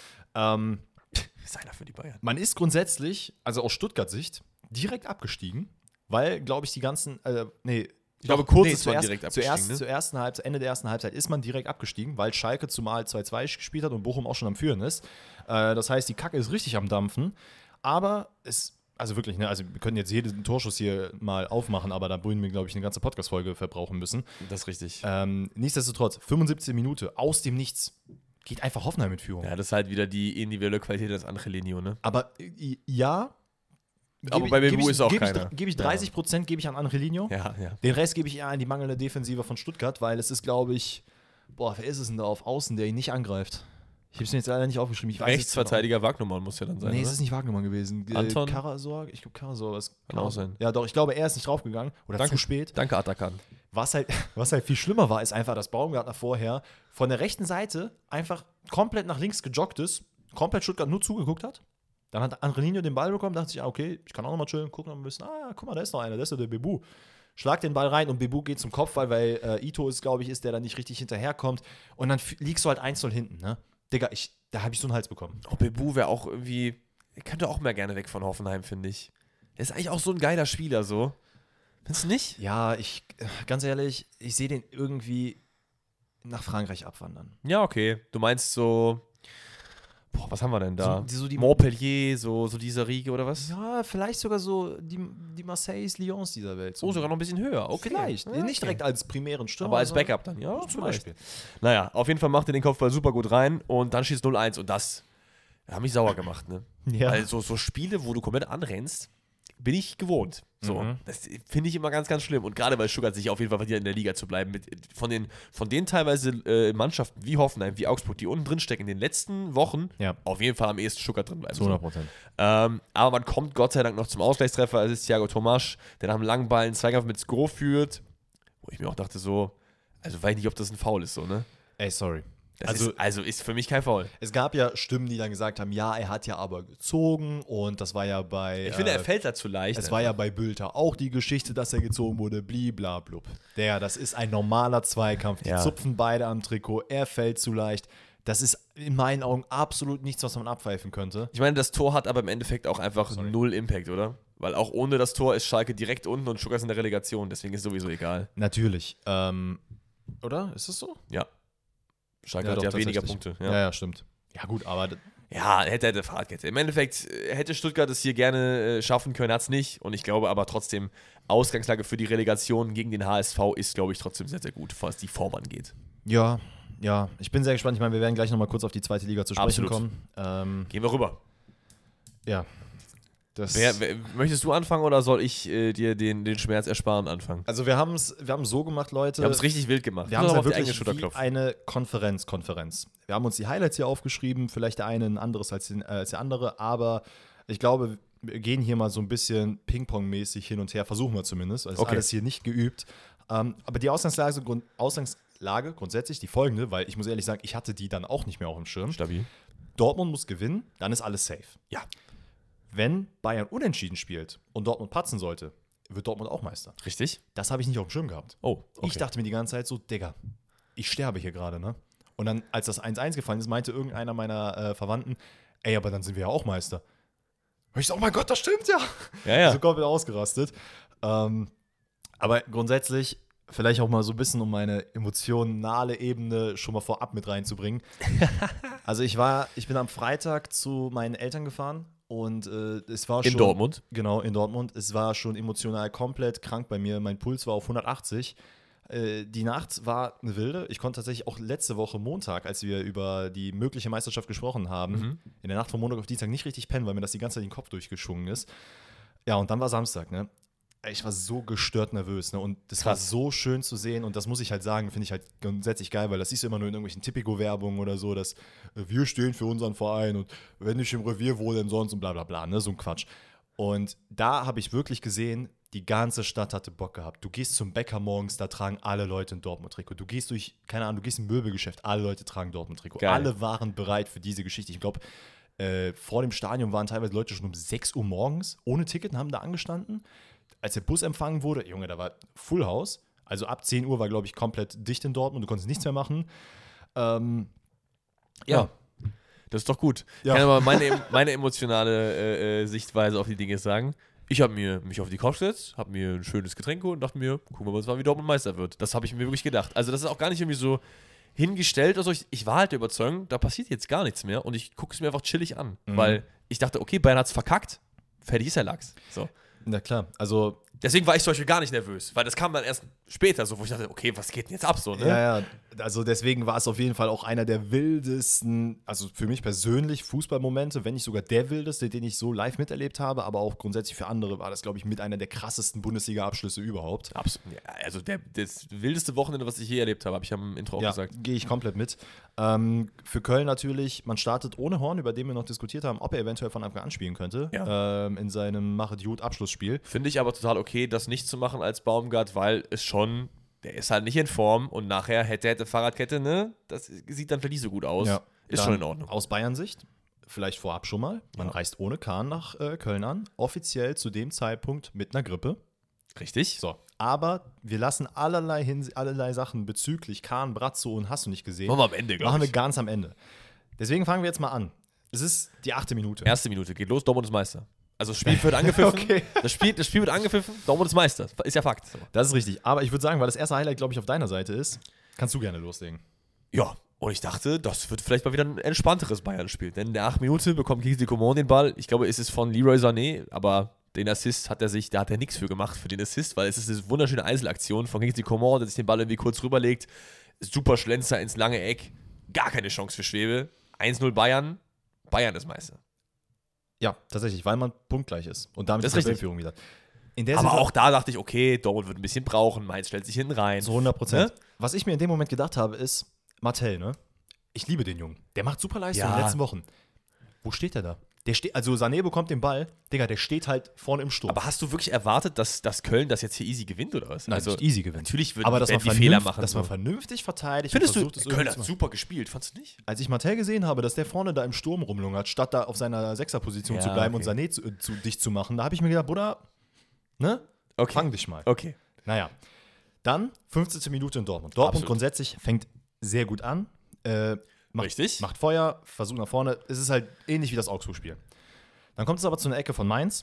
Ist einer für die Bayern. Man ist grundsätzlich, also aus Stuttgart-Sicht, direkt abgestiegen, weil, glaube ich, die ganzen, ich glaube, kurz ist man direkt abgestiegen. Zu Ende der ersten Halbzeit ist man direkt abgestiegen, weil Schalke zumal 2-2 gespielt hat und Bochum auch schon am Führen ist. Das heißt, die Kacke ist richtig am Dampfen. Aber also wirklich, ne, also wir können jetzt jeden Torschuss hier mal aufmachen, aber da würden wir, glaube ich, eine ganze Podcast-Folge verbrauchen müssen. Das ist richtig. Nichtsdestotrotz, 75 Minuten aus dem Nichts. Geht einfach Hoffenheim mit Führung. Ja, das ist halt wieder die individuelle Qualität des Angelino, ne? Aber ja. Aber bei Bebu ist auch keiner. Gebe ich 30% gebe ich an Angelino. Ja. Den Rest gebe ich eher an die mangelnde Defensive von Stuttgart, weil es ist, glaube ich, wer ist es denn da auf Außen, der ihn nicht angreift? Ich habe es mir jetzt leider nicht aufgeschrieben. Rechtsverteidiger Wagnermann muss ja dann sein, Nee, oder? es ist nicht Wagnermann gewesen. Anton? Karasor? Ich glaube, Karasor. Kann auch sein. Ja, doch, ich glaube, er ist nicht draufgegangen. Oder zu spät. Danke, Atakan. Was halt viel schlimmer war, ist einfach, dass Baumgartner vorher von der rechten Seite einfach komplett nach links gejoggt ist, komplett Stuttgart nur zugeguckt hat. Dann hat Angelino den Ball bekommen, dachte sich, okay, ich kann auch nochmal chillen, gucken noch ein bisschen. Guck mal, da ist noch einer, das ist der Bebu. Schlag den Ball rein und Bebu geht zum Kopfball, weil Ito ist, glaube ich, der da nicht richtig hinterherkommt. Und dann liegst du halt 1-0 hinten, ne? Digga, da habe ich so einen Hals bekommen. Auch Bebu wäre auch irgendwie, er könnte auch mehr gerne weg von Hoffenheim, finde ich. Der ist eigentlich auch so ein geiler Spieler, so. Findest du nicht? Ja, ganz ehrlich, ich sehe den irgendwie nach Frankreich abwandern. Ja, okay. Du meinst so, was haben wir denn da? Die Montpellier, so diese Riege oder was? Ja, vielleicht sogar so die Marseilles, Lyons dieser Welt. So, sogar noch ein bisschen höher. Okay. Vielleicht. Ja, nicht direkt als primären Stürmer. Aber als Backup dann, ja, zum Beispiel. Naja, auf jeden Fall macht er den Kopfball super gut rein und dann schießt 0-1 und das hat mich sauer gemacht, ne? Ja. Also so Spiele, wo du komplett anrennst, bin ich gewohnt. So, das finde ich immer ganz, ganz schlimm. Und gerade weil Stuttgart sich auf jeden Fall verdient, in der Liga zu bleiben. Von den teilweise Mannschaften wie Hoffenheim, wie Augsburg, die unten drin stecken, in den letzten Wochen auf jeden Fall am ehesten Stuttgart drin bleiben. Zu 100%. Aber man kommt Gott sei Dank noch zum Ausgleichstreffer. Es ist Thiago Tomasch, der nach einem langen Ball einen Zweikampf mit Skro führt. Wo ich mir auch dachte so, also weiß ich nicht, ob das ein Foul ist, so, ne? Ey, sorry. Also ist für mich kein Foul. Es gab ja Stimmen, die dann gesagt haben, ja, er hat ja aber gezogen und das war ja bei... Ich finde, er fällt da zu leicht. Es war ja bei Bülter auch die Geschichte, dass er gezogen wurde, bliblablub. Das ist ein normaler Zweikampf. Die zupfen beide am Trikot, er fällt zu leicht. Das ist in meinen Augen absolut nichts, was man abpfeifen könnte. Ich meine, das Tor hat aber im Endeffekt auch einfach null Impact, oder? Weil auch ohne das Tor ist Schalke direkt unten und Stuttgart ist in der Relegation, deswegen ist sowieso egal. Natürlich. Oder? Ist das so? Ja. Schalke hat ja weniger Punkte. Ja, stimmt. Ja, gut, aber. Ja, hätte Fahrradkette. Im Endeffekt hätte Stuttgart es hier gerne schaffen können, hat es nicht. Und ich glaube aber trotzdem, Ausgangslage für die Relegation gegen den HSV ist, glaube ich, trotzdem sehr, sehr gut, was die Form angeht. Ja, ich bin sehr gespannt. Ich meine, wir werden gleich nochmal kurz auf die zweite Liga zu sprechen kommen. Gehen wir rüber. Ja. Möchtest du anfangen oder soll ich dir den Schmerz ersparen anfangen? Also wir haben es so gemacht, Leute. Wir haben es richtig wild gemacht. Wir haben es ja wirklich wie eine Konferenz. Wir haben uns die Highlights hier aufgeschrieben, vielleicht der eine ein anderes als der andere, aber ich glaube, wir gehen hier mal so ein bisschen Ping-Pong-mäßig hin und her, versuchen wir zumindest, also ist alles hier nicht geübt. Aber die Ausgangslage grundsätzlich die folgende, weil ich muss ehrlich sagen, ich hatte die dann auch nicht mehr auf dem Schirm. Stabil. Dortmund muss gewinnen, dann ist alles safe. Ja. Wenn Bayern unentschieden spielt und Dortmund patzen sollte, wird Dortmund auch Meister. Richtig. Das habe ich nicht auf dem Schirm gehabt. Oh, okay. Ich dachte mir die ganze Zeit so, Digga, ich sterbe hier gerade, ne? Und dann, als das 1-1 gefallen ist, meinte irgendeiner meiner Verwandten, ey, aber dann sind wir ja auch Meister. Und ich so, oh mein Gott, das stimmt ja. Ja. So komplett ausgerastet. Aber grundsätzlich, vielleicht auch mal so ein bisschen, um meine emotionale Ebene schon mal vorab mit reinzubringen. Also ich bin am Freitag zu meinen Eltern gefahren. Und es war schon. In Dortmund? Genau, in Dortmund. Es war schon emotional komplett krank bei mir. Mein Puls war auf 180. Die Nacht war eine wilde. Ich konnte tatsächlich auch letzte Woche Montag, als wir über die mögliche Meisterschaft gesprochen haben, in der Nacht von Montag auf Dienstag nicht richtig pennen, weil mir das die ganze Zeit in den Kopf durchgeschwungen ist. Ja, und dann war Samstag, ne? Ich war so gestört nervös, ne? Und das war so schön zu sehen und das muss ich halt sagen, finde ich halt grundsätzlich geil, weil das siehst du immer nur in irgendwelchen Tipico-Werbungen oder so, dass wir stehen für unseren Verein und wenn nicht im Revier, wo denn sonst und bla bla bla, ne? So ein Quatsch. Und da habe ich wirklich gesehen, die ganze Stadt hatte Bock gehabt. Du gehst zum Bäcker morgens, da tragen alle Leute ein Dortmund-Trikot. Du gehst durch, keine Ahnung, du gehst im Möbelgeschäft, alle Leute tragen Dortmund-Trikot. Geil. Alle waren bereit für diese Geschichte. Ich glaube, vor dem Stadion waren teilweise Leute schon um 6 Uhr morgens ohne Ticket und haben da angestanden. Als der Bus empfangen wurde, Junge, da war Full House. Also ab 10 Uhr war, glaube ich, komplett dicht in Dortmund. Du konntest nichts mehr machen. Ja. Das ist doch gut. Ja. Ich kann aber meine emotionale Sichtweise auf die Dinge sagen. Ich habe mich auf die Couch gesetzt, habe mir ein schönes Getränk geholt und dachte mir, gucken wir mal, wie Dortmund Meister wird. Das habe ich mir wirklich gedacht. Also das ist auch gar nicht irgendwie so hingestellt oder so. Ich war halt der Überzeugung, da passiert jetzt gar nichts mehr und ich gucke es mir einfach chillig an. Weil ich dachte, okay, Bayern hat's verkackt, fertig ist der Lachs. So. Na klar, also Deswegen war ich zum Beispiel gar nicht nervös, weil das kam dann erst später so, wo ich dachte, okay, was geht denn jetzt ab so, ne? Ja, also deswegen war es auf jeden Fall auch einer der wildesten, also für mich persönlich Fußballmomente, wenn nicht sogar der wildeste, den ich so live miterlebt habe, aber auch grundsätzlich für andere war das, glaube ich, mit einer der krassesten Bundesliga-Abschlüsse überhaupt. Absolut. Ja, also das wildeste Wochenende, was ich je erlebt habe ich am Intro auch gesagt. Gehe ich komplett mit. Für Köln natürlich, man startet ohne Horn, über den wir noch diskutiert haben, ob er eventuell von Anfang an spielen könnte, in seinem Machet-Jut-Abschlussspiel. Finde ich aber total okay, das nicht zu machen als Baumgart, weil es schon, der ist halt nicht in Form und nachher hätte Fahrradkette, ne? Das sieht dann vielleicht nicht so gut aus. Ja, ist schon in Ordnung. Aus Bayern-Sicht, vielleicht vorab schon mal, man reist ohne Kahn nach Köln an, offiziell zu dem Zeitpunkt mit einer Grippe. Richtig. So, aber wir lassen allerlei Sachen bezüglich Kahn, Brazzo und hast du nicht gesehen. Machen wir am Ende, glaube ich. Machen wir ganz am Ende. Deswegen fangen wir jetzt mal an. Es ist die 8. Minute. Erste Minute, geht los, Dortmund ist Meister. Also das Spiel wird angepfiffen. Okay. Das Spiel wird angepfiffen, Dortmund ist Meister. Ist ja Fakt. So. Das ist richtig. Aber ich würde sagen, weil das erste Highlight, glaube ich, auf deiner Seite ist, kannst du gerne loslegen. Ja, und ich dachte, das wird vielleicht mal wieder ein entspannteres Bayern-Spiel. Denn in der 8 Minute bekommt Kingsley Coman den Ball. Ich glaube, es ist von Leroy Sané, aber den Assist da hat er nichts für gemacht, für den Assist, weil es ist eine wunderschöne Einzelaktion von Kingsley Coman, der sich den Ball irgendwie kurz rüberlegt. Super Schlenzer ins lange Eck. Gar keine Chance für Schwebe. 1-0 Bayern. Bayern ist Meister. Ja, tatsächlich, weil man punktgleich ist. Und damit Das ist die richtig. Tabellenführung wieder. Aber auch da dachte ich, okay, Dortmund wird ein bisschen brauchen, Mainz stellt sich hinten rein. So 100%. Ne? Was ich mir in dem Moment gedacht habe, ist, Martell, ne? Ich liebe den Jungen. Der macht super Leistung in den letzten Wochen. Wo steht der da? Also Sané bekommt den Ball, Digga, der steht halt vorne im Sturm. Aber hast du wirklich erwartet, dass Köln das jetzt hier easy gewinnt, oder was? Nein, nicht easy gewinnt. Natürlich aber dass man die Fehler machen. Dass man vernünftig verteidigt. Findest und du, Köln hat super gespielt, fandst du nicht? Als ich Martell gesehen habe, dass der vorne da im Sturm rumlungert, statt da auf seiner Sechserposition zu bleiben und Sané dicht zu machen, da habe ich mir gedacht, Bruder, ne? Okay. Fang dich mal. Okay. Naja, dann 15. Minute in Dortmund. Dortmund Absolut. grundsätzlich fängt sehr gut an. Richtig. Macht Feuer, versucht nach vorne. Es ist halt ähnlich wie das Augsburg-Spiel. Dann kommt es aber zu einer Ecke von Mainz.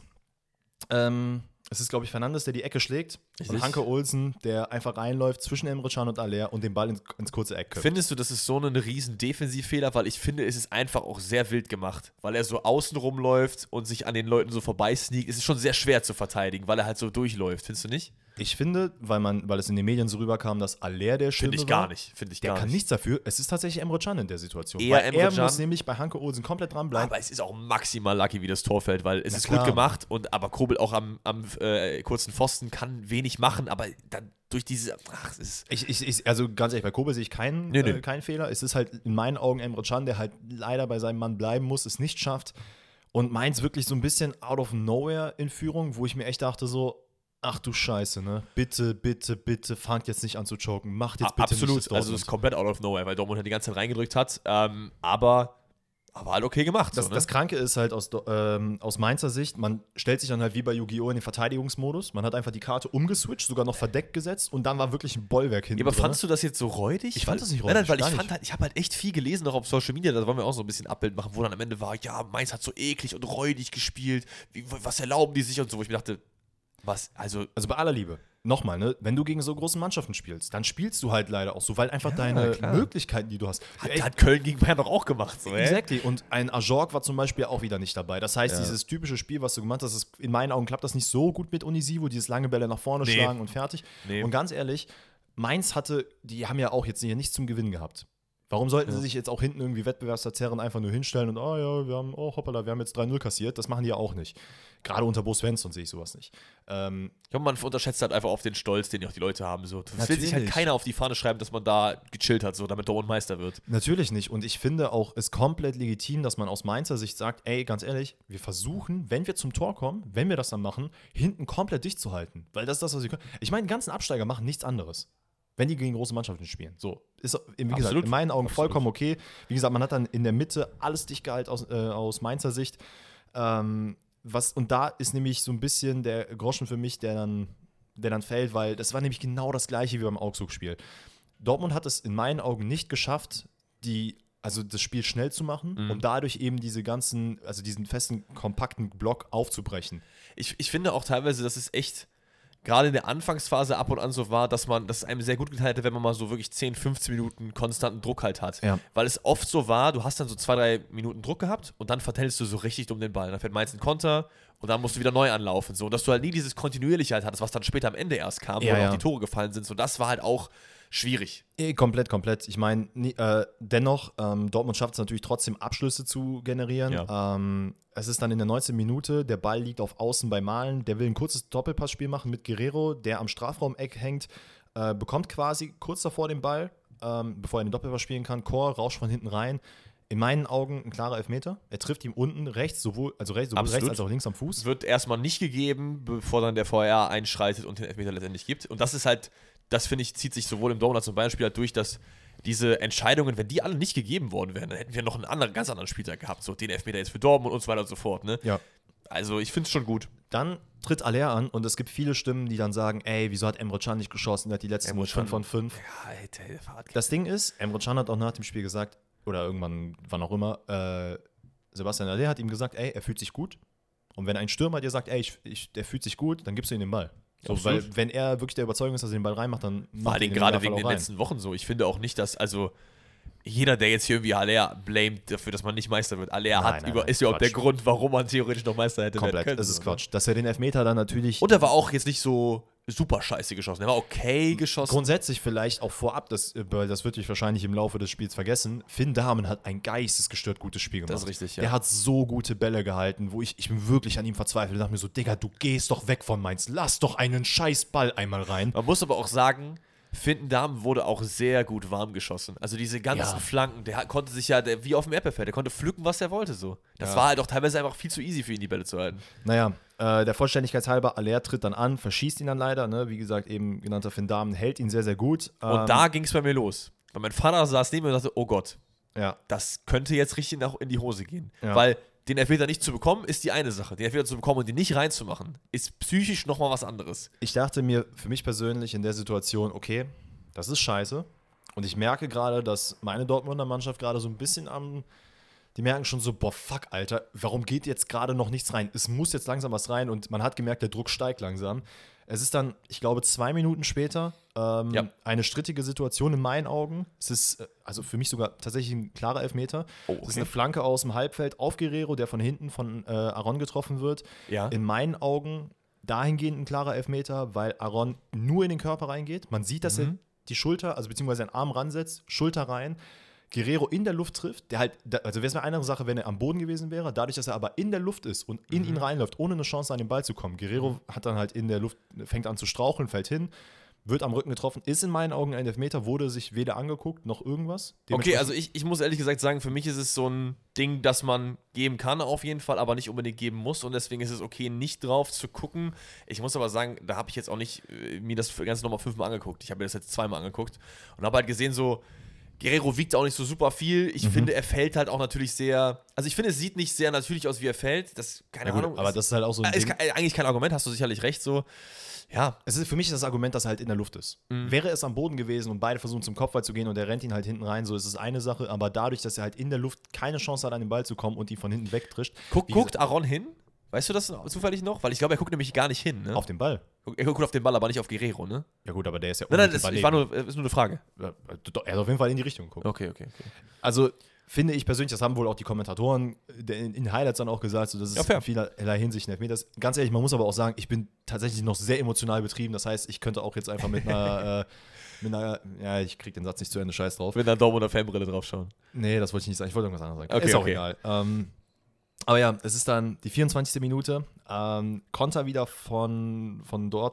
Es ist, glaube ich, Fernandes, der die Ecke schlägt. Richtig. Und Hanke Olsen, der einfach reinläuft zwischen Emre Can und Aller und den Ball ins kurze Eck köpft. Findest du, das ist so ein riesen Defensivfehler? Weil ich finde, es ist einfach auch sehr wild gemacht. Weil er so außen rumläuft und sich an den Leuten so vorbeisneakt. Es ist schon sehr schwer zu verteidigen, weil er halt so durchläuft. Findest du nicht? Ich finde, weil es in den Medien so rüberkam, dass Aller der Schlimme Finde ich war. gar nicht. Der kann nichts dafür. Es ist tatsächlich Emre Can in der Situation. Eher Weil Emre er Can. muss nämlich bei Hanke Olsen komplett dranbleiben. Aber es ist auch maximal lucky, wie das Tor fällt, weil es ist klar. gut gemacht, aber Kobel auch am kurzen Pfosten kann wenig machen, aber dann durch diese. Ach, es ist. Also ganz ehrlich, bei Kobel sehe ich keinen Fehler. Es ist halt in meinen Augen Emre Can, der halt leider bei seinem Mann bleiben muss, es nicht schafft. Und Mainz wirklich so ein bisschen out of nowhere in Führung, wo ich mir echt dachte so, ach du Scheiße, ne? Bitte, bitte, bitte, fangt jetzt nicht an zu choken. Macht jetzt bitte absolut, nicht das also es ist komplett out of nowhere, weil Dortmund halt die ganze Zeit reingedrückt hat, aber halt okay gemacht. Das Kranke ist halt aus Mainzer Sicht, man stellt sich dann halt wie bei Yu-Gi-Oh! In den Verteidigungsmodus. Man hat einfach die Karte umgeswitcht, sogar noch verdeckt gesetzt und dann war wirklich ein Bollwerk hinten. Ja, aber fandst du das jetzt so räudig? Ich fand das nicht räudig. Nein, weil ich habe halt echt viel gelesen, noch auf Social Media, da wollen wir auch so ein bisschen Abbild machen, wo dann am Ende war, ja, Mainz hat so eklig und räudig gespielt, was erlauben die sich und so, wo ich mir dachte, was, also bei aller Liebe, nochmal, ne, wenn du gegen so große Mannschaften spielst, dann spielst du halt leider auch so, weil einfach deine Möglichkeiten, die du hast. Hat Köln gegen Bayern doch auch gemacht. So, exactly. Und ein Ajorg war zum Beispiel auch wieder nicht dabei. Das heißt, dieses typische Spiel, was du gemacht hast, in meinen Augen klappt das nicht so gut mit Unisivo, dieses lange Bälle nach vorne schlagen und fertig. Nee. Und ganz ehrlich, Mainz die haben ja auch jetzt hier nichts zum Gewinn gehabt. Warum sollten sie sich jetzt auch hinten irgendwie wettbewerbsverzerrend einfach nur hinstellen und wir haben jetzt 3-0 kassiert? Das machen die ja auch nicht. Gerade unter Bo Svensson sehe ich sowas nicht. Ich glaube, man unterschätzt halt einfach auf den Stolz, den auch die Leute haben. So. Das will sich halt keiner auf die Fahne schreiben, dass man da gechillt hat, so, damit Dortmund Meister wird. Natürlich nicht. Und ich finde auch, es ist komplett legitim, dass man aus Mainzer Sicht sagt, ey, ganz ehrlich, wir versuchen, wenn wir zum Tor kommen, wenn wir das dann machen, hinten komplett dicht zu halten. Weil das ist das, was wir können. Ich meine, die ganzen Absteiger machen nichts anderes, wenn die gegen große Mannschaften spielen. So, ist, wie gesagt, in meinen Augen vollkommen okay. Wie gesagt, man hat dann in der Mitte alles dicht gehalten aus Mainzer Sicht. Und da ist nämlich so ein bisschen der Groschen für mich, der dann fällt, weil das war nämlich genau das Gleiche wie beim Augsburg-Spiel. Dortmund hat es in meinen Augen nicht geschafft, also das Spiel schnell zu machen, um dadurch eben diesen festen, kompakten Block aufzubrechen. Ich finde auch teilweise, dass es echt gerade in der Anfangsphase ab und an so war, dass es einem sehr gut getan hätte, wenn man mal so wirklich 10, 15 Minuten konstanten Druck halt hat. Ja. Weil es oft so war, du hast dann so 2, 3 Minuten Druck gehabt und dann verteidigst du so richtig um den Ball. Dann fährt Mainz einen Konter und dann musst du wieder neu anlaufen. So. Und dass du halt nie dieses Kontinuierliche halt hattest, was dann später am Ende erst kam, wo dann auch die Tore gefallen sind. So, das war halt auch schwierig. Komplett. Ich meine, dennoch, Dortmund schafft es natürlich trotzdem, Abschlüsse zu generieren. Ja. Es ist dann in der 19. Minute, der Ball liegt auf Außen bei Malen, der will ein kurzes Doppelpassspiel machen mit Guerrero, der am Strafraumeck hängt, bekommt quasi kurz davor den Ball, bevor er den Doppelpass spielen kann. Chor rauscht von hinten rein. In meinen Augen ein klarer Elfmeter. Er trifft ihm unten rechts, sowohl rechts als auch links am Fuß. Wird erstmal nicht gegeben, bevor dann der VR einschreitet und den Elfmeter letztendlich gibt. Und das ist halt, das finde ich, zieht sich sowohl im Dortmund als auch im Bayern-Spiel halt durch, dass diese Entscheidungen, wenn die alle nicht gegeben worden wären, dann hätten wir noch einen ganz anderen Spieltag gehabt. So den Elfmeter jetzt für Dortmund und so weiter und so fort. Ne? Ja. Also ich finde es schon gut. Dann tritt Aller an und es gibt viele Stimmen, die dann sagen, ey, wieso hat Emre Can nicht geschossen? Er hat die letzten 5 von 5. Ja, Alter, das Ding ist, Emre Can hat auch nach dem Spiel gesagt, oder irgendwann, wann auch immer, Sebastian Aller hat ihm gesagt, ey, er fühlt sich gut. Und wenn ein Stürmer dir sagt, ey, der fühlt sich gut, dann gibst du ihm den Ball. So, weil wenn er wirklich der Überzeugung ist, dass er den Ball reinmacht, dann macht er den gerade wegen den letzten Wochen so. Ich finde auch nicht, dass, also jeder, der jetzt hier irgendwie Haller blamet dafür, dass man nicht Meister wird, ist überhaupt der Grund, warum man theoretisch noch Meister hätte werden können. Das ist Quatsch. Dass er den Elfmeter dann natürlich... Und er war auch jetzt nicht so super scheiße geschossen. Er war okay geschossen. Grundsätzlich vielleicht auch vorab, das wird ich wahrscheinlich im Laufe des Spiels vergessen, Finn Dahmen hat ein geistesgestört gutes Spiel gemacht. Das ist richtig, ja. Der hat so gute Bälle gehalten, wo ich bin wirklich an ihm verzweifelt. Ich dachte mir so, Digga, du gehst doch weg von Mainz. Lass doch einen scheiß Ball einmal rein. Man muss aber auch sagen, Finn Dahmen wurde auch sehr gut warm geschossen. Also diese ganzen Flanken, der konnte sich wie auf dem Erdbeerfeld, der konnte pflücken, was er wollte so. Das war halt auch teilweise einfach viel zu easy für ihn, die Bälle zu halten. Naja, der Vollständigkeit halber, Aller tritt dann an, verschießt ihn dann leider, ne? Wie gesagt, eben genannter Finn Dahmen hält ihn sehr, sehr gut. Und da ging es bei mir los. Weil mein Vater saß neben mir und dachte, oh Gott, das könnte jetzt richtig in die Hose gehen. Ja. Weil den Elfmeter nicht zu bekommen, ist die eine Sache. Den Elfmeter zu bekommen und den nicht reinzumachen, ist psychisch nochmal was anderes. Ich dachte mir für mich persönlich in der Situation, okay, das ist scheiße. Und ich merke gerade, dass meine Dortmunder Mannschaft gerade so ein bisschen die merken schon so, boah, fuck, Alter, warum geht jetzt gerade noch nichts rein? Es muss jetzt langsam was rein und man hat gemerkt, der Druck steigt langsam. Es ist dann, ich glaube, 2 Minuten später eine strittige Situation in meinen Augen. Es ist also für mich sogar tatsächlich ein klarer Elfmeter. Oh, okay. Es ist eine Flanke aus dem Halbfeld auf Guerrero, der von hinten von Aron getroffen wird. Ja. In meinen Augen dahingehend ein klarer Elfmeter, weil Aron nur in den Körper reingeht. Man sieht, dass er die Schulter, also beziehungsweise seinen Arm ransetzt, Schulter rein, Guerrero in der Luft trifft, also wäre es eine andere Sache, wenn er am Boden gewesen wäre, dadurch, dass er aber in der Luft ist und in ihn reinläuft, ohne eine Chance an den Ball zu kommen. Guerrero hat dann halt in der Luft, fängt an zu straucheln, fällt hin, wird am Rücken getroffen, ist in meinen Augen ein Elfmeter, wurde sich weder angeguckt noch irgendwas. Okay, also ich muss ehrlich gesagt sagen, für mich ist es so ein Ding, das man geben kann auf jeden Fall, aber nicht unbedingt geben muss und deswegen ist es okay, nicht drauf zu gucken. Ich muss aber sagen, da habe ich jetzt auch nicht mir das Ganze nochmal 5-mal angeguckt. Ich habe mir das jetzt 2-mal angeguckt und habe halt gesehen so, Guerrero wiegt auch nicht so super viel. Ich finde, er fällt halt auch natürlich sehr. Also, ich finde, es sieht nicht sehr natürlich aus, wie er fällt. Das, keine Ahnung. Aber das ist halt auch so ein Ding. Ist eigentlich kein Argument, hast du sicherlich recht. So. Ja. Für mich ist das Argument, dass er halt in der Luft ist. Wäre es am Boden gewesen und beide versuchen zum Kopfball zu gehen und er rennt ihn halt hinten rein, so ist es eine Sache. Aber dadurch, dass er halt in der Luft keine Chance hat, an den Ball zu kommen und ihn von hinten wegtrischt. Guckt Aron hin? Weißt du das zufällig noch? Weil ich glaube, er guckt nämlich gar nicht hin. Ne? Auf den Ball. Er guckt auf den Ball, aber nicht auf Guerrero, ne? Ja gut, aber der ist ja Nein, das ist nur eine Frage. Er hat auf jeden Fall in die Richtung geguckt. Okay. Also finde ich persönlich, das haben wohl auch die Kommentatoren in den Highlights dann auch gesagt, so, das ist in vielerlei Hinsicht ein Elfmeter. Ganz ehrlich, man muss aber auch sagen, ich bin tatsächlich noch sehr emotional betrieben. Das heißt, ich könnte auch jetzt einfach mit einer ich krieg den Satz nicht zu Ende, scheiß drauf. Mit einer Daumen- oder Fanbrille drauf schauen. Nee, das wollte ich nicht sagen. Ich wollte irgendwas anderes sagen. Okay, ist auch egal. Aber ja, es ist dann die 24. Minute. Konter wieder von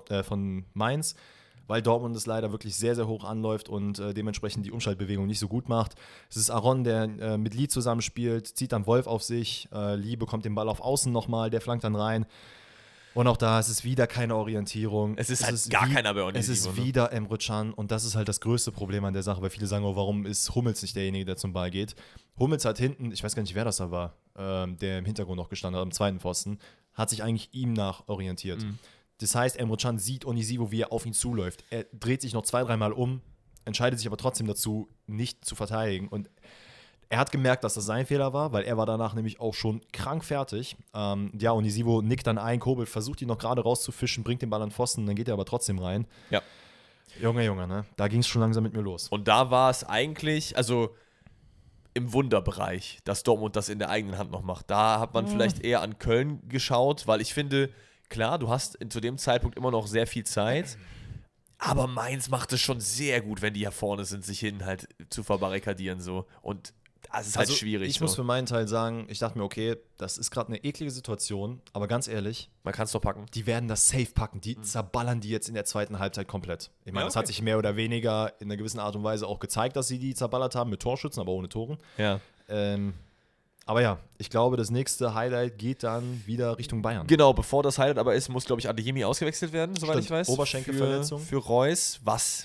Mainz, weil Dortmund es leider wirklich sehr, sehr hoch anläuft und dementsprechend die Umschaltbewegung nicht so gut macht. Es ist Aron, der mit Lee zusammenspielt, zieht dann Wolf auf sich. Lee bekommt den Ball auf Außen nochmal, der flankt dann rein. Und auch da ist es wieder keine Orientierung. Es ist gar keiner bei Es ist wieder Emre Can und das ist halt das größte Problem an der Sache, weil viele sagen, oh, warum ist Hummels nicht derjenige, der zum Ball geht? Hummels hat hinten, ich weiß gar nicht, wer das da war, der im Hintergrund noch gestanden hat, am zweiten Pfosten, hat sich eigentlich ihm nach orientiert. Das heißt, Emre Can sieht Onisivo, wie er auf ihn zuläuft. Er dreht sich noch 2-3 Mal um, entscheidet sich aber trotzdem dazu, nicht zu verteidigen. Und er hat gemerkt, dass das sein Fehler war, weil er war danach nämlich auch schon krank fertig. Ja, Onisivo nickt dann ein, Kobel versucht ihn noch gerade rauszufischen, bringt den Ball an den Pfosten, dann geht er aber trotzdem rein. Ja. Junge, ne? Da ging es schon langsam mit mir los. Und da war es eigentlich, also im Wunderbereich, dass Dortmund das in der eigenen Hand noch macht. Da hat man vielleicht eher an Köln geschaut, weil ich finde, klar, du hast zu dem Zeitpunkt immer noch sehr viel Zeit, aber Mainz macht es schon sehr gut, wenn die hier vorne sind, sich hin halt zu verbarrikadieren so. Und das ist halt schwierig. Ich muss für meinen Teil sagen, ich dachte mir, okay, das ist gerade eine eklige Situation, aber ganz ehrlich, man kann es doch packen. Die werden das safe packen, die zerballern die jetzt in der zweiten Halbzeit komplett. Ich meine, das hat sich mehr oder weniger in einer gewissen Art und Weise auch gezeigt, dass sie die zerballert haben, mit Torschützen, aber ohne Toren. Ja. Aber ja, ich glaube, das nächste Highlight geht dann wieder Richtung Bayern. Genau, bevor das Highlight aber ist, muss, glaube ich, Adeyemi ausgewechselt werden, soweit ich weiß. Oberschenkelverletzung. Für Reus, was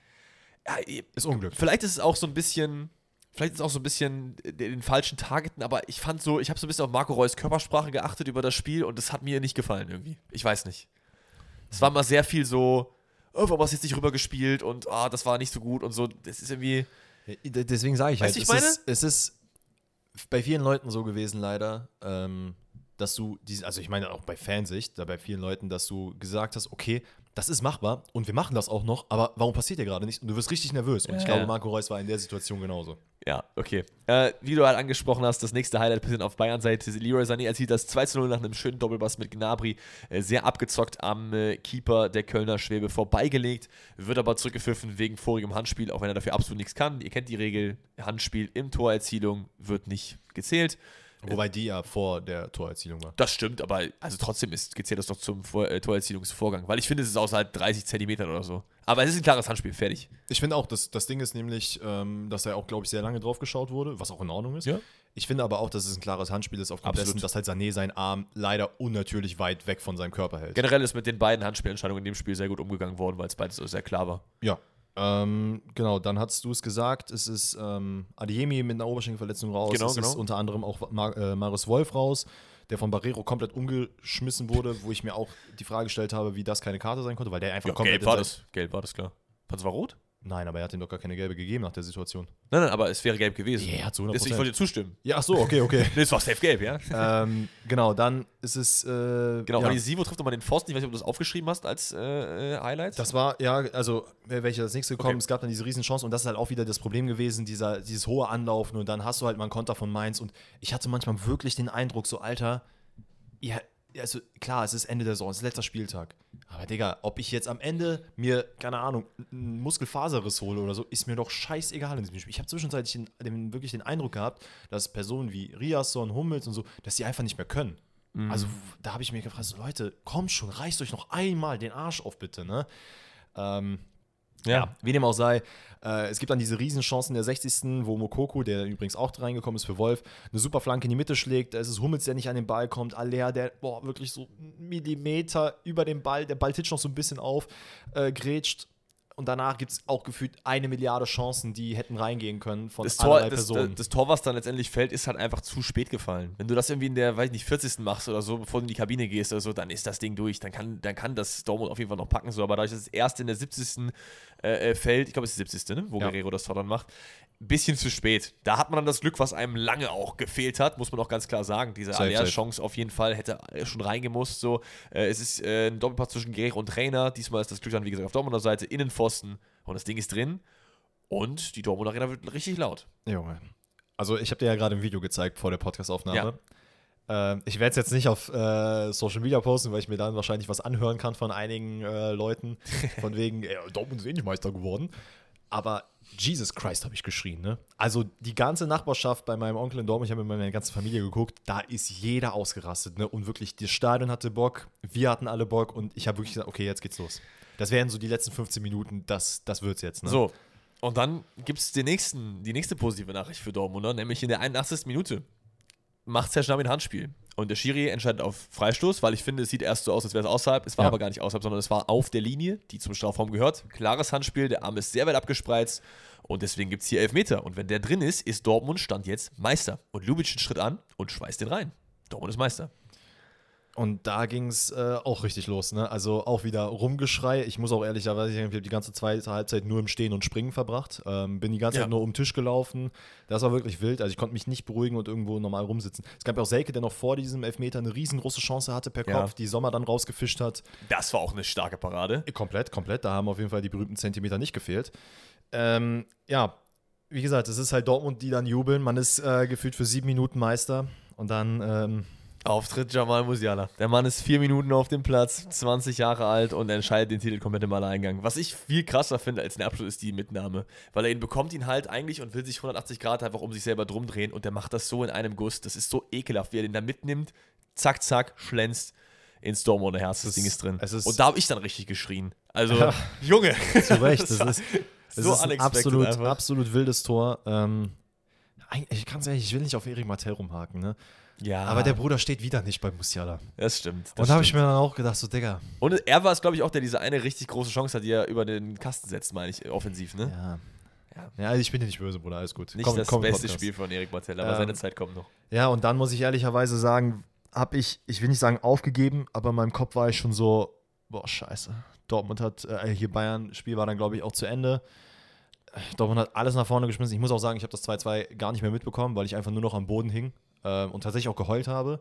ist unglücklich. Vielleicht ist es auch so ein bisschen den falschen Targeten, aber ich habe so ein bisschen auf Marco Reus Körpersprache geachtet über das Spiel und das hat mir nicht gefallen irgendwie. Ich weiß nicht. Es war mal sehr viel so, warum hast du jetzt nicht rübergespielt und das war nicht so gut und so. Das ist irgendwie. Deswegen sage ich weißt halt, es ist bei vielen Leuten so gewesen leider, dass du, also ich meine auch bei Fansicht, bei vielen Leuten, dass du gesagt hast, okay, das ist machbar und wir machen das auch noch, aber warum passiert dir gerade nichts? Und du wirst richtig nervös. Und ich glaube, Marco Reus war in der Situation genauso. Ja, okay. Wie du halt angesprochen hast, das nächste Highlight passiert auf Bayern-Seite. Leroy Sané erzielt das 2:0 nach einem schönen Doppelpass mit Gnabry. Sehr abgezockt am Keeper der Kölner Schwäbe vorbeigelegt. Wird aber zurückgepfiffen wegen vorigem Handspiel, auch wenn er dafür absolut nichts kann. Ihr kennt die Regel, Handspiel im Torerzielung wird nicht gezählt. Wobei die ja vor der Torerzielung war. Das stimmt, aber also trotzdem gezählt das doch zum Torerzielungsvorgang, weil ich finde, es ist außerhalb 30 Zentimetern oder so. Aber es ist ein klares Handspiel, fertig. Ich finde auch, das Ding ist nämlich, dass er auch, glaube ich, sehr lange drauf geschaut wurde, was auch in Ordnung ist. Ja. Ich finde aber auch, dass es ein klares Handspiel ist, aufgrund dessen, dass halt Sané seinen Arm leider unnatürlich weit weg von seinem Körper hält. Generell ist mit den beiden Handspielentscheidungen in dem Spiel sehr gut umgegangen worden, weil es beides sehr klar war. Ja. Genau, dann hast du es gesagt, es ist Adeyemi mit einer Oberschenkelverletzung raus, genau. Ist unter anderem auch Marius Wolf raus, der von Barreiro komplett umgeschmissen wurde, wo ich mir auch die Frage gestellt habe, wie das keine Karte sein konnte, weil der einfach komplett... Gelb war das, klar. Fandest du, war rot? Nein, aber er hat ihm doch gar keine gelbe gegeben nach der Situation. Nein, aber es wäre gelb gewesen. Ja, zu 100%. Ich wollte dir zustimmen. Ja, ach so, okay. Nee, es war safe gelb, ja. Genau, dann ist es... genau, Onisivo trifft nochmal den Pfosten. Ich weiß nicht, ob du das aufgeschrieben hast als Highlight. Das war, ja, also wäre ich das nächste gekommen. Okay. Es gab dann diese Riesenchance und das ist halt auch wieder das Problem gewesen, dieses hohe Anlaufen und dann hast du halt mal einen Konter von Mainz und ich hatte manchmal wirklich den Eindruck, so Alter, ja, also klar, es ist Ende der Saison, es ist letzter Spieltag. Aber Digga, ob ich jetzt am Ende mir, keine Ahnung, einen Muskelfaserriss hole oder so, ist mir doch scheißegal in diesem Spiel. Ich habe zwischenzeitlich wirklich den Eindruck gehabt, dass Personen wie Riasson, Hummels und so, dass die einfach nicht mehr können. Mhm. Also da habe ich mir gefragt, so, Leute, komm schon, reißt euch noch einmal den Arsch auf, bitte, ne? Ja, wie dem auch sei, es gibt dann diese Riesenchancen der 60. wo Moukoko, der übrigens auch reingekommen ist für Wolf, eine super Flanke in die Mitte schlägt. Da ist es Hummels, der nicht an den Ball kommt. Aller, der wirklich so einen Millimeter über den Ball, der Ball titscht noch so ein bisschen auf, grätscht. Und danach gibt es auch gefühlt 1 Milliarde Chancen, die hätten reingehen können von allerlei Personen. Das Tor, was dann letztendlich fällt, ist halt einfach zu spät gefallen. Wenn du das irgendwie in der, weiß ich nicht, 40. machst oder so, bevor du in die Kabine gehst oder so, dann ist das Ding durch. Dann kann das Dortmund auf jeden Fall noch packen. So. Aber dadurch, dass es erst in der 70. Fällt, ich glaube, es ist die 70. Ne? Wo Guerrero das Tor dann macht, ein bisschen zu spät. Da hat man dann das Glück, was einem lange auch gefehlt hat, muss man auch ganz klar sagen. Diese Aller-Chance auf jeden Fall hätte schon reingemusst. So. Es ist ein Doppelpass zwischen Guerrero und Reina. Diesmal ist das Glück dann, wie gesagt, auf Dortmunder Seite, Innenpfosten. Und das Ding ist drin. Und die Dortmunder Arena wird richtig laut. Junge. Also ich habe dir ja gerade ein Video gezeigt vor der Podcast-Aufnahme. Ja. Ich werde es jetzt nicht auf Social Media posten, weil ich mir dann wahrscheinlich was anhören kann von einigen Leuten. Von wegen, Dortmund ist eh nicht Meister geworden. Aber Jesus Christ, habe ich geschrien, ne? Also die ganze Nachbarschaft bei meinem Onkel in Dortmund, ich habe mit meiner ganzen Familie geguckt, da ist jeder ausgerastet, ne? Und wirklich, das Stadion hatte Bock, wir hatten alle Bock und ich habe wirklich gesagt, okay, jetzt geht's los. Das wären so die letzten 15 Minuten, das wird's jetzt, ne? So, und dann gibt es die nächste positive Nachricht für Dortmund, nämlich in der 81. Minute macht Serge ein Handspiel. Und der Schiri entscheidet auf Freistoß, weil ich finde, es sieht erst so aus, als wäre es außerhalb. Es war aber gar nicht außerhalb, sondern es war auf der Linie, die zum Strafraum gehört. Klares Handspiel, der Arm ist sehr weit abgespreizt und deswegen gibt es hier Elfmeter. Und wenn der drin ist Dortmund Stand jetzt Meister. Und Lubitsch tritt an und schweißt den rein. Dortmund ist Meister. Und da ging es auch richtig los, ne? Also auch wieder Rumgeschrei. Ich muss auch ehrlicherweise sagen, ich habe die ganze zweite Halbzeit nur im Stehen und Springen verbracht. Bin die ganze Zeit nur um den Tisch gelaufen. Das war wirklich wild. Also ich konnte mich nicht beruhigen und irgendwo normal rumsitzen. Es gab ja auch Selke, der noch vor diesem Elfmeter eine riesengroße Chance hatte per Kopf, die Sommer dann rausgefischt hat. Das war auch eine starke Parade. Komplett. Da haben auf jeden Fall die berühmten Zentimeter nicht gefehlt. Wie gesagt, es ist halt Dortmund, die dann jubeln. Man ist gefühlt für 7 Minuten Meister. Und dann Auftritt Jamal Musiala. Der Mann ist 4 Minuten auf dem Platz, 20 Jahre alt und entscheidet den Titel komplett im Alleingang. Was ich viel krasser finde als den Abschluss ist die Mitnahme. Weil er bekommt ihn halt eigentlich und will sich 180 Grad einfach um sich selber drum drehen und der macht das so in einem Guss. Das ist so ekelhaft, wie er den da mitnimmt, zack, zack, schlänzt ins Dortmunder Herz. Das Ding ist drin. Und da habe ich dann richtig geschrien. Also, Junge. Zu Recht. Das ist ein absolut wildes Tor. Ich kann es ehrlich, ich will nicht auf Erik Martel rumhaken, ne? Ja. Aber der Bruder steht wieder nicht bei Musiala. Das stimmt. Und da habe ich mir dann auch gedacht, so, Digga. Und er war es, glaube ich, auch, der diese eine richtig große Chance hat, die er über den Kasten setzt, meine ich, offensiv, ne? Ja, ich bin dir nicht böse, Bruder, alles gut. Nicht das beste Spiel von Erik Martel, aber seine Zeit kommt noch. Ja, und dann muss ich ehrlicherweise sagen, ich will nicht sagen aufgegeben, aber in meinem Kopf war ich schon so, boah, scheiße. Dortmund hat, hier Bayern-Spiel war dann, glaube ich, auch zu Ende. Dortmund hat alles nach vorne geschmissen. Ich muss auch sagen, ich habe das 2-2 gar nicht mehr mitbekommen, weil ich einfach nur noch am Boden hing und tatsächlich auch geheult habe.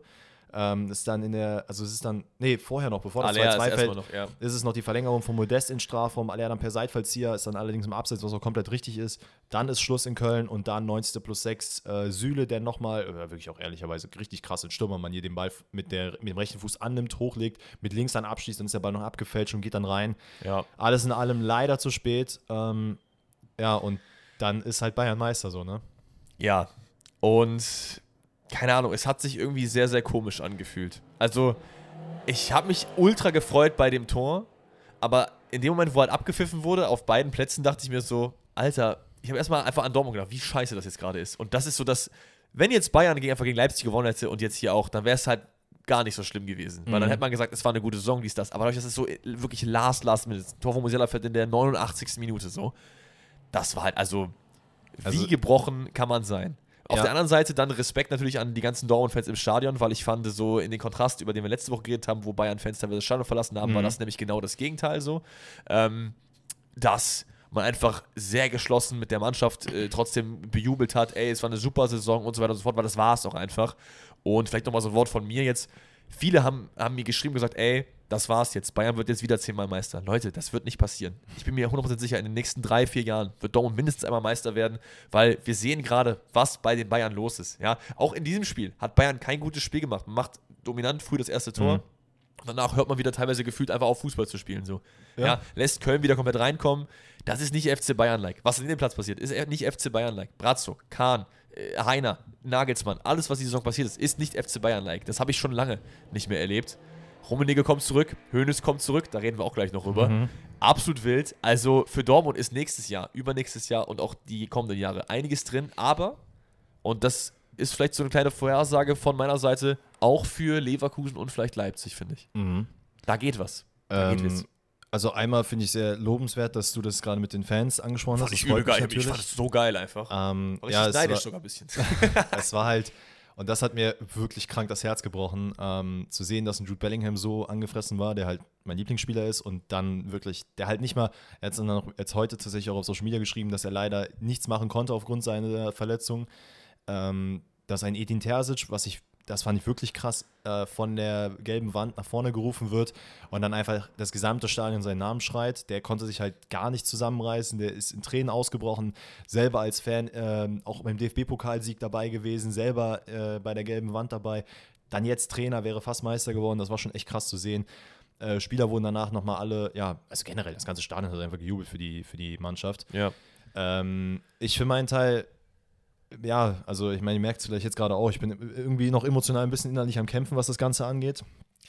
Vorher noch, bevor das 2-2 fällt, ist es noch die Verlängerung von Modest in Strafraum, Aller dann per Seitfallzieher, ist dann allerdings im Abseits, was auch komplett richtig ist. Dann ist Schluss in Köln und dann 90. plus 6 Süle, der nochmal, wirklich auch ehrlicherweise richtig krass in Stürmermanier den Ball mit dem rechten Fuß annimmt, hochlegt, mit links dann abschließt, dann ist der Ball noch abgefälscht und geht dann rein. Ja. Alles in allem leider zu spät. Und dann ist halt Bayern Meister so, ne? Ja, und keine Ahnung, es hat sich irgendwie sehr, sehr komisch angefühlt. Also, ich habe mich ultra gefreut bei dem Tor, aber in dem Moment, wo halt abgepfiffen wurde, auf beiden Plätzen, dachte ich mir so, Alter, ich habe erstmal einfach an Dortmund gedacht, wie scheiße das jetzt gerade ist. Und das ist so, dass, wenn jetzt Bayern einfach gegen Leipzig gewonnen hätte und jetzt hier auch, dann wäre es halt gar nicht so schlimm gewesen. Weil dann hätte man gesagt, es war eine gute Saison, dies, das. Aber dadurch, dass es so wirklich last minute, Tor von Musiala fällt in der 89. Minute so, das war halt, also wie gebrochen kann man sein? Auf der anderen Seite dann Respekt natürlich an die ganzen Dortmund-Fans im Stadion, weil ich fand, so in den Kontrast, über den wir letzte Woche geredet haben, wo Bayern-Fans teilweise das Stadion verlassen haben, war das nämlich genau das Gegenteil so. Dass man einfach sehr geschlossen mit der Mannschaft trotzdem bejubelt hat, ey, es war eine super Saison und so weiter und so fort, weil das war es auch einfach. Und vielleicht nochmal so ein Wort von mir jetzt. Viele haben mir geschrieben und gesagt, ey, das war's jetzt. Bayern wird jetzt wieder 10-mal Meister. Leute, das wird nicht passieren. Ich bin mir 100% sicher, in den nächsten 3-4 Jahren wird Dortmund mindestens einmal Meister werden, weil wir sehen gerade, was bei den Bayern los ist. Ja? Auch in diesem Spiel hat Bayern kein gutes Spiel gemacht. Man macht dominant früh das erste Tor. Danach hört man wieder teilweise gefühlt einfach auf, Fußball zu spielen. So. Ja, lässt Köln wieder komplett reinkommen. Das ist nicht FC Bayern-like. Was in dem Platz passiert, ist nicht FC Bayern-like. Brazzo, Kahn, Heiner, Nagelsmann, alles, was die Saison passiert ist nicht FC Bayern-like. Das habe ich schon lange nicht mehr erlebt. Rummenigge kommt zurück, Hoeneß kommt zurück, da reden wir auch gleich noch drüber. Absolut wild. Also für Dortmund ist nächstes Jahr, übernächstes Jahr und auch die kommenden Jahre einiges drin, aber, und das ist vielleicht so eine kleine Vorhersage von meiner Seite, auch für Leverkusen und vielleicht Leipzig, finde ich. Da geht was. Also einmal finde ich sehr lobenswert, dass du das gerade mit den Fans angesprochen hast. Ich fand es so geil einfach. Ich neidisch sogar ein bisschen. Es war halt, und das hat mir wirklich krank das Herz gebrochen, zu sehen, dass ein Jude Bellingham so angefressen war, der halt mein Lieblingsspieler ist und dann wirklich, der halt nicht mal, er hat dann jetzt heute tatsächlich auch auf Social Media geschrieben, dass er leider nichts machen konnte aufgrund seiner Verletzung, dass ein Edin Terzic, das fand ich wirklich krass, von der gelben Wand nach vorne gerufen wird und dann einfach das gesamte Stadion seinen Namen schreit. Der konnte sich halt gar nicht zusammenreißen, der ist in Tränen ausgebrochen, selber als Fan auch beim DFB-Pokalsieg dabei gewesen, selber bei der gelben Wand dabei. Dann jetzt Trainer, wäre fast Meister geworden, das war schon echt krass zu sehen. Spieler wurden danach nochmal alle, also generell, das ganze Stadion hat einfach gejubelt für die Mannschaft. Ja. Ich für meinen Teil, ja, also ich meine, ihr merkt es vielleicht jetzt gerade auch, ich bin irgendwie noch emotional ein bisschen innerlich am Kämpfen, was das Ganze angeht.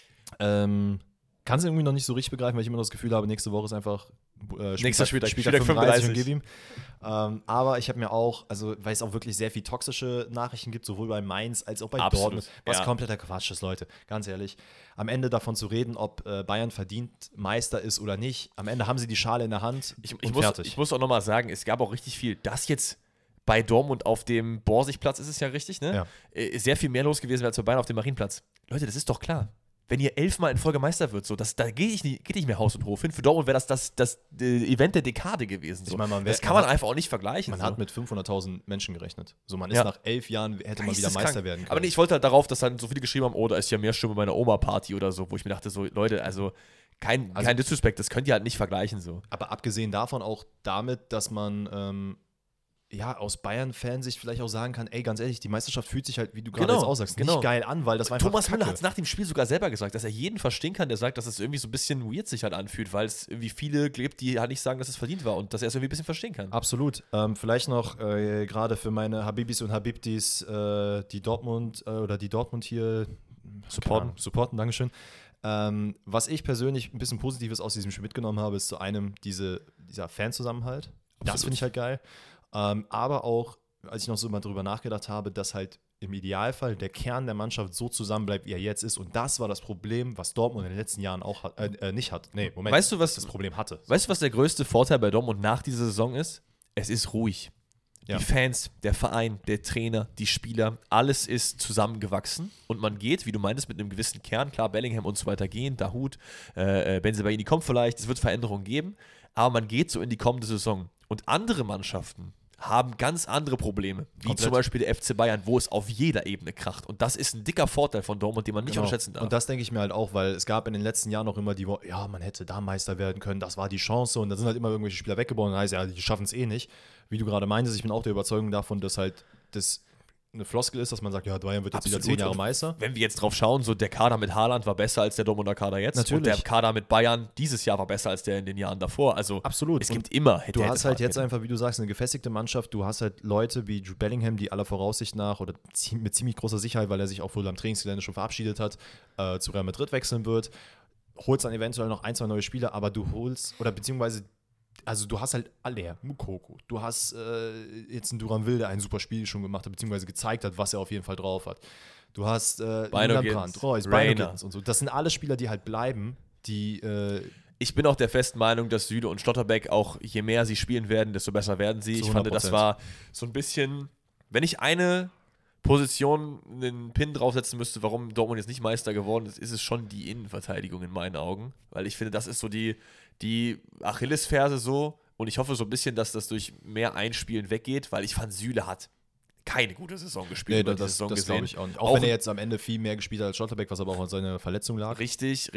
Kann es irgendwie noch nicht so richtig begreifen, weil ich immer noch das Gefühl habe, nächste Woche ist einfach Spieltag 35 und gib ihm. Aber ich habe mir auch, also weil es auch wirklich sehr viel toxische Nachrichten gibt, sowohl bei Mainz als auch bei Dortmund, was kompletter Quatsch ist, Leute, ganz ehrlich. Am Ende davon zu reden, ob Bayern verdient Meister ist oder nicht, am Ende haben sie die Schale in der Hand fertig. Ich muss auch nochmal sagen, es gab auch richtig viel, das jetzt bei Dortmund auf dem Borsigplatz ist es ja richtig, ne? Ja. Sehr viel mehr los gewesen als bei Bayern auf dem Marienplatz. Leute, das ist doch klar. wenn ihr 11-mal in Folge Meister wird, so, da geht nicht mehr Haus und Hof hin. Für Dortmund wäre das Event der Dekade gewesen. So. Ich meine, das kann man einfach auch nicht vergleichen. Man hat mit 500.000 Menschen gerechnet. So, man ist nach 11 Jahren, hätte man wieder Meister werden können. Aber nee, ich wollte halt darauf, dass dann so viele geschrieben haben, oh, da ist ja mehr Stimme bei meiner Oma-Party oder so, wo ich mir dachte, so, Leute, also kein Disrespect, das könnt ihr halt nicht vergleichen. So. Aber abgesehen davon auch damit, dass man aus Bayern-Fansicht vielleicht auch sagen kann, ey, ganz ehrlich, die Meisterschaft fühlt sich halt, wie du gerade jetzt aussagst, nicht geil an, weil das war einfach Thomas Müller hat es nach dem Spiel sogar selber gesagt, dass er jeden verstehen kann, der sagt, dass es irgendwie so ein bisschen weird sich halt anfühlt, weil es irgendwie viele gibt, die halt nicht sagen, dass es verdient war und dass er es irgendwie ein bisschen verstehen kann. Absolut. Vielleicht noch gerade für meine Habibis und Habibtis, die Dortmund hier supporten, Dankeschön. Was ich persönlich ein bisschen Positives aus diesem Spiel mitgenommen habe, ist zu einem dieser Fanzusammenhalt. Das finde ich halt geil. Aber auch, als ich noch so mal drüber nachgedacht habe, dass halt im Idealfall der Kern der Mannschaft so zusammenbleibt, wie er jetzt ist. Und das war das Problem, was Dortmund in den letzten Jahren auch nicht hat. Nee, Moment. Weißt du, was das Problem hatte? Weißt du, was der größte Vorteil bei Dortmund nach dieser Saison ist? Es ist ruhig. Ja. Die Fans, der Verein, der Trainer, die Spieler, alles ist zusammengewachsen und man geht, wie du meintest, mit einem gewissen Kern, klar, Bellingham und so weiter gehen, Dahoud, Bensebaini kommt vielleicht, es wird Veränderungen geben, aber man geht so in die kommende Saison und andere Mannschaften haben ganz andere Probleme, wie zum Beispiel der FC Bayern, wo es auf jeder Ebene kracht. Und das ist ein dicker Vorteil von Dortmund, den man nicht unterschätzen darf. Und das denke ich mir halt auch, weil es gab in den letzten Jahren auch immer man hätte da Meister werden können, das war die Chance und da sind halt immer irgendwelche Spieler weggebrochen und heißt, ja, die schaffen es eh nicht. Wie du gerade meintest, ich bin auch der Überzeugung davon, dass halt das eine Floskel ist, dass man sagt, ja, Bayern wird jetzt wieder 10 Jahre Meister. Wenn wir jetzt drauf schauen, so der Kader mit Haaland war besser als der Dortmunder Kader jetzt. Natürlich. Und der Kader mit Bayern dieses Jahr war besser als der in den Jahren davor. Also absolut. Es gibt immer Du hast halt jetzt einfach, wie du sagst, eine gefestigte Mannschaft. Du hast halt Leute wie Jude Bellingham, die aller Voraussicht nach oder mit ziemlich großer Sicherheit, weil er sich auch wohl am Trainingsgelände schon verabschiedet hat, zu Real Madrid wechseln wird. Holst dann eventuell noch 1, 2 neue Spieler, aber du hast halt alle, Mukoko, du hast jetzt einen Duran Will, der ein super Spiel schon gemacht hat, beziehungsweise gezeigt hat, was er auf jeden Fall drauf hat. Du hast Brandt, Reus, Rainer und so. Das sind alle Spieler, die halt bleiben, die ich bin auch der festen Meinung, dass Süle und Schlotterbeck auch, je mehr sie spielen werden, desto besser werden sie. Ich fand, das war so ein bisschen, wenn ich eine Position einen Pin draufsetzen müsste, warum Dortmund jetzt nicht Meister geworden ist, ist es schon die Innenverteidigung in meinen Augen. Weil ich finde, das ist so die Achillesferse so und ich hoffe so ein bisschen, dass das durch mehr Einspielen weggeht, weil ich fand, Süle hat keine gute Saison gespielt. Nee, das glaube ich auch nicht. Auch wenn er jetzt am Ende viel mehr gespielt hat als Schlotterbeck, was aber auch an seiner Verletzung lag. Richtig.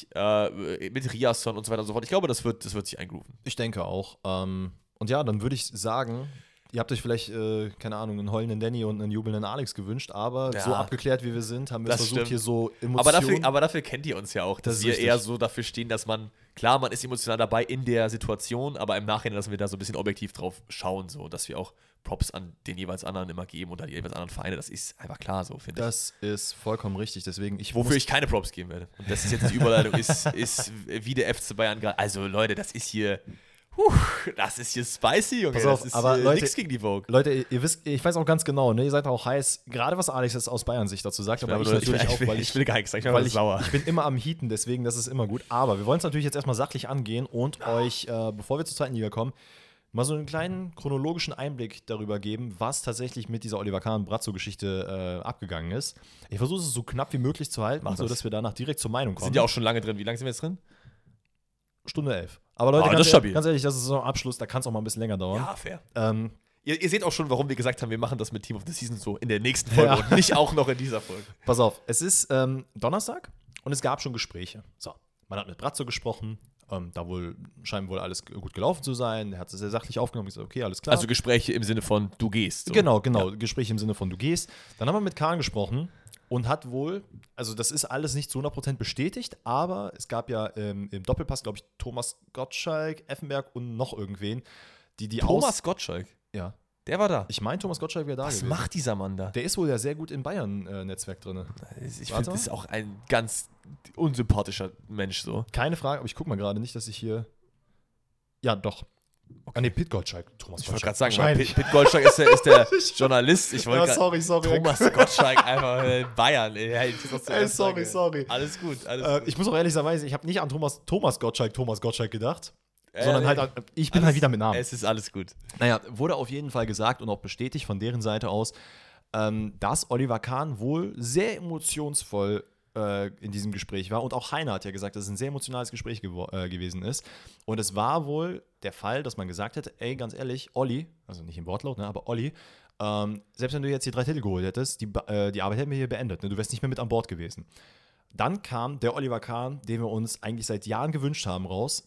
Mit Riasson und so weiter und so fort. Ich glaube, das wird sich eingrooven. Ich denke auch. Und ja, dann würde ich sagen, ihr habt euch vielleicht, keine Ahnung, einen heulenden Danny und einen jubelnden Alex gewünscht, aber so abgeklärt, wie wir sind, haben wir versucht, hier so Emotionen. Aber dafür kennt ihr uns ja auch, dass wir eher so dafür stehen, dass man ist emotional dabei in der Situation, aber im Nachhinein, dass wir da so ein bisschen objektiv drauf schauen, so, dass wir auch Props an den jeweils anderen immer geben oder die jeweils anderen Vereine, das ist einfach klar so, finde ich. Das ist vollkommen richtig, deswegen wofür ich keine Props geben werde. Und das ist jetzt die Überleitung, ist wie der FC Bayern gerade. Also Leute, das ist hier spicy, Junge. Pass auf, das ist aber Leute, nichts gegen die Vogue. Leute, ihr wisst, ich weiß auch ganz genau, ne, ihr seid auch heiß, gerade was Alex jetzt aus Bayern-Sicht dazu sagt, aber ich will gar nichts sagen, weil ich bin immer am Heaten, deswegen, das ist immer gut. Aber wir wollen es natürlich jetzt erstmal sachlich angehen und euch, bevor wir zur zweiten Liga kommen, mal so einen kleinen chronologischen Einblick darüber geben, was tatsächlich mit dieser Oliver Kahn-Brazzo-Geschichte abgegangen ist. Ich versuche es so knapp wie möglich zu halten, sodass wir danach direkt zur Meinung kommen. Sind ja auch schon lange drin. Wie lange sind wir jetzt drin? Stunde 11. Aber Leute, ganz ehrlich, das ist so ein Abschluss, da kann es auch mal ein bisschen länger dauern. Ja, fair. Ihr seht auch schon, warum wir gesagt haben, wir machen das mit Team of the Season so in der nächsten Folge und nicht auch noch in dieser Folge. Pass auf, es ist Donnerstag und es gab schon Gespräche. So, man hat mit Brazzo gesprochen, scheint wohl alles gut gelaufen zu sein. Er hat es sehr sachlich aufgenommen und gesagt, okay, alles klar. Also Gespräche im Sinne von, du gehst. So. Genau, ja. Gespräche im Sinne von, du gehst. Dann haben wir mit Kahn gesprochen und hat wohl, also das ist alles nicht zu 100% bestätigt, aber es gab ja im Doppelpass, glaube ich, Thomas Gottschalk, Effenberg und noch irgendwen, Thomas Gottschalk? Ja. Der war da. Ich meine, Thomas Gottschalk wäre da gewesen. Was macht dieser Mann da? Der ist wohl ja sehr gut im Bayern-Netzwerk drin. Ich finde, das ist auch ein ganz unsympathischer Mensch so. Keine Frage, aber ich gucke mal gerade nicht, dass ich hier. Ja, doch. Okay. Nee, Pit Gottschalk. Thomas Gottschalk. Ich wollte gerade sagen, Pit Gottschalk ist der Journalist. Sorry. Thomas Gottschalk, einfach Bayern. Sorry. Alles gut. Ich muss auch ehrlich sagen, ich habe nicht an Thomas Gottschalk gedacht. Sondern halt, ich bin halt wieder mit Namen. Es ist alles gut. Naja, wurde auf jeden Fall gesagt und auch bestätigt von deren Seite aus, dass Oliver Kahn wohl sehr emotionsvoll in diesem Gespräch war. Und auch Heiner hat ja gesagt, dass es ein sehr emotionales Gespräch gewesen ist. Und es war wohl der Fall, dass man gesagt hätte, ey, ganz ehrlich, Olli, also nicht im Wortlaut, ne, aber Olli, selbst wenn du jetzt die 3 Titel geholt hättest, die Arbeit hätten wir hier beendet. Ne? Du wärst nicht mehr mit an Bord gewesen. Dann kam der Oliver Kahn, den wir uns eigentlich seit Jahren gewünscht haben, raus.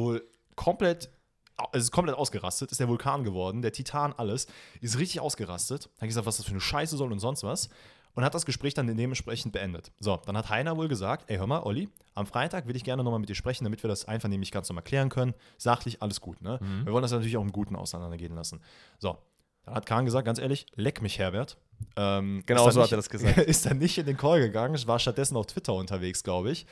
Es ist komplett ausgerastet, ist der Vulkan geworden, der Titan, alles. Ist richtig ausgerastet. Hat gesagt, was das für eine Scheiße soll und sonst was. Und hat das Gespräch dann dementsprechend beendet. So, dann hat Heiner wohl gesagt, ey, hör mal, Olli, am Freitag will ich gerne nochmal mit dir sprechen, damit wir das einvernehmlich ganz nochmal klären können. Sachlich, alles gut, ne? Wir wollen das natürlich auch im Guten auseinandergehen lassen. So, dann hat Kahn gesagt, ganz ehrlich, leck mich, Herbert. Genau so hat er das gesagt. Ist dann nicht in den Call gegangen, war stattdessen auf Twitter unterwegs, glaube ich.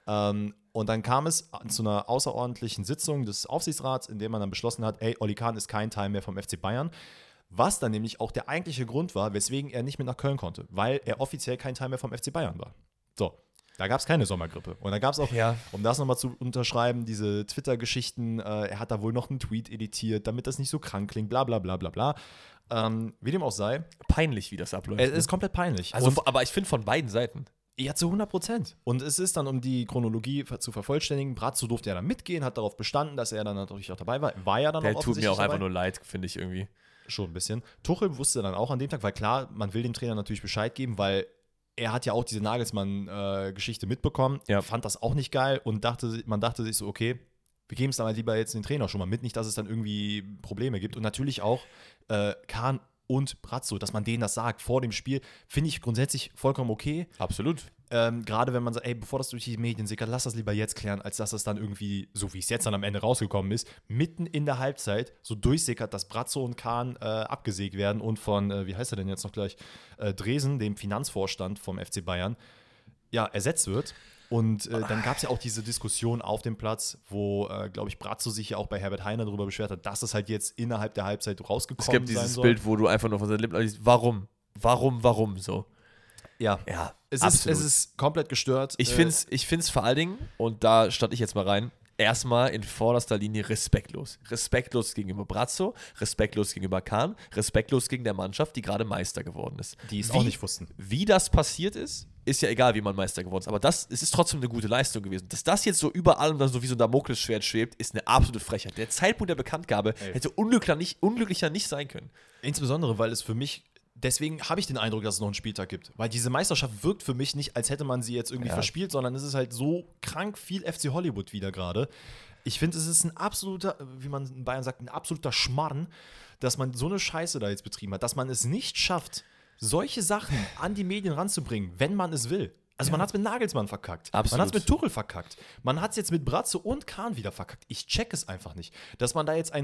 Und dann kam es zu einer außerordentlichen Sitzung des Aufsichtsrats, in der man dann beschlossen hat, ey, Olli Kahn ist kein Teil mehr vom FC Bayern. Was dann nämlich auch der eigentliche Grund war, weswegen er nicht mit nach Köln konnte, weil er offiziell kein Teil mehr vom FC Bayern war. So, da gab es keine Sommergrippe. Und da gab es auch, um das nochmal zu unterschreiben, diese Twitter-Geschichten, er hat da wohl noch einen Tweet editiert, damit das nicht so krank klingt, bla bla bla bla bla. Wie dem auch sei. Peinlich, wie das abläuft. Es ist komplett peinlich. Also, aber ich finde von beiden Seiten. Ja, zu 100%. Und es ist dann, um die Chronologie zu vervollständigen, Brazzo durfte ja dann mitgehen, hat darauf bestanden, dass er dann natürlich auch dabei war. War ja dann der auch tut mir auch dabei. einfach nur leid, finde ich irgendwie. Schon ein bisschen. Tuchel wusste dann auch an dem Tag, weil klar, man will dem Trainer natürlich Bescheid geben, weil er hat ja auch diese Nagelsmann-Geschichte mitbekommen, fand das auch nicht geil und man dachte sich so, okay, wir geben es dann halt lieber jetzt den Trainer schon mal mit, nicht, dass es dann irgendwie Probleme gibt. Und natürlich auch Kahn und Brazzo, dass man denen das sagt vor dem Spiel, finde ich grundsätzlich vollkommen okay. Absolut. Gerade wenn man sagt, ey, bevor das durch die Medien sickert, lass das lieber jetzt klären, als dass das dann irgendwie, so wie es jetzt dann am Ende rausgekommen ist, mitten in der Halbzeit so durchsickert, dass Brazzo und Kahn abgesägt werden und von, wie heißt er denn jetzt noch gleich, Dresen, dem Finanzvorstand vom FC Bayern, ja, ersetzt wird. Und dann gab es ja auch diese Diskussion auf dem Platz, wo, glaube ich, Brazzo sich ja auch bei Herbert Heiner darüber beschwert hat, dass es halt jetzt innerhalb der Halbzeit rausgekommen sein soll. Es gibt dieses Bild, wo du einfach nur von seinen Lippen liest, warum so? Ja, es ist komplett gestört. Ich find's vor allen Dingen, und da stand ich jetzt mal rein, erstmal in vorderster Linie respektlos. Respektlos gegenüber Brazzo, respektlos gegenüber Kahn, respektlos gegen der Mannschaft, die gerade Meister geworden ist. Die es auch nicht wussten. Wie das passiert ist ja egal, wie man Meister geworden ist. Aber es ist trotzdem eine gute Leistung gewesen. Dass das jetzt so überall und dann so wie so ein Damoklesschwert schwebt, ist eine absolute Frechheit. Der Zeitpunkt der Bekanntgabe hätte unglücklicher nicht sein können. Insbesondere, weil es für mich, deswegen habe ich den Eindruck, dass es noch einen Spieltag gibt. Weil diese Meisterschaft wirkt für mich nicht, als hätte man sie jetzt irgendwie verspielt, sondern es ist halt so krank viel FC Hollywood wieder gerade. Ich finde, es ist ein absoluter, wie man in Bayern sagt, ein absoluter Schmarrn, dass man so eine Scheiße da jetzt betrieben hat, dass man es nicht schafft, solche Sachen an die Medien ranzubringen, wenn man es will. Also man hat es mit Nagelsmann verkackt. Absolut. Man hat es mit Tuchel verkackt. Man hat es jetzt mit Brazzo und Kahn wieder verkackt. Ich check es einfach nicht. Dass man da jetzt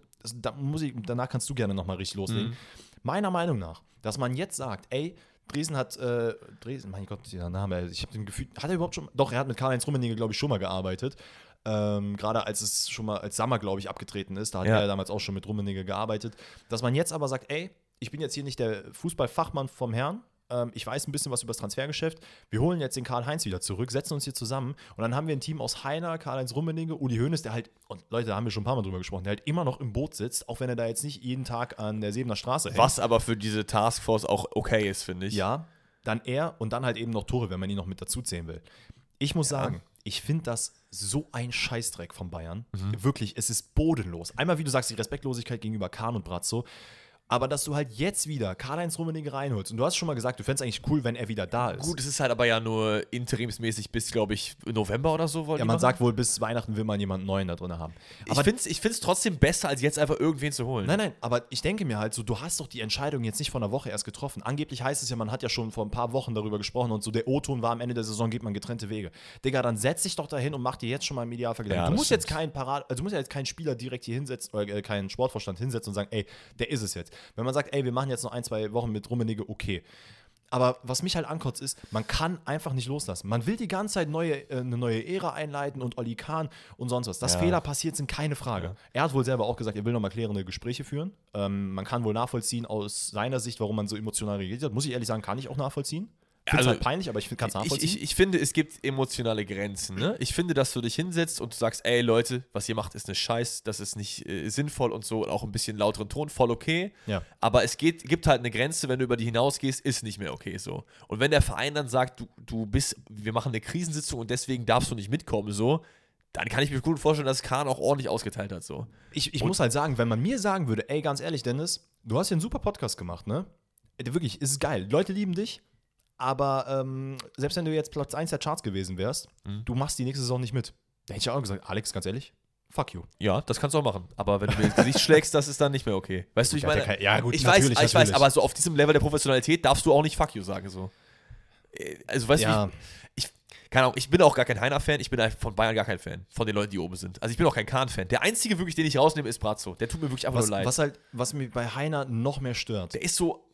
danach kannst du gerne nochmal richtig loslegen. Meiner Meinung nach, dass man jetzt sagt, ey, Dresen, mein Gott, dieser Name, ich habe den Gefühl, hat er überhaupt schon, doch, er hat mit Karl-Heinz Rummenigge, glaube ich, schon mal gearbeitet. Gerade als es schon mal als Sammer, glaube ich, abgetreten ist, da hat er ja damals auch schon mit Rummenigge gearbeitet. Dass man jetzt aber sagt, ey, ich bin jetzt hier nicht der Fußballfachmann vom Herrn, ich weiß ein bisschen was über das Transfergeschäft. Wir holen jetzt den Karl-Heinz wieder zurück, setzen uns hier zusammen und dann haben wir ein Team aus Heiner, Karl-Heinz Rummenigge, Uli Hoeneß, der halt, und Leute, da haben wir schon ein paar Mal drüber gesprochen, der halt immer noch im Boot sitzt, auch wenn er da jetzt nicht jeden Tag an der Sebener Straße hängt. Was aber für diese Taskforce auch okay ist, finde ich. Ja, dann er und dann halt eben noch Tore, wenn man ihn noch mit dazu zählen will. Ich muss sagen, ich finde das so ein Scheißdreck von Bayern. Wirklich, es ist bodenlos. Einmal, wie du sagst, die Respektlosigkeit gegenüber Kahn und Brazzo. Aber dass du halt jetzt wieder Karl-Heinz Rummenigge reinholst. Und du hast schon mal gesagt, du fändest es eigentlich cool, wenn er wieder da ist. Gut, es ist halt aber ja nur interimsmäßig bis, glaube ich, November oder so. Ja, man sagt wohl, bis Weihnachten will man jemanden Neuen da drin haben. Aber ich find's trotzdem besser, als jetzt einfach irgendwen zu holen. Nein, aber ich denke mir halt so, du hast doch die Entscheidung jetzt nicht vor einer Woche erst getroffen. Angeblich heißt es ja, man hat ja schon vor ein paar Wochen darüber gesprochen und so der O-Ton war, am Ende der Saison geht man getrennte Wege. Digga, dann setz dich doch dahin und mach dir jetzt schon mal einen Medialvergleich. Ja, du musst jetzt du musst ja jetzt keinen Spieler direkt hier hinsetzen, oder keinen Sportvorstand hinsetzen und sagen, ey, der ist es jetzt. Wenn man sagt, ey, wir machen jetzt noch 1-2 Wochen mit Rummenigge, okay. Aber was mich halt ankotzt ist, man kann einfach nicht loslassen. Man will die ganze Zeit eine neue Ära einleiten und Olli Kahn und sonst was. Dass Fehler passiert sind, keine Frage. Ja. Er hat wohl selber auch gesagt, er will nochmal klärende Gespräche führen. Man kann wohl nachvollziehen aus seiner Sicht, warum man so emotional reagiert hat. Muss ich ehrlich sagen, kann ich auch nachvollziehen. Ich finde es halt peinlich, aber ich kann es nachvollziehen. Ich finde, es gibt emotionale Grenzen. Ne? Ich finde, dass du dich hinsetzt und du sagst, ey Leute, was ihr macht, ist eine Scheiß, das ist nicht sinnvoll und so, und auch ein bisschen lauteren Ton, voll okay. Ja. Aber es gibt halt eine Grenze, wenn du über die hinausgehst, ist nicht mehr okay so. Und wenn der Verein dann sagt, wir machen eine Krisensitzung und deswegen darfst du nicht mitkommen, so, dann kann ich mir gut vorstellen, dass Kahn auch ordentlich ausgeteilt hat. So. Ich muss halt sagen, wenn man mir sagen würde, ey, ganz ehrlich, Dennis, du hast hier einen super Podcast gemacht, ne? Wirklich, ist geil. Leute lieben dich. Aber selbst wenn du jetzt Platz 1 der Charts gewesen wärst, du machst die nächste Saison nicht mit. Da hätte ich auch gesagt, Alex, ganz ehrlich, fuck you. Ja, das kannst du auch machen. Aber wenn du mir ins Gesicht schlägst, das ist dann nicht mehr okay. Weißt du, ich meine, ja, gut, ich weiß, aber so auf diesem Level der Professionalität darfst du auch nicht fuck you sagen. So. Also, weißt du, keine Ahnung, ich bin auch gar kein Heiner-Fan, ich bin von Bayern gar kein Fan, von den Leuten, die oben sind. Also ich bin auch kein Kahn-Fan. Der einzige wirklich, den ich rausnehme, ist Brazzo. Der tut mir wirklich einfach nur leid. Was mir bei Heiner noch mehr stört. Der ist so,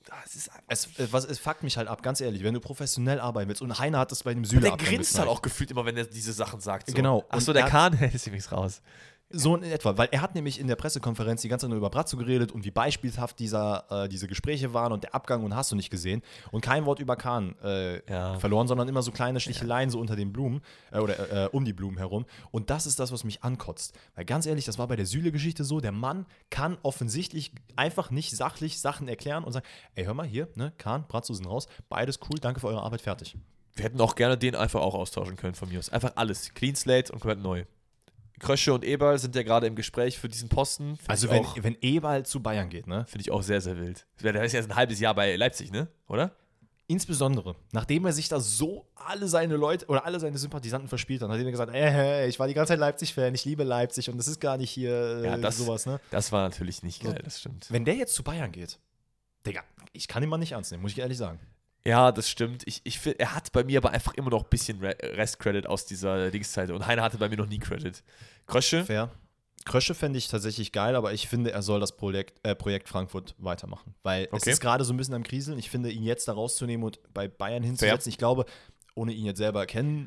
es fuckt mich halt ab, ganz ehrlich, wenn du professionell arbeiten willst. Und Heiner hat das bei dem Süle. Der grinst halt auch gefühlt immer, wenn er diese Sachen sagt. So. Genau. Achso, der Kahn, ist übrigens raus. So in etwa, weil er hat nämlich in der Pressekonferenz die ganze Zeit nur über Brazzo geredet und wie beispielhaft diese Gespräche waren und der Abgang und hast du nicht gesehen und kein Wort über Kahn verloren, sondern immer so kleine Sticheleien so unter den Blumen oder um die Blumen herum, und das ist das, was mich ankotzt, weil ganz ehrlich, das war bei der Süle-Geschichte so, der Mann kann offensichtlich einfach nicht sachlich Sachen erklären und sagen, ey, hör mal hier, ne, Kahn, Brazzo sind raus, beides cool, danke für eure Arbeit, fertig. Wir hätten auch gerne den einfach auch austauschen können von mir aus, einfach alles, Clean Slate und komplett neu. Krösche und Eberl sind ja gerade im Gespräch für diesen Posten. Also wenn Eberl zu Bayern geht, ne? Finde ich auch sehr, sehr wild. Der ist ja ein halbes Jahr bei Leipzig, ne? Oder? Insbesondere, nachdem er sich da so alle seine Leute oder alle seine Sympathisanten verspielt hat, nachdem er gesagt hat, ich war die ganze Zeit Leipzig-Fan, ich liebe Leipzig und das ist gar nicht hier sowas, ne? Das war natürlich nicht geil, das stimmt. Wenn der jetzt zu Bayern geht, Digga, ich kann ihn mal nicht ernst nehmen, muss ich ehrlich sagen. Ja, das stimmt. Ich finde, er hat bei mir aber einfach immer noch ein bisschen Rest-Credit aus dieser Dingszeit. Und Heiner hatte bei mir noch nie Credit. Krösche? Fair. Krösche fände ich tatsächlich geil, aber ich finde, er soll das Projekt Frankfurt weitermachen. Weil es ist gerade so ein bisschen am Kriseln. Ich finde, ihn jetzt da rauszunehmen und bei Bayern hinzusetzen, ich glaube, ohne ihn jetzt selber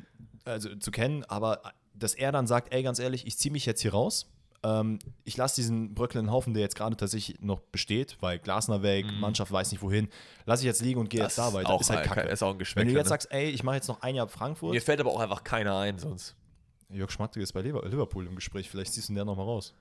zu kennen, aber dass er dann sagt, ey, ganz ehrlich, ich ziehe mich jetzt hier raus. Ich lasse diesen bröckelnden Haufen, der jetzt gerade tatsächlich noch besteht, weil Glasner weg, Mannschaft weiß nicht wohin, lasse ich jetzt liegen und gehe jetzt da weiter. Ist halt Kacke. Ist auch ein Geschmäcker. Wenn du jetzt sagst, ey, ich mache jetzt noch ein Jahr Frankfurt. Mir fällt aber auch einfach keiner ein sonst. Jörg Schmatke ist bei Liverpool im Gespräch, vielleicht ziehst du den nochmal raus.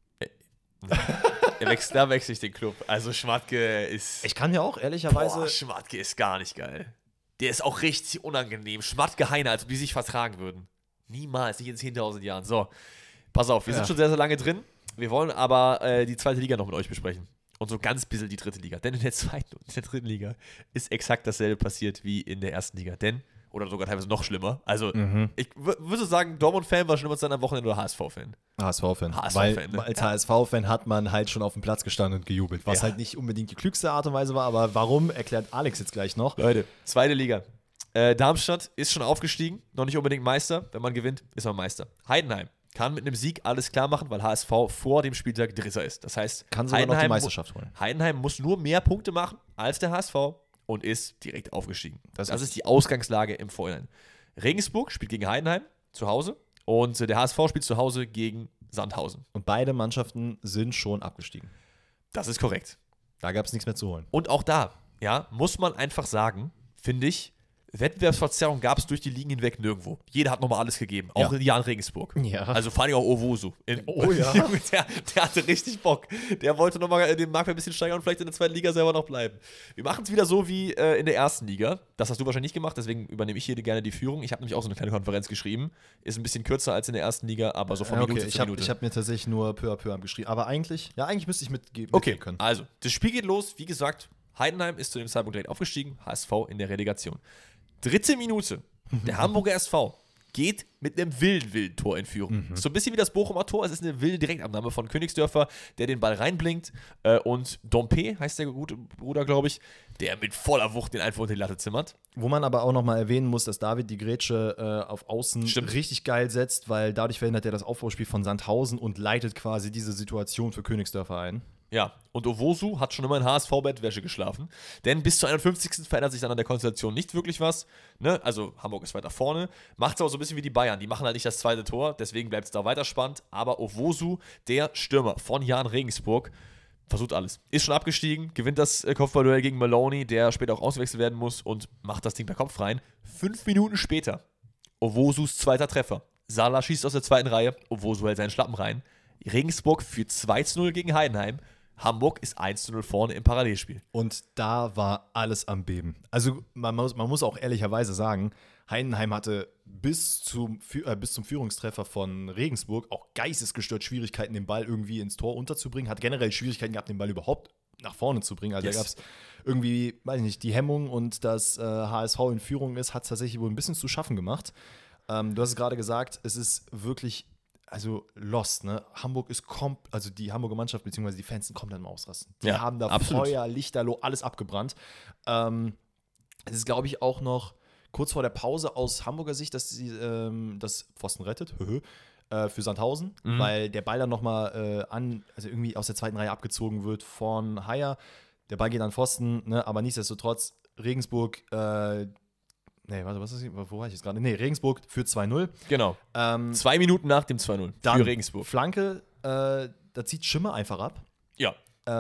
Da wechsle ich den Club. Also Schmatke ist... Ich kann ja auch ehrlicherweise... Schmatke ist gar nicht geil. Der ist auch richtig unangenehm. Schmatke, Heiner, als ob die sich vertragen würden. Niemals, nicht in 10.000 Jahren. So, pass auf, wir sind schon sehr, sehr lange drin. Wir wollen aber die zweite Liga noch mit euch besprechen. Und so ganz bisschen die dritte Liga. Denn in der zweiten und in der dritten Liga ist exakt dasselbe passiert wie in der ersten Liga. Oder sogar teilweise noch schlimmer. Also, ich würde sagen, Dortmund-Fan war schlimmer als dann am Wochenende oder HSV-Fan. HSV-Fan. Weil als HSV-Fan hat man halt schon auf dem Platz gestanden und gejubelt. Was halt nicht unbedingt die klügste Art und Weise war, aber warum, erklärt Alex jetzt gleich noch. Leute, zweite Liga. Darmstadt ist schon aufgestiegen, noch nicht unbedingt Meister. Wenn man gewinnt, ist man Meister. Heidenheim kann mit einem Sieg alles klar machen, weil HSV vor dem Spieltag Dritter ist. Das heißt, kann sogar noch die Meisterschaft holen. Heidenheim muss nur mehr Punkte machen als der HSV und ist direkt aufgestiegen. Das ist die Ausgangslage im Vorhinein. Regensburg spielt gegen Heidenheim zu Hause und der HSV spielt zu Hause gegen Sandhausen. Und beide Mannschaften sind schon abgestiegen. Das ist korrekt. Da gab es nichts mehr zu holen. Und auch da, muss man einfach sagen, finde ich, Wettbewerbsverzerrung gab es durch die Ligen hinweg nirgendwo. Jeder hat nochmal alles gegeben, auch in Jan Regensburg. Ja. Also vor allem auch Owusu. Ja. Der hatte richtig Bock. Der wollte nochmal den Markt ein bisschen steigern und vielleicht in der zweiten Liga selber noch bleiben. Wir machen es wieder so wie in der ersten Liga. Das hast du wahrscheinlich nicht gemacht, deswegen übernehme ich hier gerne die Führung. Ich habe nämlich auch so eine kleine Konferenz geschrieben. Ist ein bisschen kürzer als in der ersten Liga, aber so von Minute zu Minute. Ich habe mir tatsächlich nur peu à peu geschrieben. Aber eigentlich müsste ich mitgeben können. Also, das Spiel geht los. Wie gesagt, Heidenheim ist zu dem Zeitpunkt direkt aufgestiegen, HSV in der Relegation. Dritte Minute. Der Hamburger SV geht mit einem wilden Tor in Führung. So ein bisschen wie das Bochumer Tor. Es ist eine wilde Direktabnahme von Königsdörfer, der den Ball reinblinkt. Und Dompe, heißt der gute Bruder, glaube ich, der mit voller Wucht den einfach unter die Latte zimmert. Wo man aber auch nochmal erwähnen muss, dass David die Grätsche auf Außen richtig geil setzt, weil dadurch verhindert er das Aufbauspiel von Sandhausen und leitet quasi diese Situation für Königsdörfer ein. Ja, und Owusu hat schon immer in HSV-Bettwäsche geschlafen, denn bis zur 51. verändert sich dann an der Konstellation nicht wirklich was, ne? Also Hamburg ist weiter vorne, macht es aber so ein bisschen wie die Bayern, die machen halt nicht das zweite Tor, deswegen bleibt es da weiter spannend, aber Owusu, der Stürmer von Jan Regensburg, versucht alles. Ist schon abgestiegen, gewinnt das Kopfballduell gegen Maloney, der später auch ausgewechselt werden muss und macht das Ding per Kopf rein. 5 Minuten später, Owosus zweiter Treffer. Salah schießt aus der zweiten Reihe, Owosu hält seinen Schlappen rein. Regensburg führt 2-0 gegen Heidenheim. Hamburg ist 1-0 vorne im Parallelspiel. Und da war alles am Beben. Also man muss auch ehrlicherweise sagen, Heidenheim hatte bis zum Führungstreffer von Regensburg auch geistesgestört Schwierigkeiten, den Ball irgendwie ins Tor unterzubringen. Hat generell Schwierigkeiten gehabt, den Ball überhaupt nach vorne zu bringen. Also da gab es irgendwie, weiß ich nicht, die Hemmung und dass HSV in Führung ist, hat es tatsächlich wohl ein bisschen zu schaffen gemacht. Du hast es gerade gesagt, es ist wirklich, also lost, ne? Hamburg ist also die Hamburger Mannschaft bzw. die Fans sind komplett am Ausrasten. Die haben da absolut. Feuer, Lichterloh, alles abgebrannt. Es ist, glaube ich, auch noch kurz vor der Pause aus Hamburger Sicht, dass sie das Pfosten rettet, für Sandhausen, weil der Ball dann nochmal also irgendwie aus der zweiten Reihe abgezogen wird von Haier. Der Ball geht an Pfosten, ne? Aber nichtsdestotrotz Regensburg, wo war ich jetzt gerade? Regensburg führt 2-0. Genau. 2 Minuten nach dem 2-0 für Regensburg. Flanke, da zieht Schimmer einfach ab. Ja.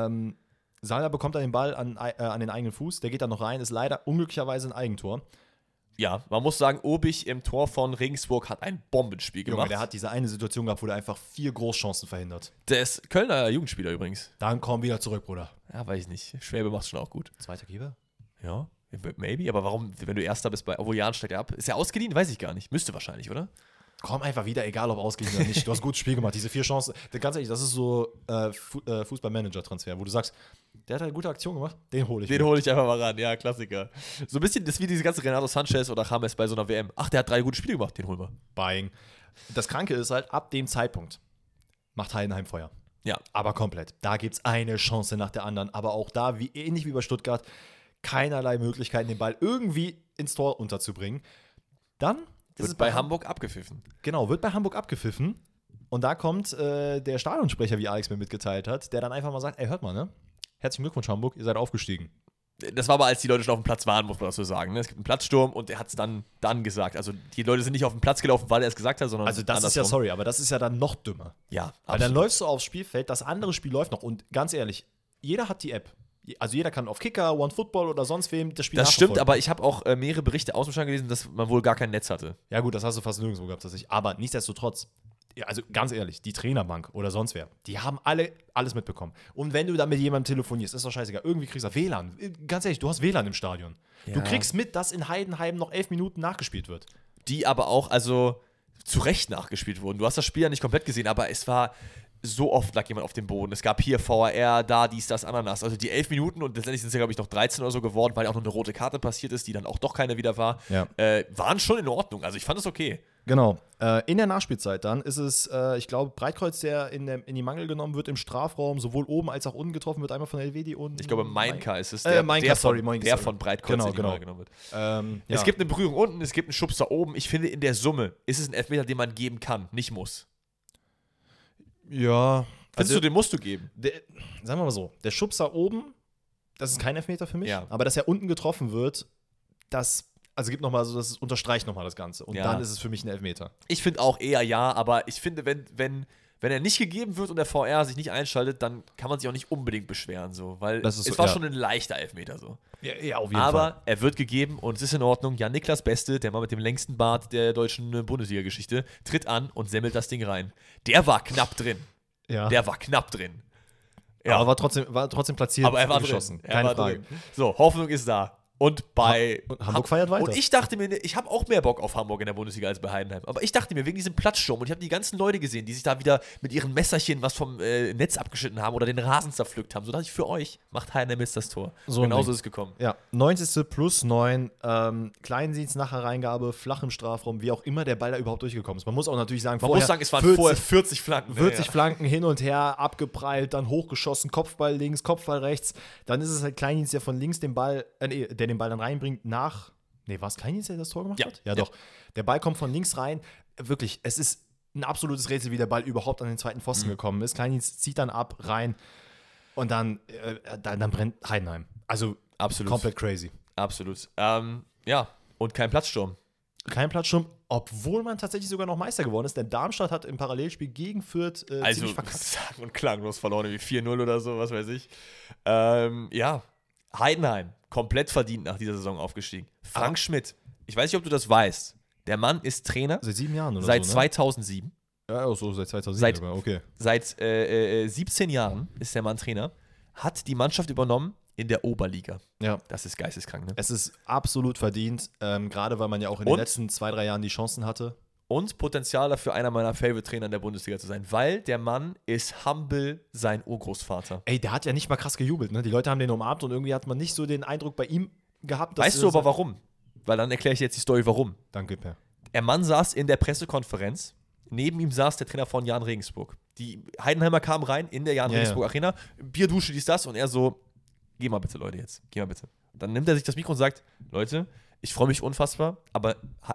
Salah bekommt dann den Ball an den eigenen Fuß, der geht dann noch rein, ist leider unglücklicherweise ein Eigentor. Ja, man muss sagen, Obich im Tor von Regensburg hat ein Bombenspiel gemacht. Junge, der hat diese eine Situation gehabt, wo der einfach 4 Großchancen verhindert. Der ist Kölner Jugendspieler übrigens. Dann komm wieder zurück, Bruder. Ja, weiß ich nicht. Schwäbe macht schon auch gut. Zweiter Keeper? Ja, maybe. Aber warum, wenn du Erster bist obwohl Jan steigt ab? Ist er ausgeliehen? Weiß ich gar nicht. Müsste wahrscheinlich, oder? Komm einfach wieder, egal ob ausgeliehen oder nicht. Du hast ein gutes Spiel gemacht. Diese 4 Chancen, ganz ehrlich, das ist so Fußball-Manager-Transfer, wo du sagst, der hat eine gute Aktion gemacht, den hole ich. Den hole ich einfach mal ran, ja, Klassiker. So ein bisschen das wie diese ganze Renato Sanchez oder James bei so einer WM. Ach, der hat 3 gute Spiele gemacht, den holen wir. Buying. Das Kranke ist halt, ab dem Zeitpunkt macht Heidenheim Feuer. Ja. Aber komplett. Da gibt es eine Chance nach der anderen. Aber auch da, ähnlich wie bei Stuttgart, keinerlei Möglichkeiten, den Ball irgendwie ins Tor unterzubringen. Dann wird bei Hamburg abgepfiffen. Genau, wird bei Hamburg abgepfiffen. Und da kommt der Stadionsprecher, wie Alex mir mitgeteilt hat, der dann einfach mal sagt, ey, hört mal, ne? Herzlichen Glückwunsch, Hamburg, ihr seid aufgestiegen. Das war aber, als die Leute schon auf dem Platz waren, muss man das so sagen. Ne? Es gibt einen Platzsturm und er hat es dann gesagt. Also die Leute sind nicht auf den Platz gelaufen, weil er es gesagt hat, sondern also das andersrum. Ist ja, sorry, aber das ist ja dann noch dümmer. Ja, absolut. Weil dann läufst du aufs Spielfeld, das andere Spiel läuft noch. Und ganz ehrlich, jeder hat die App. Also jeder kann auf Kicker, OneFootball oder sonst wem das Spiel Das stimmt, aber ich habe auch mehrere Berichte aus dem Stadion gelesen, dass man wohl gar kein Netz hatte. Ja gut, das hast du fast nirgendwo gehabt, tatsächlich. Aber nichtsdestotrotz, also ganz ehrlich, die Trainerbank oder sonst wer, die haben alles mitbekommen. Und wenn du dann mit jemandem telefonierst, ist doch scheißegal, irgendwie kriegst du WLAN. Ganz ehrlich, du hast WLAN im Stadion. Ja. Du kriegst mit, dass in Heidenheim noch 11 Minuten nachgespielt wird. Die aber auch, also zu Recht nachgespielt wurden. Du hast das Spiel ja nicht komplett gesehen, aber es war so oft lag jemand auf dem Boden. Es gab hier VAR, da, dies, das, Ananas. Also die 11 Minuten und letztendlich sind es ja, glaube ich, noch 13 oder so geworden, weil ja auch noch eine rote Karte passiert ist, die dann auch doch keine wieder war. Ja. Waren schon in Ordnung. Also ich fand es okay. Genau. In der Nachspielzeit dann ist es, ich glaube, Breitkreuz, der in die Mangel genommen wird im Strafraum, sowohl oben als auch unten getroffen wird, einmal von Elvedi und ich glaube, Mainka ist es, der von Breitkreuz in die Mangel genommen wird. Ja. Es gibt eine Berührung unten, es gibt einen Schubser oben. Ich finde, in der Summe ist es ein Elfmeter, den man geben kann, nicht muss. Ja. Findest du, den musst du geben? Sagen wir mal so, der Schubser oben, das ist kein Elfmeter für mich, aber dass er unten getroffen wird, das gibt noch mal so, das unterstreicht nochmal das Ganze. Und dann ist es für mich ein Elfmeter. Ich finde auch eher ja, aber ich finde, wenn er nicht gegeben wird und der VR sich nicht einschaltet, dann kann man sich auch nicht unbedingt beschweren, so, weil es war schon ein leichter Elfmeter so. Ja, auf jeden Fall. Aber er wird gegeben und es ist in Ordnung. Jan-Niklas Beste, der Mann mit dem längsten Bart der deutschen Bundesliga-Geschichte, tritt an und semmelt das Ding rein. Der war knapp drin. Ja. Der war knapp drin. Ja. Aber war trotzdem platziert. Aber er war geschossen. Keine Frage. Drin. So, Hoffnung ist da. Und Hamburg feiert weiter. Und ich dachte mir, ich habe auch mehr Bock auf Hamburg in der Bundesliga als bei Heidenheim. Aber ich dachte mir, wegen diesem Platzsturm, und ich habe die ganzen Leute gesehen, die sich da wieder mit ihren Messerchen was vom Netz abgeschnitten haben oder den Rasen zerpflückt haben. So dachte ich, für euch macht Heidenheim jetzt das Tor. So genauso ist es gekommen. Ja, 90. plus 9, Kleindienst nach Hereingabe, flach im Strafraum, wie auch immer der Ball da überhaupt durchgekommen ist. Man muss auch natürlich sagen, es waren vorher 40 Flanken. 40 Flanken hin und her, abgeprallt, dann hochgeschossen, Kopfball links, Kopfball rechts. Dann ist es halt Kleindienst, der von links den Ball, der den Ball dann reinbringt, war es Kleindienst, der das Tor gemacht hat? Ja, doch. Der Ball kommt von links rein. Wirklich, es ist ein absolutes Rätsel, wie der Ball überhaupt an den zweiten Pfosten gekommen ist. Kleindienst zieht dann ab, rein und dann brennt Heidenheim. Also absolut. Komplett crazy. Absolut. Ja, und kein Platzsturm. Kein Platzsturm. obwohl man tatsächlich sogar noch Meister geworden ist, denn Darmstadt hat im Parallelspiel gegen Fürth ziemlich verkackt. Sagen und klanglos verloren, wie 4-0 oder so, was weiß ich. Heidenheim, komplett verdient nach dieser Saison aufgestiegen. Frank Schmidt, ich weiß nicht, ob du das weißt, der Mann ist Trainer. Seit 7 Jahren oder seit so, 2007. Ja, so seit 2007 sogar, okay. Seit 17 Jahren ist der Mann Trainer, hat die Mannschaft übernommen in der Oberliga. Ja. Das ist geisteskrank, ne? Es ist absolut verdient, gerade weil man ja auch in den letzten 2-3 Jahren die Chancen hatte. Und Potenzial dafür, einer meiner Favorite-Trainer in der Bundesliga zu sein, weil der Mann ist humble sein Urgroßvater. Ey, der hat ja nicht mal krass gejubelt, ne? Die Leute haben den umarmt und irgendwie hat man nicht so den Eindruck bei ihm gehabt, dass weißt du aber warum? Weil dann erkläre ich jetzt die Story, warum. Danke, Per. Der Mann saß in der Pressekonferenz, neben ihm saß der Trainer von Jan Regensburg. Die Heidenheimer kamen rein in der Jan Regensburg Arena, Bierdusche, dies, das, und er so, geh mal bitte, Leute, jetzt, geh mal bitte. Und dann nimmt er sich das Mikro und sagt, Leute, ich freue mich unfassbar, aber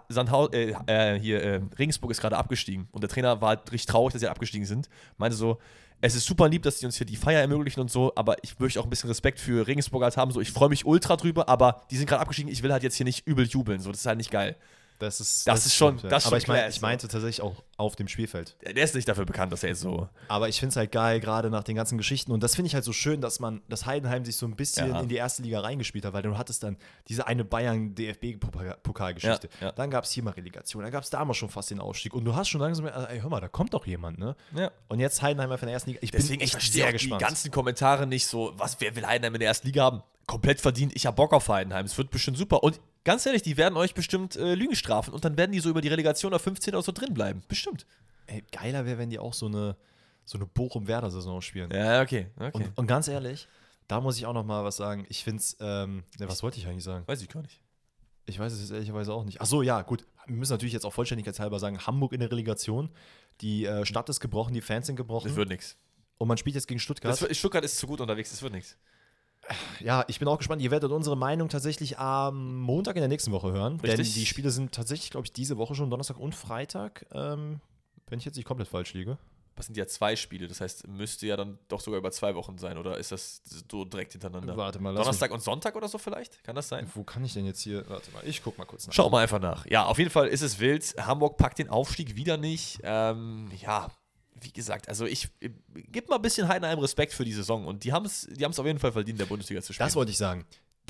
Regensburg ist gerade abgestiegen. Und der Trainer war halt richtig traurig, dass sie abgestiegen sind. Meinte so, es ist super lieb, dass sie uns hier die Feier ermöglichen und so, aber ich möchte auch ein bisschen Respekt für Regensburg halt haben. So, ich freue mich ultra drüber, aber die sind gerade abgestiegen, ich will halt jetzt hier nicht übel jubeln. So, das ist halt nicht geil. Das ist schon. Aber ich meinte tatsächlich auch auf dem Spielfeld. Der ist nicht dafür bekannt, dass er jetzt so. Aber ich finde es halt geil, gerade nach den ganzen Geschichten. Und das finde ich halt so schön, dass Heidenheim sich so ein bisschen in die erste Liga reingespielt hat, weil du hattest dann diese eine Bayern-DFB-Pokalgeschichte. Ja. Dann gab es hier mal Relegation, dann gab es da mal schon fast den Aufstieg. Und du hast schon langsam, ey, hör mal, da kommt doch jemand, ne? Ja. Und jetzt Heidenheim einfach in der ersten Liga. Ich verstehe sehr gespannt. Die ganzen Kommentare nicht so, wer will Heidenheim in der ersten Liga haben? Komplett verdient, ich hab Bock auf Heidenheim, es wird bestimmt super. Und ganz ehrlich, die werden euch bestimmt Lügen strafen und dann werden die so über die Relegation auf 15 oder so drin bleiben. Bestimmt. Ey, geiler wäre, wenn die auch so eine Bochum-Werder-Saison spielen. Ja, okay. Und ganz ehrlich, da muss ich auch noch mal was sagen. Ich finde es, was wollte ich eigentlich sagen? Weiß ich gar nicht. Ich weiß es jetzt ehrlicherweise auch nicht. Ach so, ja, gut. Wir müssen natürlich jetzt auch vollständigkeitshalber sagen, Hamburg in der Relegation. Die Stadt ist gebrochen, die Fans sind gebrochen. Das wird nichts. Und man spielt jetzt gegen Stuttgart. Stuttgart ist zu gut unterwegs, das wird nichts. Ja, ich bin auch gespannt. Ihr werdet unsere Meinung tatsächlich am Montag in der nächsten Woche hören. Richtig. Denn die Spiele sind tatsächlich, glaube ich, diese Woche schon Donnerstag und Freitag. Wenn ich jetzt nicht komplett falsch liege. Das sind ja 2 Spiele, das heißt, müsste ja dann doch sogar über 2 Wochen sein. Oder ist das so direkt hintereinander? Warte mal. Donnerstag und Sonntag oder so vielleicht? Kann das sein? Wo kann ich denn jetzt hier? Warte mal, ich guck mal kurz nach. Schau mal einfach nach. Ja, auf jeden Fall ist es wild. Hamburg packt den Aufstieg wieder nicht. Wie gesagt, also ich gebe mal ein bisschen Heidenheim Respekt für die Saison und die haben es auf jeden Fall verdient, in der Bundesliga zu spielen. Das wollte ich sagen.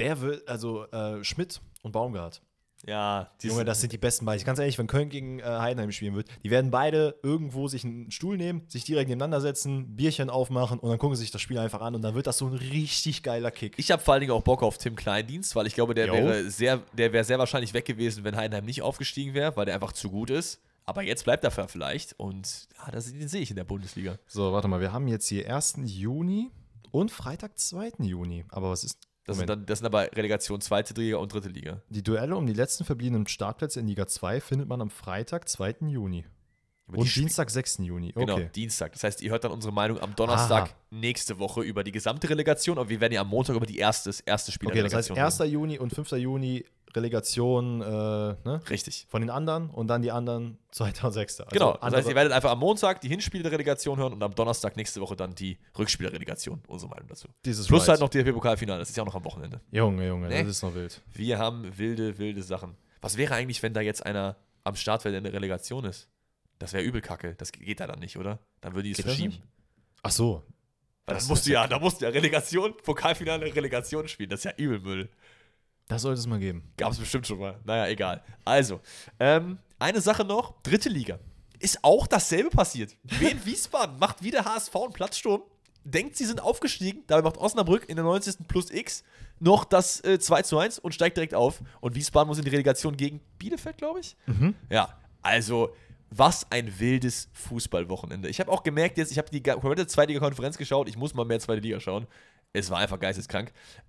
Schmidt und Baumgart. Ja, Junge, das sind die besten beide. Ganz ehrlich, wenn Köln gegen Heidenheim spielen wird, die werden beide irgendwo sich einen Stuhl nehmen, sich direkt nebeneinander setzen, Bierchen aufmachen und dann gucken sie sich das Spiel einfach an und dann wird das so ein richtig geiler Kick. Ich habe vor allen Dingen auch Bock auf Tim Kleindienst, weil ich glaube, der wäre sehr wahrscheinlich weg gewesen, wenn Heidenheim nicht aufgestiegen wäre, weil der einfach zu gut ist. Aber jetzt bleibt er vielleicht und den sehe ich in der Bundesliga. So, warte mal, wir haben jetzt hier 1. Juni und Freitag 2. Juni. Aber was ist... Das sind aber Relegation 2. Liga und 3. Liga. Die Duelle um die letzten verbliebenen Startplätze in Liga 2 findet man am Freitag, 2. Juni. Und Dienstag, 6. Juni. Okay. Genau, Dienstag. Das heißt, ihr hört dann unsere Meinung am Donnerstag nächste Woche über die gesamte Relegation und wir werden ja am Montag über die erste Spiel der Relegation das heißt 1. Juni und 5. Juni Relegation, ne? Richtig. Von den anderen und dann die anderen 2. und 6. Also genau, das heißt, ihr werdet einfach am Montag die Hinspiele der Relegation hören und am Donnerstag nächste Woche dann die Rückspiele der Relegation, unsere Meinung dazu. Plus halt noch DFB-Pokalfinale, das ist ja auch noch am Wochenende. Junge, das ist noch wild. Wir haben wilde Sachen. Was wäre eigentlich, wenn da jetzt einer am Start wäre, der in der Relegation ist? Das wäre übel kacke. Das geht da dann nicht, oder? Dann würde die es verschieben. Ach so. Weil da musst du ja Relegation, Pokalfinale, Relegation spielen. Das ist ja übel Müll. Das sollte es mal geben. Gab es bestimmt schon mal. Naja, egal. Also, eine Sache noch. 3. Liga. Ist auch dasselbe passiert. Wien Wiesbaden macht wieder HSV einen Platzsturm. Denkt, sie sind aufgestiegen. Dabei macht Osnabrück in der 90. plus X noch das 2:1 und steigt direkt auf. Und Wiesbaden muss in die Relegation gegen Bielefeld, glaube ich. Mhm. Ja, also... Was ein wildes Fußballwochenende. Ich habe auch gemerkt jetzt, ich habe die komplette 2. Liga-Konferenz geschaut, ich muss mal mehr 2. Liga schauen. Es war einfach geisteskrank.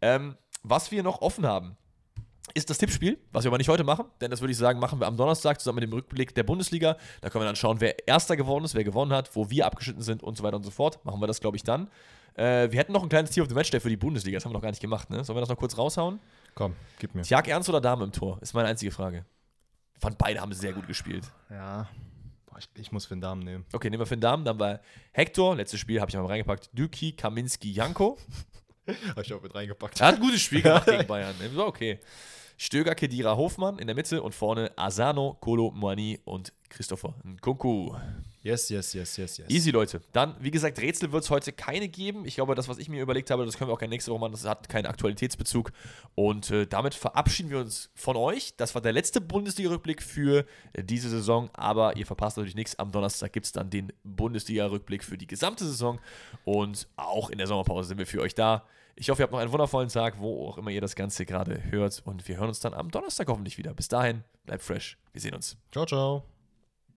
Was wir noch offen haben, ist das Tippspiel, was wir aber nicht heute machen, denn das würde ich sagen, machen wir am Donnerstag zusammen mit dem Rückblick der Bundesliga. Da können wir dann schauen, wer Erster geworden ist, wer gewonnen hat, wo wir abgeschnitten sind und so weiter und so fort. Machen wir das, glaube ich, dann. Wir hätten noch ein kleines Team of the Matchday für die Bundesliga, das haben wir noch gar nicht gemacht, ne? Sollen wir das noch kurz raushauen? Komm, gib mir. Tjag Ernst oder Dame im Tor, ist meine einzige Frage. Fand beide haben sehr gut gespielt. Ja. Ich muss Finn Dahmen nehmen. Okay, nehmen wir Finn Dahmen. Dann war Hector, letztes Spiel habe ich mal reingepackt, Düki, Kaminski, Janko. Habe ich auch mit reingepackt. Er hat ein gutes Spiel gemacht gegen Bayern. War okay. Stöger, Kedira, Hofmann in der Mitte und vorne Asano, Kolo Muani und Christopher Nkunku. Yes. Easy, Leute. Dann, wie gesagt, Rätsel wird es heute keine geben. Ich glaube, das, was ich mir überlegt habe, das können wir auch gerne nächste Woche machen. Das hat keinen Aktualitätsbezug. Und damit verabschieden wir uns von euch. Das war der letzte Bundesliga-Rückblick für diese Saison. Aber ihr verpasst natürlich nichts. Am Donnerstag gibt es dann den Bundesliga-Rückblick für die gesamte Saison. Und auch in der Sommerpause sind wir für euch da. Ich hoffe, ihr habt noch einen wundervollen Tag, wo auch immer ihr das Ganze gerade hört. Und wir hören uns dann am Donnerstag hoffentlich wieder. Bis dahin, bleibt fresh. Wir sehen uns. Ciao, ciao.